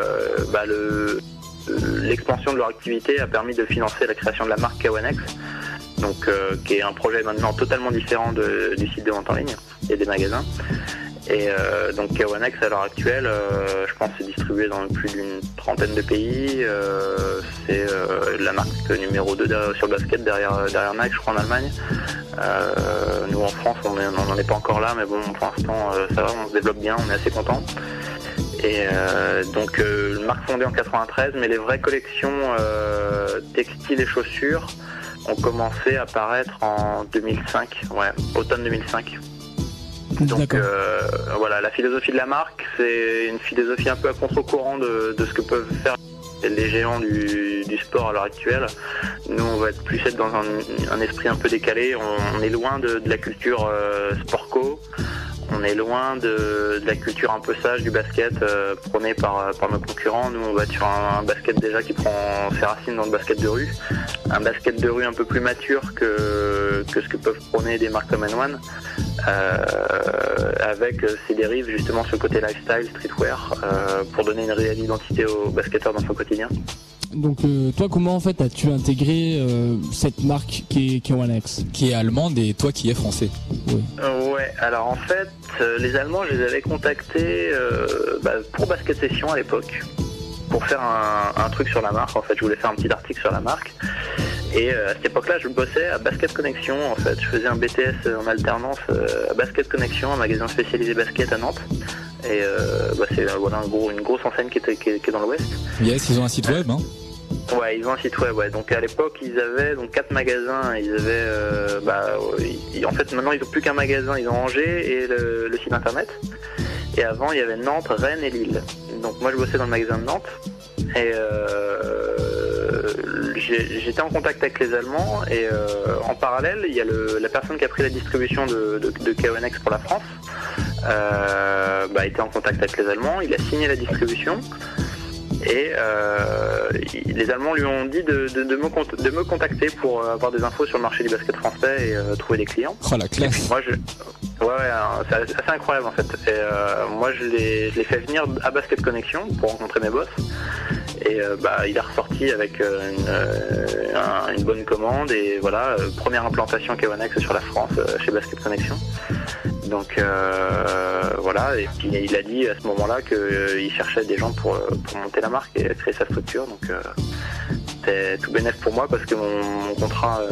Speaker 15: l'expansion de leur activité a permis de financer la création de la marque K1X, donc qui est un projet maintenant totalement différent du site de vente en ligne et des magasins. Et donc K1X à l'heure actuelle, je pense c'est distribué dans plus d'une trentaine de pays. C'est la marque numéro 2 sur le basket derrière Nike, je crois, en Allemagne. Nous en France on n'en est pas encore là, mais bon, pour l'instant ça va, on se développe bien, on est assez content. Et donc une marque fondée en 93, mais les vraies collections textiles et chaussures ont commencé à apparaître en 2005, automne 2005. Donc voilà, la philosophie de la marque, c'est une philosophie un peu à contre-courant de ce que peuvent faire les géants du sport à l'heure actuelle. Nous, on va être plus dans un esprit un peu décalé. On est loin de la culture sport-co. On est loin de la culture un peu sage du basket prônée par nos concurrents. Nous, on va être sur un basket déjà qui prend ses racines dans le basket de rue. Un basket de rue un peu plus mature que ce que peuvent prôner des marques comme N1, avec ses dérives justement sur le côté lifestyle, streetwear, pour donner une réelle identité au basketteur dans son quotidien.
Speaker 1: Donc toi, comment en fait as-tu intégré cette marque qui est K1X,
Speaker 2: qui est allemande, et toi qui es français?
Speaker 15: Ouais, alors en fait, les Allemands, je les avais contactés pour Basket Session à l'époque, pour faire un truc sur la marque. En fait, je voulais faire un petit article sur la marque. Et à cette époque-là, je bossais à Basket Connection. En fait, je faisais un BTS en alternance à Basket Connection, un magasin spécialisé basket à Nantes. Et c'est une grosse enseigne qui est dans l'Ouest.
Speaker 2: Yes, ils ont un site web, hein.
Speaker 15: Ouais, ils ont un site web, ouais. Donc à l'époque, ils avaient 4 magasins. Ils avaient, en fait, maintenant, ils n'ont plus qu'un magasin. Ils ont Angers et le site internet. Et avant, il y avait Nantes, Rennes et Lille. Donc moi, je bossais dans le magasin de Nantes. Et j'étais en contact avec les Allemands. Et en parallèle, il y a la personne qui a pris la distribution de K1X pour la France. été en contact avec les Allemands, il a signé la distribution. Et les Allemands lui ont dit de me contacter pour avoir des infos sur le marché du basket français et trouver des clients.
Speaker 2: Oh la classe.
Speaker 15: Et puis moi, c'est assez incroyable en fait. Et moi je l'ai fait venir à Basket Connection pour rencontrer mes boss. Et il est ressorti avec une bonne commande et voilà, première implantation K1X sur la France chez Basket Connection. Donc voilà, et puis il a dit à ce moment-là qu'il cherchait des gens pour monter la marque et créer sa structure. Donc c'était tout bénef pour moi parce que mon contrat,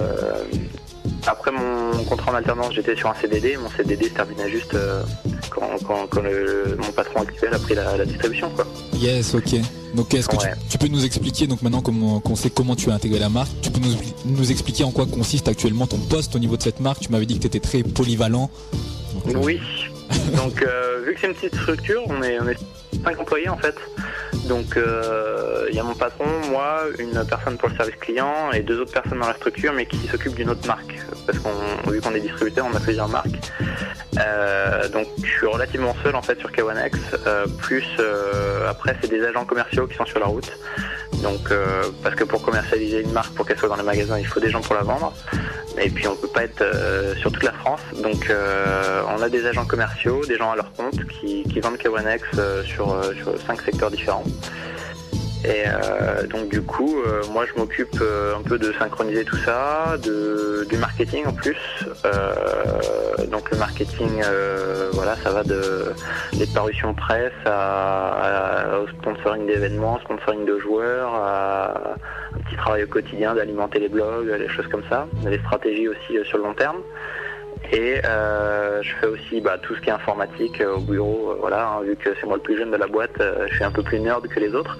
Speaker 15: après mon contrat en alternance, j'étais sur un CDD. Mon CDD se terminait juste quand mon patron actuel a pris la distribution, quoi.
Speaker 2: Yes, ok. Donc est-ce que tu peux nous expliquer, donc maintenant qu'on sait comment tu as intégré la marque, tu peux nous expliquer en quoi consiste actuellement ton poste au niveau de cette marque? Tu m'avais dit que tu étais très polyvalent. Donc,
Speaker 15: oui. Donc vu que c'est une petite structure, on est 5 employés en fait. Donc il y a mon patron, moi, une personne pour le service client et 2 autres personnes dans la structure mais qui s'occupent d'une autre marque. Parce vu qu'on est distributeur, on a plusieurs marques. Donc je suis relativement seul en fait sur K1X. Après c'est des agents commerciaux qui sont sur la route. Donc parce que pour commercialiser une marque, pour qu'elle soit dans les magasins, il faut des gens pour la vendre. Et puis on peut pas être sur toute la France. Donc on a des agents commerciaux, des gens à leur compte qui vendent K1X sur 5 secteurs différents. Et donc du coup, moi je m'occupe un peu de synchroniser tout ça, du marketing en plus. Donc le marketing, ça va des parutions presse au sponsoring d'événements, sponsoring de joueurs, à un petit travail au quotidien d'alimenter les blogs, les choses comme ça. On a des stratégies aussi sur le long terme. Et je fais aussi tout ce qui est informatique au bureau, vu que c'est moi le plus jeune de la boîte, je suis un peu plus nerd que les autres.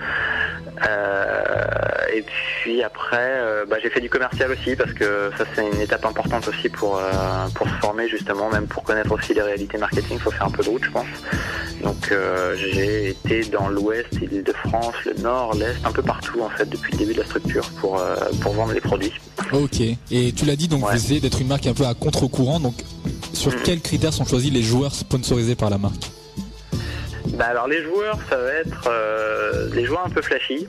Speaker 15: Et puis après, j'ai fait du commercial aussi parce que ça c'est une étape importante aussi pour se former justement, même pour connaître aussi les réalités marketing, il faut faire un peu de route je pense. Donc j'ai été dans l'ouest, l'Île-de-France, le nord, l'est, un peu partout en fait depuis le début de la structure pour vendre les produits.
Speaker 2: Ok, et tu l'as dit, donc vous essayez d'être une marque un peu à contre-courant, donc sur quels critères sont choisis les joueurs sponsorisés par la marque?
Speaker 15: Alors les joueurs, ça va être les joueurs un peu flashy.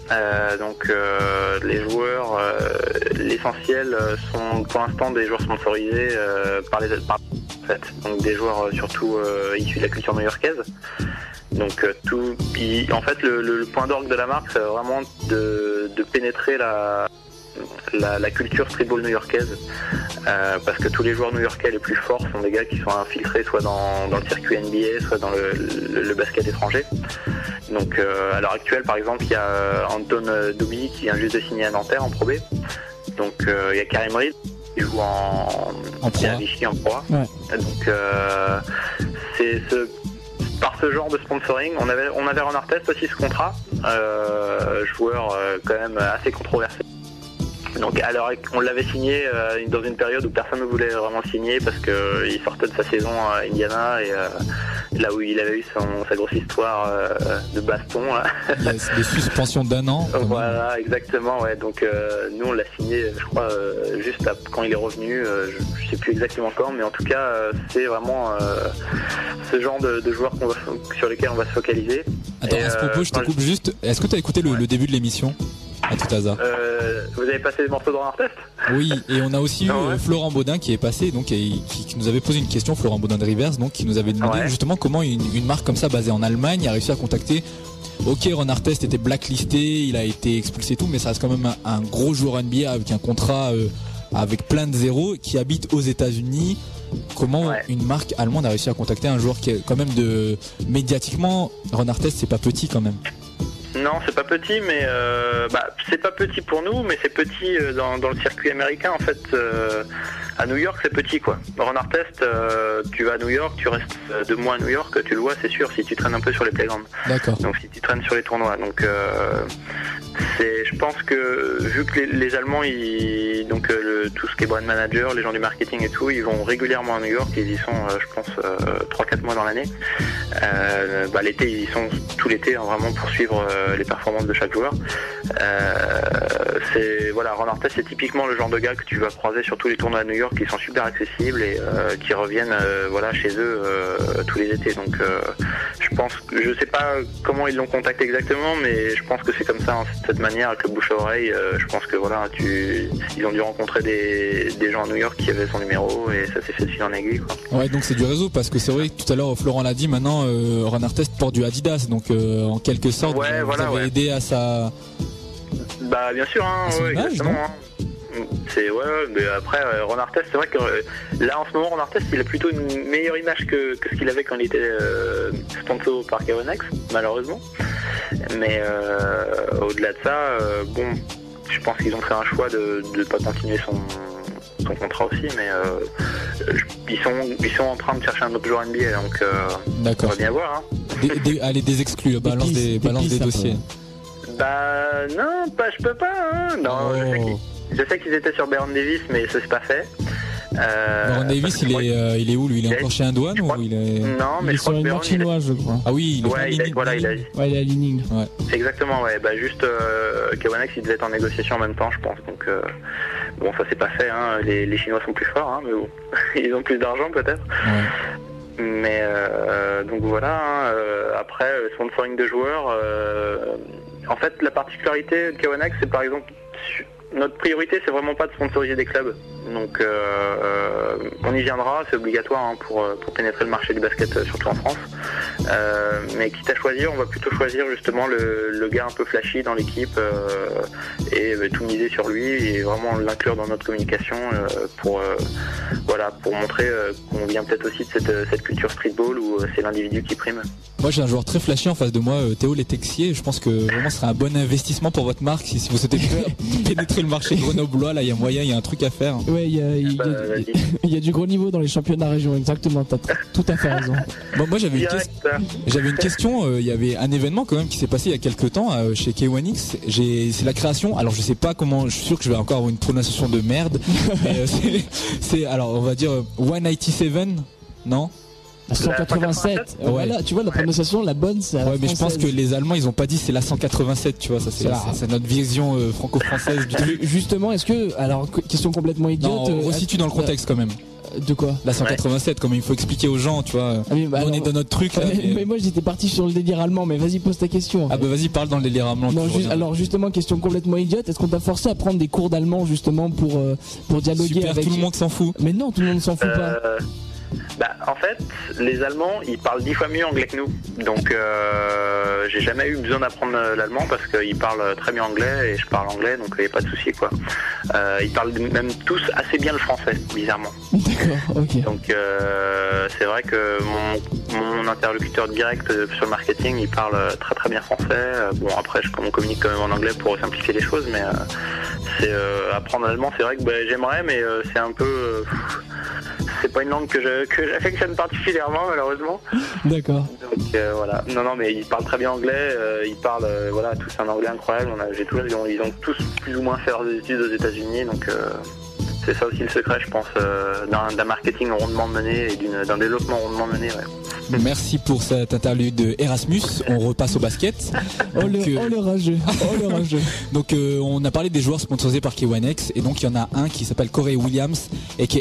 Speaker 15: Les joueurs, l'essentiel sont pour l'instant des joueurs sponsorisés par en fait. Donc des joueurs surtout issus de la culture new-yorkaise. Donc en fait le point d'orgue de la marque, c'est vraiment de pénétrer la culture streetball new-yorkaise, parce que tous les joueurs new-yorkais les plus forts sont des gars qui sont infiltrés soit dans le circuit NBA, soit dans le basket étranger. Donc à l'heure actuelle par exemple il y a Anton Doubi qui vient juste de signer à Nanterre en Pro B. Donc il y a Karim Reed qui joue en Pro A. Vichy en Pro A. Ouais. Donc par ce genre de sponsoring, on avait Ron Artest aussi ce contrat, joueur quand même assez controversé. Donc on l'avait signé dans une période où personne ne voulait vraiment signer parce qu'il sortait de sa saison à Indiana et là où il avait eu sa grosse histoire de baston. Là.
Speaker 2: Yes, de suspension d'1 an.
Speaker 15: Voilà, exactement. Ouais. Donc nous on l'a signé, je crois, juste quand il est revenu. Je sais plus exactement quand, mais en tout cas c'est vraiment ce genre de joueurs sur lesquels on va se focaliser.
Speaker 2: Attends, à ce propos, je te coupe juste. Est-ce que tu as écouté le début de l'émission? À tout hasard.
Speaker 15: Vous avez passé des morceaux de Ron Artest?
Speaker 2: Oui, et on a aussi eu Florent Baudin qui est passé, donc qui nous avait posé une question, Florent Baudin de Rivers, donc qui nous avait demandé justement comment une marque comme ça basée en Allemagne a réussi à contacter. Ok, Ron Artest était blacklisté, il a été expulsé et tout, mais ça reste quand même un gros joueur NBA avec un contrat avec plein de zéros qui habite aux États-Unis. Comment une marque allemande a réussi à contacter un joueur qui est quand même médiatiquement, Ron Artest c'est pas petit quand même.
Speaker 15: Non, c'est pas petit, mais c'est pas petit pour nous, mais c'est petit dans le circuit américain en fait. À New York, c'est petit quoi. Ron Artest, tu vas à New York, tu restes 2 mois à New York, tu le vois, c'est sûr, si tu traînes un peu sur les playgrounds.
Speaker 2: D'accord.
Speaker 15: Donc si tu traînes sur les tournois, donc je pense que vu que les Allemands, tout ce qui est brand manager, les gens du marketing et tout, ils vont régulièrement à New York, ils y sont, je pense, 3-4 mois dans l'année. L'été, ils y sont tout l'été, vraiment pour suivre les performances de chaque joueur. Ron Artest, c'est typiquement le genre de gars que tu vas croiser sur tous les tournois à New York qui sont super accessibles et qui reviennent chez eux tous les étés. Donc je sais pas comment ils l'ont contacté exactement, mais je pense que c'est comme ça, hein, de cette manière, avec le bouche à oreille. Je pense que ils ont dû rencontrer des gens à New York qui avaient son numéro et ça s'est fait de fil en aiguille, quoi.
Speaker 2: Ouais, donc c'est du réseau, parce que c'est vrai que tout à l'heure Florent l'a dit, maintenant Ron Artest porte du Adidas, donc en quelque sorte vous avez aidé à sa...
Speaker 15: Bah bien sûr, hein, exactement. Mais après Ron Artest, c'est vrai que là en ce moment Ron Artest il a plutôt une meilleure image que ce qu'il avait quand il était sponsor par K1X, malheureusement. Mais au-delà de ça, je pense qu'ils ont fait un choix de ne pas continuer son contrat aussi, mais ils sont en train de chercher un autre joueur NBA, donc on va bien voir. Hein.
Speaker 2: Allez, des exclus, balance des dossiers.
Speaker 15: Bah non, je peux pas. Hein. Non, je sais qu'ils étaient sur Baron Davis, mais ça s'est pas fait.
Speaker 2: Baron Davis, il est où lui? Il est encore chez un douane ou il est...
Speaker 15: Non, mais
Speaker 1: il est
Speaker 15: je crois
Speaker 1: sur une marque chinoise, je crois.
Speaker 2: Ah oui,
Speaker 1: il est à Lining.
Speaker 2: Ouais.
Speaker 15: Exactement, ouais. Bah juste K1X, il devait être en négociation en même temps, je pense. Donc ça s'est pas fait. Hein. Les Chinois sont plus forts, hein, mais bon, ils ont plus d'argent peut-être. Ouais. Mais donc voilà. Hein, après, le sponsoring de joueurs. En fait, la particularité de K1X, c'est par exemple, notre priorité, c'est vraiment pas de sponsoriser des clubs. Donc, on y viendra, c'est obligatoire hein, pour pénétrer le marché du basket, surtout en France. Mais quitte à choisir, on va plutôt choisir justement le gars un peu flashy dans l'équipe et tout miser sur lui et vraiment l'inclure dans notre communication pour montrer qu'on vient peut-être aussi de cette culture streetball où c'est l'individu qui prime.
Speaker 2: Moi j'ai un joueur très flashy en face de moi, Théo Letexier. Je pense que vraiment ce serait un bon investissement pour votre marque si vous souhaitez pénétrer le marché grenoblois. Là il y a moyen, il y a un truc à faire.
Speaker 1: Ouais, il y a du gros niveau dans les championnats région, exactement, t'as tout à fait raison.
Speaker 2: Bon, moi j'avais une question, il y avait un événement quand même qui s'est passé il y a quelques temps chez K1X, c'est la création, alors je sais pas comment, je suis sûr que je vais encore avoir une prononciation de merde, mais c'est alors on va dire 197, non?
Speaker 1: 187. Voilà, tu vois la prononciation, la bonne, c'est.
Speaker 2: Ouais, mais je pense que les Allemands, ils ont pas dit c'est la 187, tu vois, ça c'est notre vision franco-française du truc.
Speaker 1: Justement, est-ce que, alors question complètement idiote.
Speaker 2: Non, resitue dans le contexte quand même.
Speaker 1: De quoi?
Speaker 2: La 187, comme il faut expliquer aux gens, tu vois. On est dans notre truc. Là,
Speaker 1: mais moi j'étais parti sur le délire allemand, mais vas-y, pose ta question.
Speaker 2: Ah bah vas-y, parle dans le délire allemand.
Speaker 1: Non, alors justement, question complètement idiote, est-ce qu'on t'a forcé à prendre des cours d'allemand justement pour dialoguer
Speaker 2: Super,
Speaker 1: avec.
Speaker 2: Tout le monde s'en fout.
Speaker 1: Mais non, tout le monde s'en fout pas.
Speaker 15: En fait, les Allemands, ils parlent 10 fois mieux anglais que nous. Donc, j'ai jamais eu besoin d'apprendre l'allemand parce qu'ils parlent très bien anglais et je parle anglais, donc il n'y a pas de souci, quoi. Ils parlent même tous assez bien le français, bizarrement.
Speaker 1: D'accord, ok.
Speaker 15: Donc, c'est vrai que mon interlocuteur direct sur le marketing, il parle très très bien français. Bon, après, on communique quand même en anglais pour simplifier les choses, mais c'est apprendre l'allemand, c'est vrai que j'aimerais, mais c'est un peu... c'est pas une langue que j'affectionne particulièrement, malheureusement.
Speaker 1: D'accord.
Speaker 15: Donc voilà. Non, mais ils parlent très bien anglais. Ils parlent tous un anglais incroyable. Ils ont tous plus ou moins fait leurs études aux États-Unis, donc c'est ça aussi le secret, je pense, d'un marketing rondement mené et d'un développement rondement mené. Ouais.
Speaker 2: Merci pour cette interlude de Erasmus. On repasse au basket.
Speaker 1: Le rageux.
Speaker 2: Donc on a parlé des joueurs sponsorisés par K1X et donc il y en a un qui s'appelle Corey Williams aka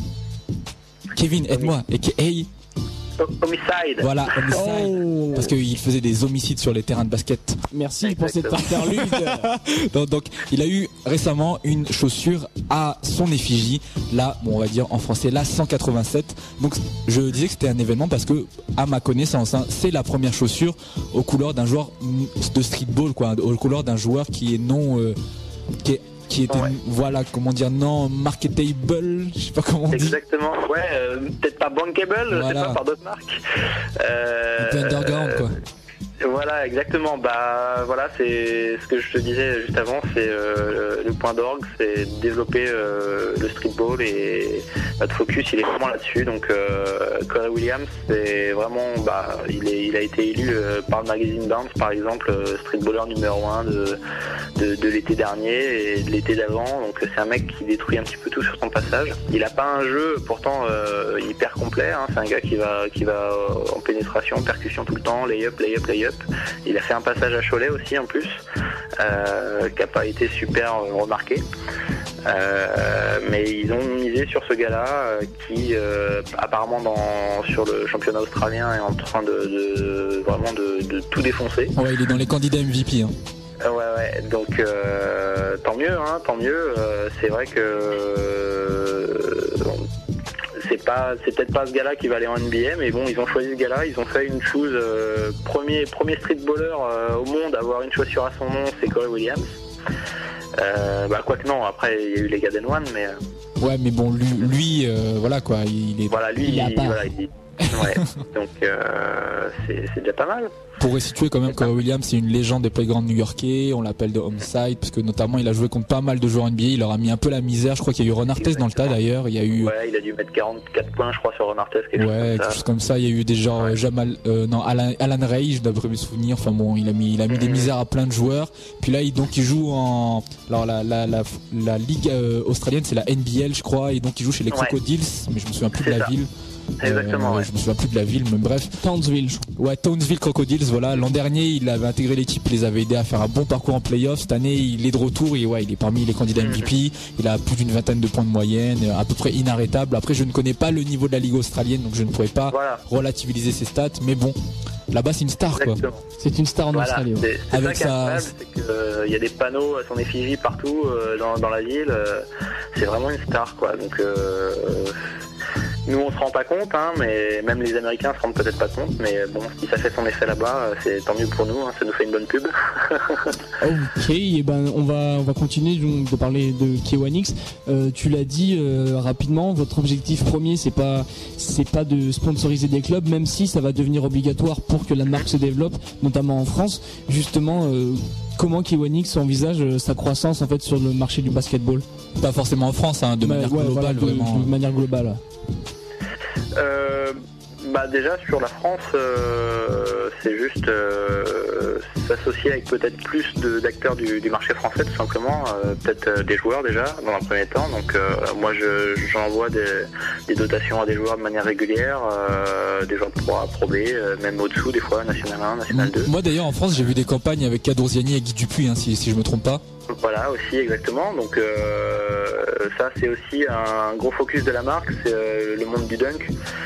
Speaker 2: Kevin, aide-moi, aka
Speaker 15: Homicide.
Speaker 2: Voilà, Homicide. Parce qu'il faisait des homicides sur les terrains de basket.
Speaker 1: Merci pour cette interlude.
Speaker 2: donc il a eu récemment une chaussure à son effigie. Là, on va dire en français, la 187. Donc je disais que c'était un événement parce que, à ma connaissance, c'est la première chaussure aux couleurs d'un joueur de streetball, quoi, aux couleurs d'un joueur qui est non... qui était, voilà, comment dire, non marketable, je sais pas comment on dit.
Speaker 15: Exactement, peut-être pas bankable, voilà. C'est pas par d'autres marques.
Speaker 2: Underground, quoi.
Speaker 15: Voilà, exactement. Voilà, c'est ce que je te disais juste avant, c'est le point d'orgue, c'est développer le streetball et notre focus, il est vraiment là-dessus. Donc, Corey Williams, c'est vraiment, il a été élu par le magazine Bounce, par exemple, streetballer numéro 1 de l'été dernier et de l'été d'avant. Donc, c'est un mec qui détruit un petit peu tout sur son passage. Il a pas un jeu pourtant hyper complet. Hein. C'est un gars qui va en pénétration, percussion tout le temps, lay-up. Il a fait un passage à Cholet aussi en plus. qui n'a pas été super remarqué. Mais ils ont misé sur ce gars-là qui apparemment sur le championnat australien est en train de vraiment de tout défoncer.
Speaker 2: Ouais, il est dans les candidats MVP. Hein.
Speaker 15: Ouais, donc tant mieux, hein, tant mieux. C'est vrai que c'est peut-être pas ce gars-là qui va aller en NBA, mais bon, ils ont choisi ce gars-là, ils ont fait une chose, premier streetballer au monde à avoir une chaussure à son nom, c'est Corey Williams. Quoique non, après il y a eu les Garden One, mais...
Speaker 2: Ouais, mais bon, lui voilà quoi, il est...
Speaker 15: Voilà, lui, ouais, donc c'est déjà pas mal.
Speaker 2: Pour resituer quand même, Corey Williams, c'est une légende des playgrounds new-yorkais, on l'appelle de Homeside, parce que notamment il a joué contre pas mal de joueurs NBA, il leur a mis un peu la misère, je crois qu'il y a eu Ron Artest dans le tas d'ailleurs, il y a eu...
Speaker 15: Ouais, il a dû mettre 44 points je crois sur Ron Artest,
Speaker 2: quelque chose comme ça, il y a eu des gens, Alan Ray, d'après mes souvenirs, enfin bon, il a mis des misères à plein de joueurs, puis là il joue en... Alors la ligue australienne c'est la NBL je crois, et donc il joue chez les Crocodiles, mais je me souviens plus de la ville.
Speaker 15: Exactement, ouais.
Speaker 2: Je me souviens plus de la ville, mais bref.
Speaker 1: Townsville.
Speaker 2: Ouais, Townsville Crocodiles, voilà. L'an dernier, il avait intégré l'équipe, il les avait aidés à faire un bon parcours en playoff. Cette année, il est de retour et ouais, il est parmi les candidats MVP. Il a plus d'une vingtaine de points de moyenne, à peu près inarrêtable. Après, je ne connais pas le niveau de la ligue australienne, donc je ne pourrais pas relativiser ses stats, mais bon. Là-bas, c'est une star, quoi.
Speaker 1: C'est une star en Australie. Ouais.
Speaker 15: C'est avec ça c'est qu'il y a des panneaux à son effigie partout dans la ville. C'est vraiment une star, quoi. Donc, nous on se rend pas compte, hein, mais même les Américains se rendent peut-être pas compte, mais bon, si ça fait son effet là-bas, c'est tant mieux pour nous, hein, ça nous fait une bonne pub.
Speaker 1: Ok, et ben on va continuer donc de parler de K1X. Tu l'as dit rapidement, votre objectif premier c'est pas de sponsoriser des clubs, même si ça va devenir obligatoire pour que la marque se développe, notamment en France. Justement, comment K1X envisage sa croissance en fait sur le marché du basketball?
Speaker 2: Pas forcément en France, hein, de manière globale, vraiment.
Speaker 1: De manière globale.
Speaker 15: Déjà sur la France, c'est juste s'associer avec peut-être plus d'acteurs du marché français tout simplement, peut-être des joueurs déjà dans un premier temps. Donc moi j'envoie des dotations à des joueurs de manière régulière, des joueurs de Pro B, même au-dessous des fois, National 1, National 2.
Speaker 2: Moi d'ailleurs en France j'ai vu des campagnes avec Kadourziani et Guy Dupuis, hein, si je me trompe pas.
Speaker 15: Voilà, aussi exactement. Donc ça c'est aussi un gros focus de la marque, c'est le monde du dunk.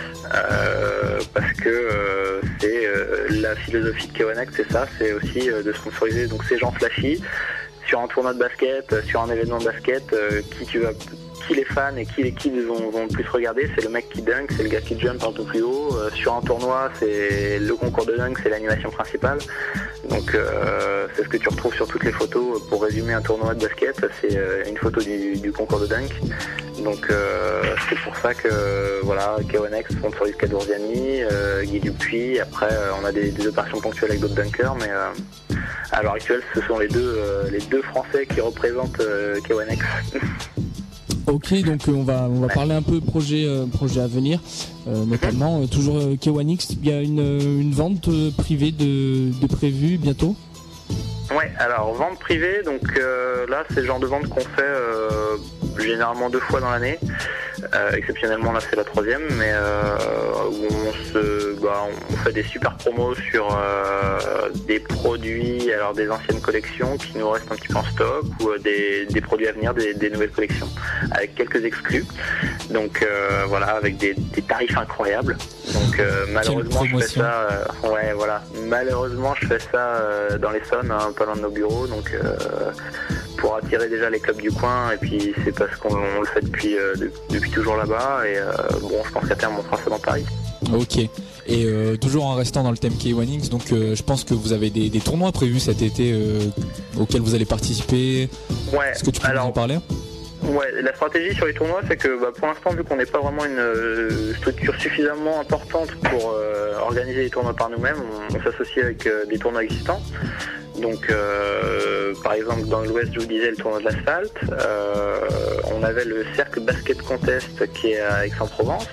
Speaker 15: Parce que c'est la philosophie de K1X, c'est ça, c'est aussi de sponsoriser donc ces gens flashy sur un tournoi de basket, sur un événement de basket, qui les fans et qui les kids vont le plus regarder, c'est le mec qui dunk, c'est le gars qui jump un peu plus haut. Sur un tournoi, c'est le concours de dunk, c'est l'animation principale. Donc c'est ce que tu retrouves sur toutes les photos. Pour résumer un tournoi de basket, c'est une photo du concours de dunk. Donc c'est pour ça que voilà, K1X sponsorise Kadourziani, Guy Dupuis. Après on a des opérations ponctuelles avec d'autres dunkers, mais à l'heure actuelle ce sont les deux Français qui représentent K1X.
Speaker 1: Ok, donc on va parler un peu projet à venir, notamment toujours K1X. Il y a une vente privée de prévue bientôt.
Speaker 15: Ouais, alors vente privée, donc là c'est le genre de vente qu'on fait généralement 2 fois dans l'année. Exceptionnellement là c'est la 3e, mais où on fait des super promos sur des produits, alors des anciennes collections qui nous restent un petit peu en stock, ou des produits à venir, des nouvelles collections, avec quelques exclus. Donc voilà, avec des tarifs incroyables. Donc malheureusement je fais ça, malheureusement je fais ça dans l'Essonne, un peu loin de nos bureaux, donc pour attirer déjà les clubs du coin, et puis c'est parce qu'on le fait depuis toujours là-bas, et je pense qu'à terme on fera ça dans Paris.
Speaker 2: Ok, et toujours en restant dans le thème K1X, donc je pense que vous avez des tournois prévus cet été auxquels vous allez participer.
Speaker 15: Ouais.
Speaker 2: Est-ce que tu peux nous en parler?
Speaker 15: Ouais, la stratégie sur les tournois, c'est que pour l'instant, vu qu'on n'est pas vraiment une structure suffisamment importante pour organiser les tournois par nous-mêmes, on s'associe avec des tournois existants. Donc par exemple dans l'Ouest, je vous disais le tournoi de l'asphalte, on avait le Cercle Basket Contest qui est à Aix-en-Provence.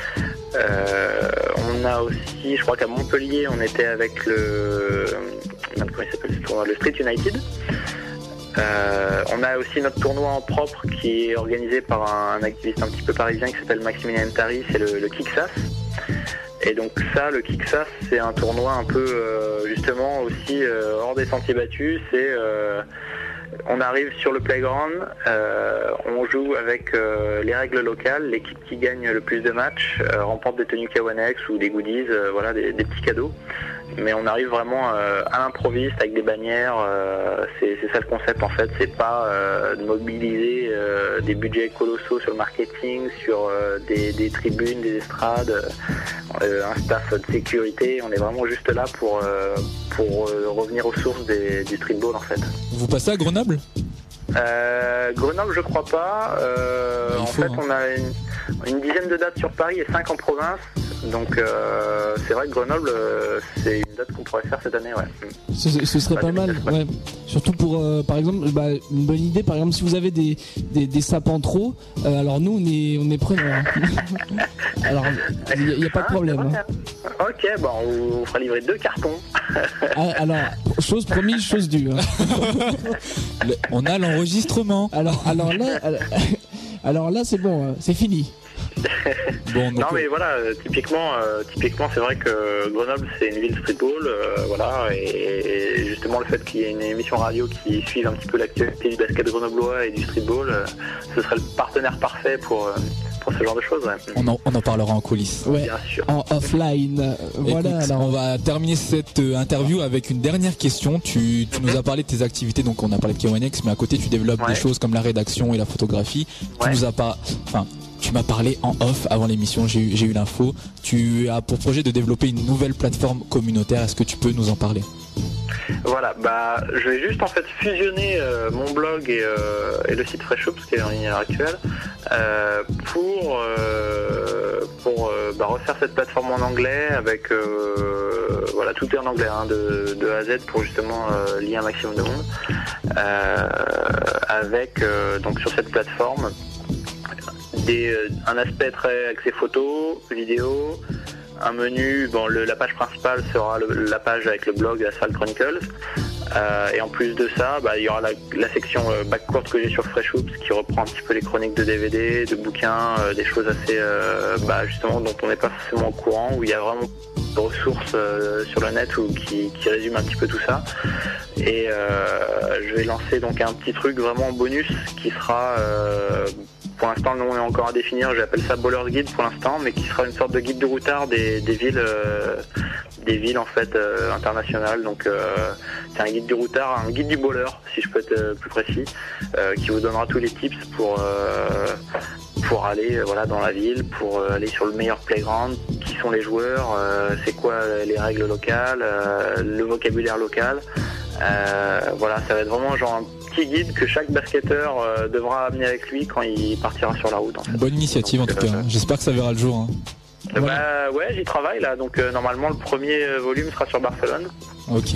Speaker 15: On a aussi, je crois qu'à Montpellier, on était avec le Street United. On a aussi notre tournoi en propre qui est organisé par un activiste un petit peu parisien qui s'appelle Maximilien Tari, c'est le Kicksas. Et donc ça, le Kicksas, c'est un tournoi un peu justement aussi hors des sentiers battus. C'est on arrive sur le playground, on joue avec les règles locales. L'équipe qui gagne le plus de matchs remporte des tenues K1X ou des goodies, voilà, des petits cadeaux. Mais on arrive vraiment à l'improviste avec des bannières. C'est ça le concept en fait. C'est pas de mobiliser des budgets colossaux sur le marketing, sur des tribunes, des estrades, un staff de sécurité. On est vraiment juste là pour revenir aux sources du streetball en fait.
Speaker 2: Vous passez à Grenoble ?
Speaker 15: Grenoble, je crois pas. En fait, on a une dizaine de dates sur Paris et 5 en province. Donc c'est vrai que Grenoble, c'est une date qu'on pourrait faire cette année, ouais.
Speaker 1: Ce serait pas mal, ouais. Surtout pour, par exemple, une bonne idée, par exemple, si vous avez des sapins trop, alors nous on est preneurs. Alors il n'y a pas de problème.
Speaker 15: Ok, bon, on vous fera livrer 2 cartons.
Speaker 1: Alors, chose promise, chose due.
Speaker 2: On a l'enregistrement.
Speaker 1: Alors là c'est bon, c'est fini.
Speaker 15: Bon, non mais voilà, typiquement c'est vrai que Grenoble c'est une ville streetball, voilà, et justement le fait qu'il y ait une émission radio qui suive un petit peu l'actualité du basket grenoblois et du streetball, ce serait le partenaire parfait pour ce genre de choses. Ouais.
Speaker 2: On en parlera en coulisses.
Speaker 1: Ouais,
Speaker 15: bien sûr.
Speaker 1: En offline. Voilà.
Speaker 2: Écoute, alors on va terminer cette interview avec une dernière question. Tu nous as parlé de tes activités, donc on a parlé de K1X, mais à côté tu développes des choses comme la rédaction et la photographie. Tu m'as parlé en off avant l'émission, j'ai eu l'info. Tu as pour projet de développer une nouvelle plateforme communautaire. Est-ce que tu peux nous en parler ?
Speaker 15: Voilà, je vais juste en fait fusionner mon blog et le site Fresh Hoops qui est en ligne à l'heure actuelle pour refaire cette plateforme en anglais avec voilà, tout est en anglais de A à Z pour justement lier un maximum de monde avec donc sur cette plateforme un aspect très axé photo, vidéo, un menu, la page principale sera la page avec le blog Asphalt Chronicles, et en plus de ça, il y aura la section backcourt que j'ai sur Fresh Hoops qui reprend un petit peu les chroniques de DVD, de bouquins, des choses assez justement dont on n'est pas forcément au courant, où il y a vraiment des ressources sur le net qui résument un petit peu tout ça. Et je vais lancer donc un petit truc vraiment bonus qui sera pour l'instant, le nom est encore à définir. J'appelle ça Baller's Guide pour l'instant, mais qui sera une sorte de guide de routard des villes en fait internationales. Donc, c'est un guide du routard, un guide du baller, si je peux être plus précis, qui vous donnera tous les tips pour aller dans la ville, pour aller sur le meilleur playground, qui sont les joueurs, c'est quoi les règles locales, le vocabulaire local. Ça va être vraiment genre un petit guide que chaque basketteur devra amener avec lui quand il partira sur la route. En fait.
Speaker 2: Bonne initiative en tout cas. J'espère que ça verra le jour. Hein.
Speaker 15: Ouais, j'y travaille là. Donc normalement le premier volume sera sur Barcelone.
Speaker 2: Ok.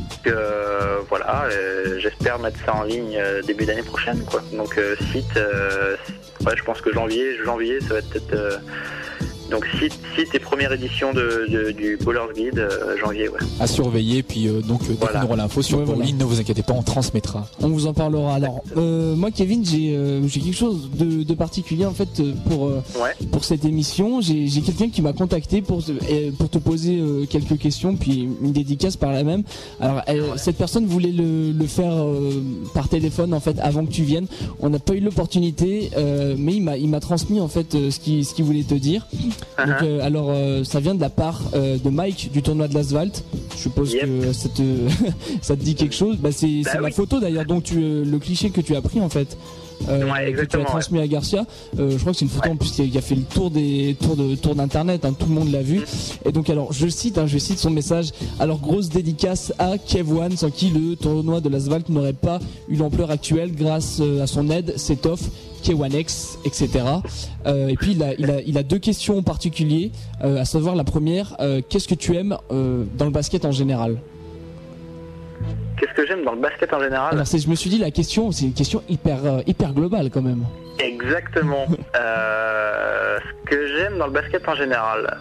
Speaker 15: J'espère mettre ça en ligne début d'année prochaine, quoi. Donc site, je pense que janvier, ça va être peut-être. Donc site et première édition du Baller's Guide janvier, ouais.
Speaker 2: À surveiller, puis dès qu'on aura l'info sur ligne, ne vous inquiétez pas, on transmettra.
Speaker 1: On vous en parlera. Alors moi Kevin, j'ai quelque chose de particulier en fait pour cette émission. J'ai quelqu'un qui m'a contacté pour te poser quelques questions, puis une dédicace par la même. Alors cette personne voulait le faire par téléphone en fait avant que tu viennes. On n'a pas eu l'opportunité, mais il m'a transmis en fait ce qu'il voulait te dire. Donc, ça vient de la part de Mike du tournoi de l'Asphalt. Je suppose que ça te dit quelque chose. C'est la photo d'ailleurs, donc le cliché que tu as pris en fait. Que tu as transmis à Garcia. Je crois que c'est une photo en plus qui a fait le tour d'internet, hein, tout le monde l'a vu. Et donc alors je cite son message. Alors grosse dédicace à Kev One, sans qui le tournoi de l'Asphalt n'aurait pas eu l'ampleur actuelle grâce à son aide, Setoff, K1X, etc. Et puis il a 2 questions en particulier, à savoir la première, qu'est-ce que tu aimes dans le basket en général?
Speaker 15: Qu'est-ce que j'aime dans le basket en général?
Speaker 1: Alors je me suis dit, la question, c'est une question hyper globale quand même.
Speaker 15: Exactement. Ce que j'aime dans le basket en général.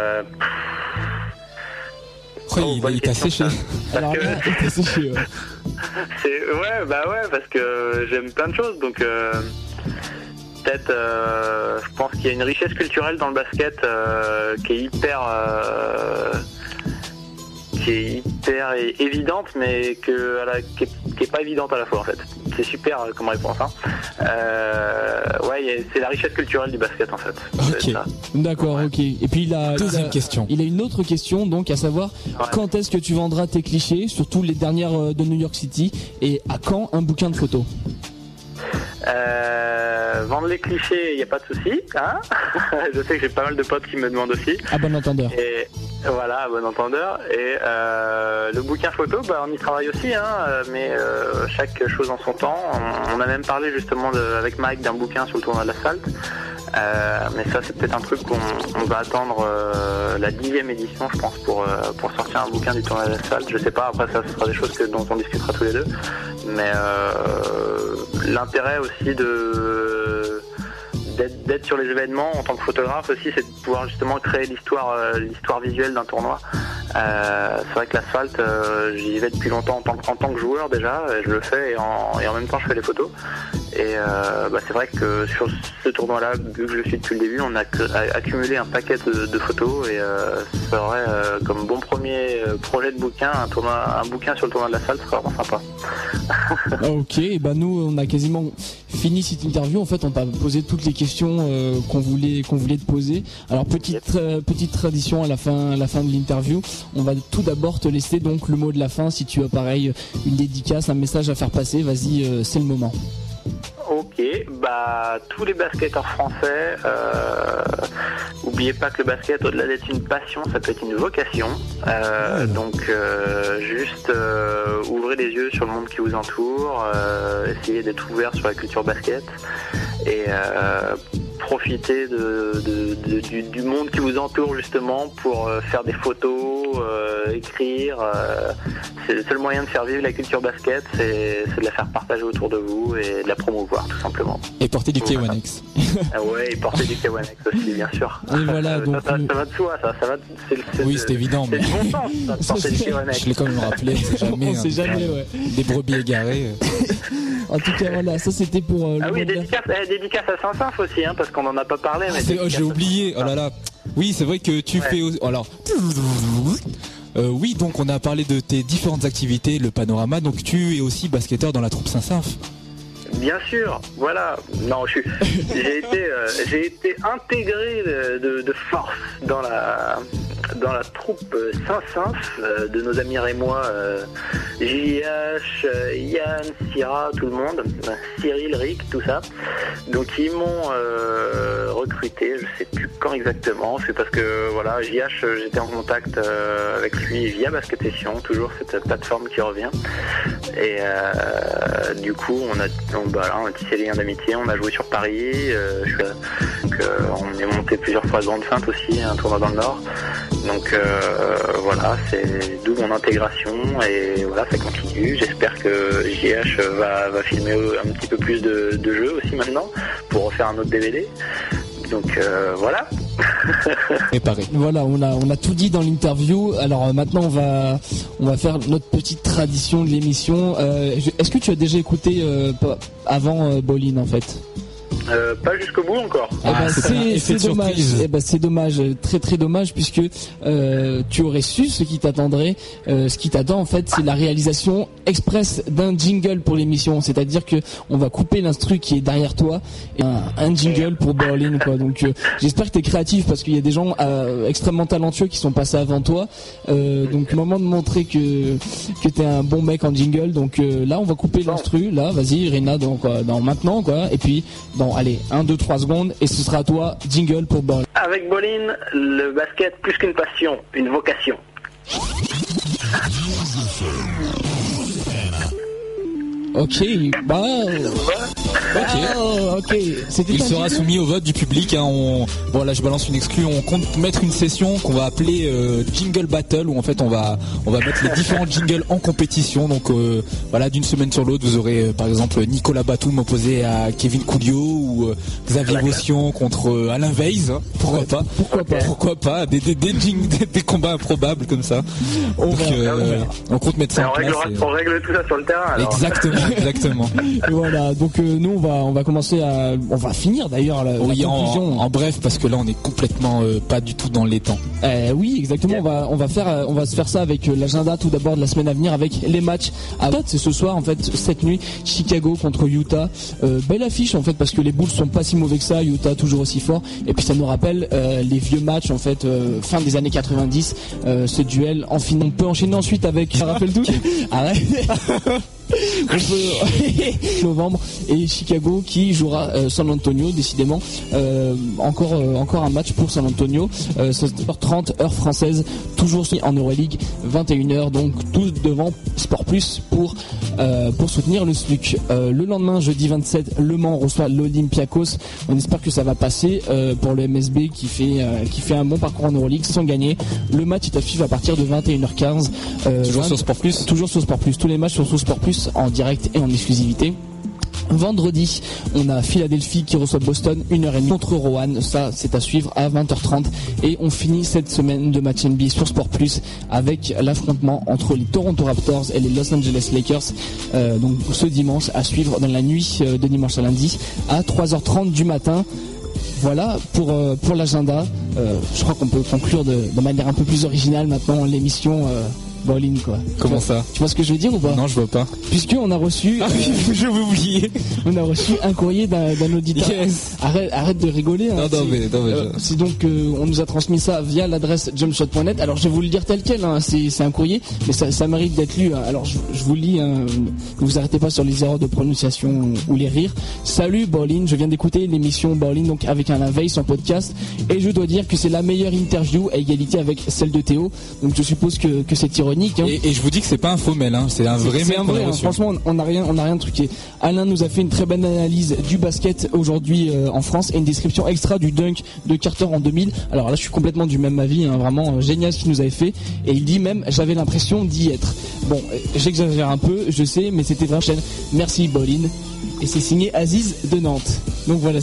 Speaker 2: Il t'a séché.
Speaker 1: Alors là, il t'a séché,
Speaker 15: ouais. Parce que j'aime plein de choses, donc peut-être, je pense qu'il y a une richesse culturelle dans le basket qui est hyper évidente, mais qui est pas évidente à la fois en fait. C'est super comme réponse. Hein. C'est la richesse culturelle du basket en fait.
Speaker 1: Ok. D'accord, ok. Et puis
Speaker 2: deuxième question.
Speaker 1: Il a une autre question, donc à savoir quand est-ce que tu vendras tes clichés, surtout les dernières de New York City, et à quand un bouquin de photos?
Speaker 15: Vendre les clichés, il n'y a pas de souci. Hein. Je sais que j'ai pas mal de potes qui me demandent aussi.
Speaker 1: À bon entendeur.
Speaker 15: Et voilà, à bon entendeur. Et le bouquin photo, on y travaille aussi, hein, mais chaque chose en son temps. On a même parlé justement avec Mike d'un bouquin sur le tournoi de l'asphalte. Mais ça, c'est peut-être un truc qu'on va attendre la 10e édition, je pense, pour sortir un bouquin du tournoi de l'asphalte. Je sais pas, après ça, ce sera des choses dont on discutera tous les deux. Mais l'intérêt aussi d'être sur les événements en tant que photographe aussi, c'est de pouvoir justement créer l'histoire visuelle d'un tournoi. C'est vrai que l'asphalte, j'y vais depuis longtemps en tant que joueur déjà, je le fais et en même temps je fais les photos. Et c'est vrai que sur ce tournoi-là, vu que je suis depuis le début, on a accumulé un paquet de photos et ça aurait comme bon premier projet de bouquin, un bouquin sur le tournoi de l'asphalte serait vraiment sympa.
Speaker 1: Ok, nous on a quasiment fini cette interview. En fait, on t'a posé toutes les questions qu'on voulait te poser. Alors petite tradition à la fin de l'interview, on va tout d'abord te laisser donc le mot de la fin. Si tu as pareil une dédicace, un message à faire passer, vas-y, c'est le moment.
Speaker 15: Ok, tous les basketteurs français, n'oubliez pas que le basket, au-delà d'être une passion, ça peut être une vocation. Juste ouvrez les yeux sur le monde qui vous entoure, essayez d'être ouvert sur la culture basket et profitez du monde qui vous entoure justement pour faire des photos, écrire. C'est le seul moyen de faire vivre la culture basket, c'est de la faire partager autour de vous et de la promouvoir tout simplement.
Speaker 2: Et porter du K1X.
Speaker 15: Et porter du K1X aussi, bien sûr.
Speaker 1: Et voilà, donc,
Speaker 15: ça va de soi, ça va.
Speaker 2: Oui, c'est évident.
Speaker 15: C'est bon sens, ça, de porter du K1X.
Speaker 2: Je l'ai quand même rappelé, on sait jamais. Des brebis égarées.
Speaker 1: En tout cas, voilà, ça c'était pour.
Speaker 15: Dédicace à Saint-Symph aussi, hein, parce qu'on en a pas parlé. Mais
Speaker 2: j'ai oublié. Oh là là. Oui, c'est vrai que tu fais. Alors. Oui, donc on a parlé de tes différentes activités, le panorama. Donc tu es aussi basketteur dans la troupe Saint-Symph.
Speaker 15: Bien sûr, voilà. Non, j'ai été intégré de force dans la troupe Saint-Symph de nos amis rémois, JH, Yann, Syrah, tout le monde, Cyril, Rick, tout ça. Donc ils m'ont recruté, je sais plus quand exactement, c'est parce que voilà, JH, j'étais en contact avec lui via Basket Session, toujours cette plateforme qui revient. Et du coup, on a tissé des liens d'amitié, on a joué sur Paris, on est monté plusieurs fois à Grande Feinte aussi, un tournoi dans le Nord. Donc voilà, c'est d'où mon intégration et voilà, ça continue. J'espère que JH va filmer un petit peu plus de jeux aussi maintenant pour refaire un autre DVD. Donc voilà.
Speaker 2: Préparé.
Speaker 1: Voilà, on a tout dit dans l'interview. Alors maintenant on va faire notre petite tradition de l'émission. Est-ce que tu as déjà écouté avant Bolin en fait?
Speaker 15: Pas jusqu'au bout encore.
Speaker 1: C'est dommage. C'est dommage, très très dommage, puisque tu aurais su ce qui t'attendrait. Ce qui t'attend en fait, c'est la réalisation express d'un jingle pour l'émission. C'est-à-dire que on va couper l'instru qui est derrière toi et un jingle pour Berlin, quoi. Donc j'espère que t'es créatif parce qu'il y a des gens extrêmement talentueux qui sont passés avant toi. Donc moment de montrer que t'es un bon mec en jingle. Donc là on va couper l'instru. Là, vas-y, Irina, dans maintenant quoi. Et puis allez, 1, 2, 3 secondes et ce sera à toi, jingle pour Bolin.
Speaker 15: Avec Bolin, le basket plus qu'une passion, une vocation.
Speaker 1: Ok,
Speaker 2: Il sera soumis au vote du public. Hein. Là, je balance une exclue. On compte mettre une session qu'on va appeler Jingle Battle, où en fait on va mettre les différents jingles en compétition. Donc d'une semaine sur l'autre, vous aurez par exemple Nicolas Batum opposé à Kevin Couliot ou Xavier Vaution contre Alain Weiss. Hein. Pourquoi pas des combats improbables comme ça. On compte mettre ça en place.
Speaker 15: On règle tout ça sur le terrain. Alors.
Speaker 2: Exactement.
Speaker 1: Voilà, donc nous on va commencer on va finir d'ailleurs la conclusion.
Speaker 2: En bref, parce que là on est complètement pas du tout dans les temps.
Speaker 1: Oui, exactement. On va se faire ça avec l'agenda tout d'abord de la semaine à venir avec les matchs. C'est ce soir en fait, cette nuit, Chicago contre Utah. Belle affiche en fait parce que les Bulls sont pas si mauvais que ça, Utah toujours aussi fort. Et puis ça nous rappelle les vieux matchs en fait fin des années 90. Ce duel en finale. On peut enchaîner ensuite avec. Ça rappelle tout. Arrête. Novembre et Chicago qui jouera San Antonio décidément encore un match pour San Antonio 16h30 heure française toujours en Euroleague 21h donc tous devant Sport Plus pour soutenir le SLUC. Le lendemain jeudi 27 Le Mans reçoit l'Olympiakos. On espère que ça va passer pour le MSB qui fait un bon parcours en Euroleague sans gagner. Le match est à suivre à partir de 21h15
Speaker 2: toujours sur Sport Plus.
Speaker 1: Toujours sur Sport Plus. Tous les matchs sont sur Sport Plus en direct et en exclusivité. Vendredi, on a Philadelphie qui reçoit Boston 1h30 contre Rowan. Ça, c'est à suivre à 20h30. Et on finit cette semaine de match NBA sur Sport Plus avec l'affrontement entre les Toronto Raptors et les Los Angeles Lakers. Donc ce dimanche à suivre dans la nuit de dimanche à lundi à 3h30 du matin. Voilà pour l'agenda. Je crois qu'on peut conclure de manière un peu plus originale maintenant l'émission. Bowling quoi.
Speaker 2: Comment ça?
Speaker 1: Tu vois ce que je veux dire ou pas?
Speaker 2: Non, je vois pas.
Speaker 1: Puisqu'on a reçu.
Speaker 2: Je vais oublier.
Speaker 1: On a reçu un courrier d'un auditeur.
Speaker 2: Yes.
Speaker 1: Arrête de rigoler. Hein.
Speaker 2: Non, mais
Speaker 1: c'est donc on nous a transmis ça via l'adresse jumpshot.net. Alors je vais vous le dire tel quel. Hein. C'est un courrier, mais ça mérite d'être lu. Hein. Alors je vous lis. Hein. Ne vous arrêtez pas sur les erreurs de prononciation ou les rires. Salut Bowling, je viens d'écouter l'émission Bowling donc avec Alain Weiss en podcast et je dois dire que c'est la meilleure interview à égalité avec celle de Théo. Donc je suppose que c'est ironique. Hein.
Speaker 2: Et je vous dis que c'est pas un faux mail, hein. C'est un vrai mail.
Speaker 1: Hein. Franchement, on n'a rien truqué. Alain nous a fait une très bonne analyse du basket aujourd'hui en France et une description extra du dunk de Carter en 2000. Alors là, je suis complètement du même avis, hein. Vraiment génial ce qu'il nous avait fait. Et il dit même, j'avais l'impression d'y être. Bon, j'exagère un peu, je sais, mais c'était vraiment chaîne. Merci Bolin. Et c'est signé Aziz de Nantes. Donc voilà,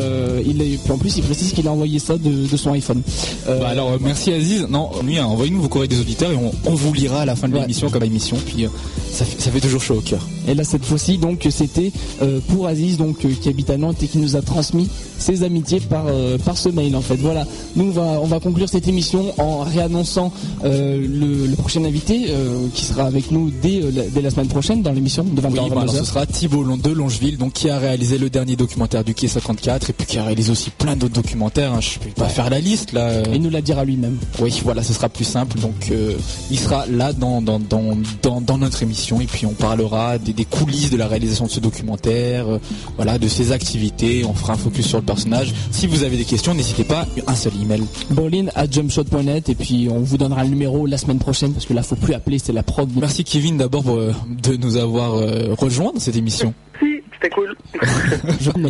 Speaker 1: en plus il précise qu'il a envoyé ça de son iPhone.
Speaker 2: Alors merci Aziz. Non, lui, envoyez-nous vos courriers des auditeurs et on vous lira à la fin de l'émission comme émission. Puis ça fait toujours chaud au cœur.
Speaker 1: Et là cette fois-ci donc c'était pour Aziz donc qui habite à Nantes et qui nous a transmis ses amitiés par ce mail en fait. Voilà, nous on va conclure cette émission en réannonçant le prochain invité qui sera avec nous dès la semaine prochaine dans l'émission de 20h à 22h.
Speaker 2: Ce sera Thibault de Longeville, donc qui a réalisé le dernier documentaire du Quai 54 et puis qui a réalisé aussi plein d'autres documentaires. Hein. Je peux pas faire la liste là.
Speaker 1: Il nous la dira lui-même.
Speaker 2: Oui, voilà, ce sera plus simple. Donc il sera là dans notre émission et puis on parlera des coulisses de la réalisation de ce documentaire, voilà, de ses activités. On fera un focus sur le personnage. Si vous avez des questions, n'hésitez pas. Un seul email.
Speaker 1: Bowling@jumpshot.net et puis on vous donnera le numéro la semaine prochaine parce que là faut plus appeler, c'est la prog.
Speaker 2: Merci Kevin d'abord de nous avoir rejoint dans cette émission.
Speaker 15: Si, c'était cool. Non,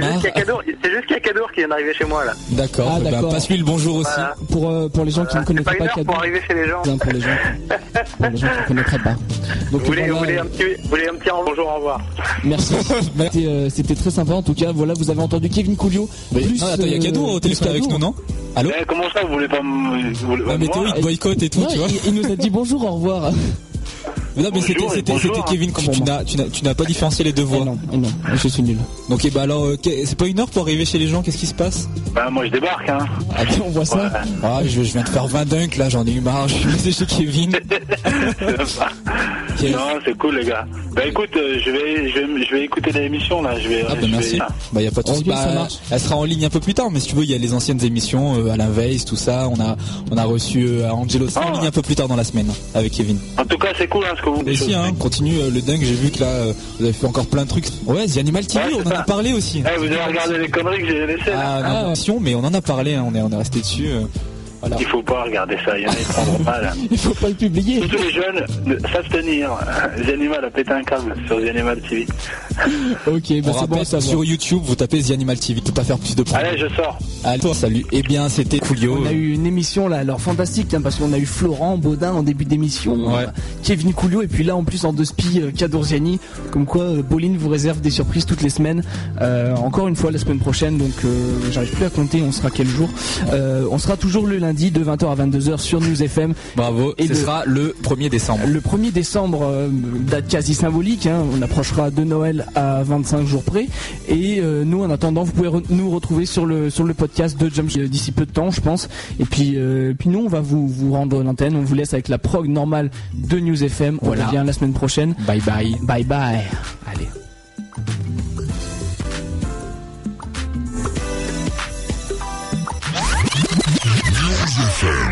Speaker 15: c'est juste qu'il y a Kadour qui vient d'arriver chez moi là.
Speaker 2: D'accord, passe-lui le bonjour aussi.
Speaker 1: Pour les gens qui ne connaîtraient pas
Speaker 15: Kadour. Pour arriver chez les gens.
Speaker 1: Pour les gens qui ne connaîtraient pas. Donc,
Speaker 15: vous voulez un petit bonjour, au revoir.
Speaker 1: Merci. C'était très sympa en tout cas. Voilà, vous avez entendu Kevin Coulio.
Speaker 2: Non, attends, il y a Kadour au téléphone avec nous, non? Allô?
Speaker 15: Comment ça, vous voulez pas me...
Speaker 2: Mais Théo, il te boycotte et tout, tu vois.
Speaker 1: Il nous a dit bonjour, au revoir.
Speaker 2: Non mais c'était Kevin, tu n'as pas différencié les deux voix.
Speaker 1: Non, je suis nul.
Speaker 2: Donc alors c'est pas une heure pour arriver chez les gens, qu'est-ce qui se passe?
Speaker 15: Bah moi je débarque hein.
Speaker 1: Ah bien on voit ça.
Speaker 15: Ouais.
Speaker 2: Ah je viens de faire 20 dunks là, j'en ai eu marre, je suis passé chez Kevin.
Speaker 15: Non c'est cool les gars. Bah écoute, je vais écouter l'émission là,
Speaker 2: merci. Bah y a pas de souci. Elle sera en ligne un peu plus tard, mais si tu veux il y a les anciennes émissions, Alain Weiss, tout ça, on a reçu Angelo en ligne un peu plus tard dans la semaine avec Kevin.
Speaker 15: En tout cas c'est cool hein, ce que vous
Speaker 2: dites. Si hein, continue le dunk, j'ai vu que là vous avez fait encore plein de trucs. Ouais, The Animal TV, on en a parlé aussi.
Speaker 15: Vous avez regardé les conneries que j'ai laissées là.
Speaker 2: Mais on en a parlé, hein, on est resté dessus.
Speaker 15: Voilà. Il faut pas regarder ça, il y en a qui prendront mal.
Speaker 1: Il faut pas le publier.
Speaker 15: Tous les jeunes savent tenir. The Animal a pété un câble sur The Animal TV.
Speaker 1: Ok, bah c'est bon ça.
Speaker 2: Sur YouTube, vous tapez The Animal TV, tu peux pas faire plus de preuves.
Speaker 15: Allez, je sors.
Speaker 2: Allez, toi, salut. Eh bien, c'était Coolio.
Speaker 1: On a eu une émission là, alors fantastique, hein, parce qu'on a eu Florent Baudin en début d'émission, Kevin Coolio, et puis là en plus en deux spi, Cadorziani. Comme quoi, Bowling vous réserve des surprises toutes les semaines. Encore une fois la semaine prochaine, donc j'arrive plus à compter, on sera quel jour. On sera toujours le lundi lundi de 20h à 22h sur News FM.
Speaker 2: Bravo. Et ce sera le 1er décembre.
Speaker 1: Le 1er décembre, date quasi symbolique, hein. On approchera de Noël à 25 jours près. Et nous, en attendant, vous pouvez nous retrouver sur le podcast de Jump d'ici peu de temps, je pense. Et puis nous, on va vous rendre l'antenne. On vous laisse avec la prog normale de News FM. On revient la semaine prochaine.
Speaker 2: Bye bye.
Speaker 1: Bye bye. Allez.
Speaker 5: News FM.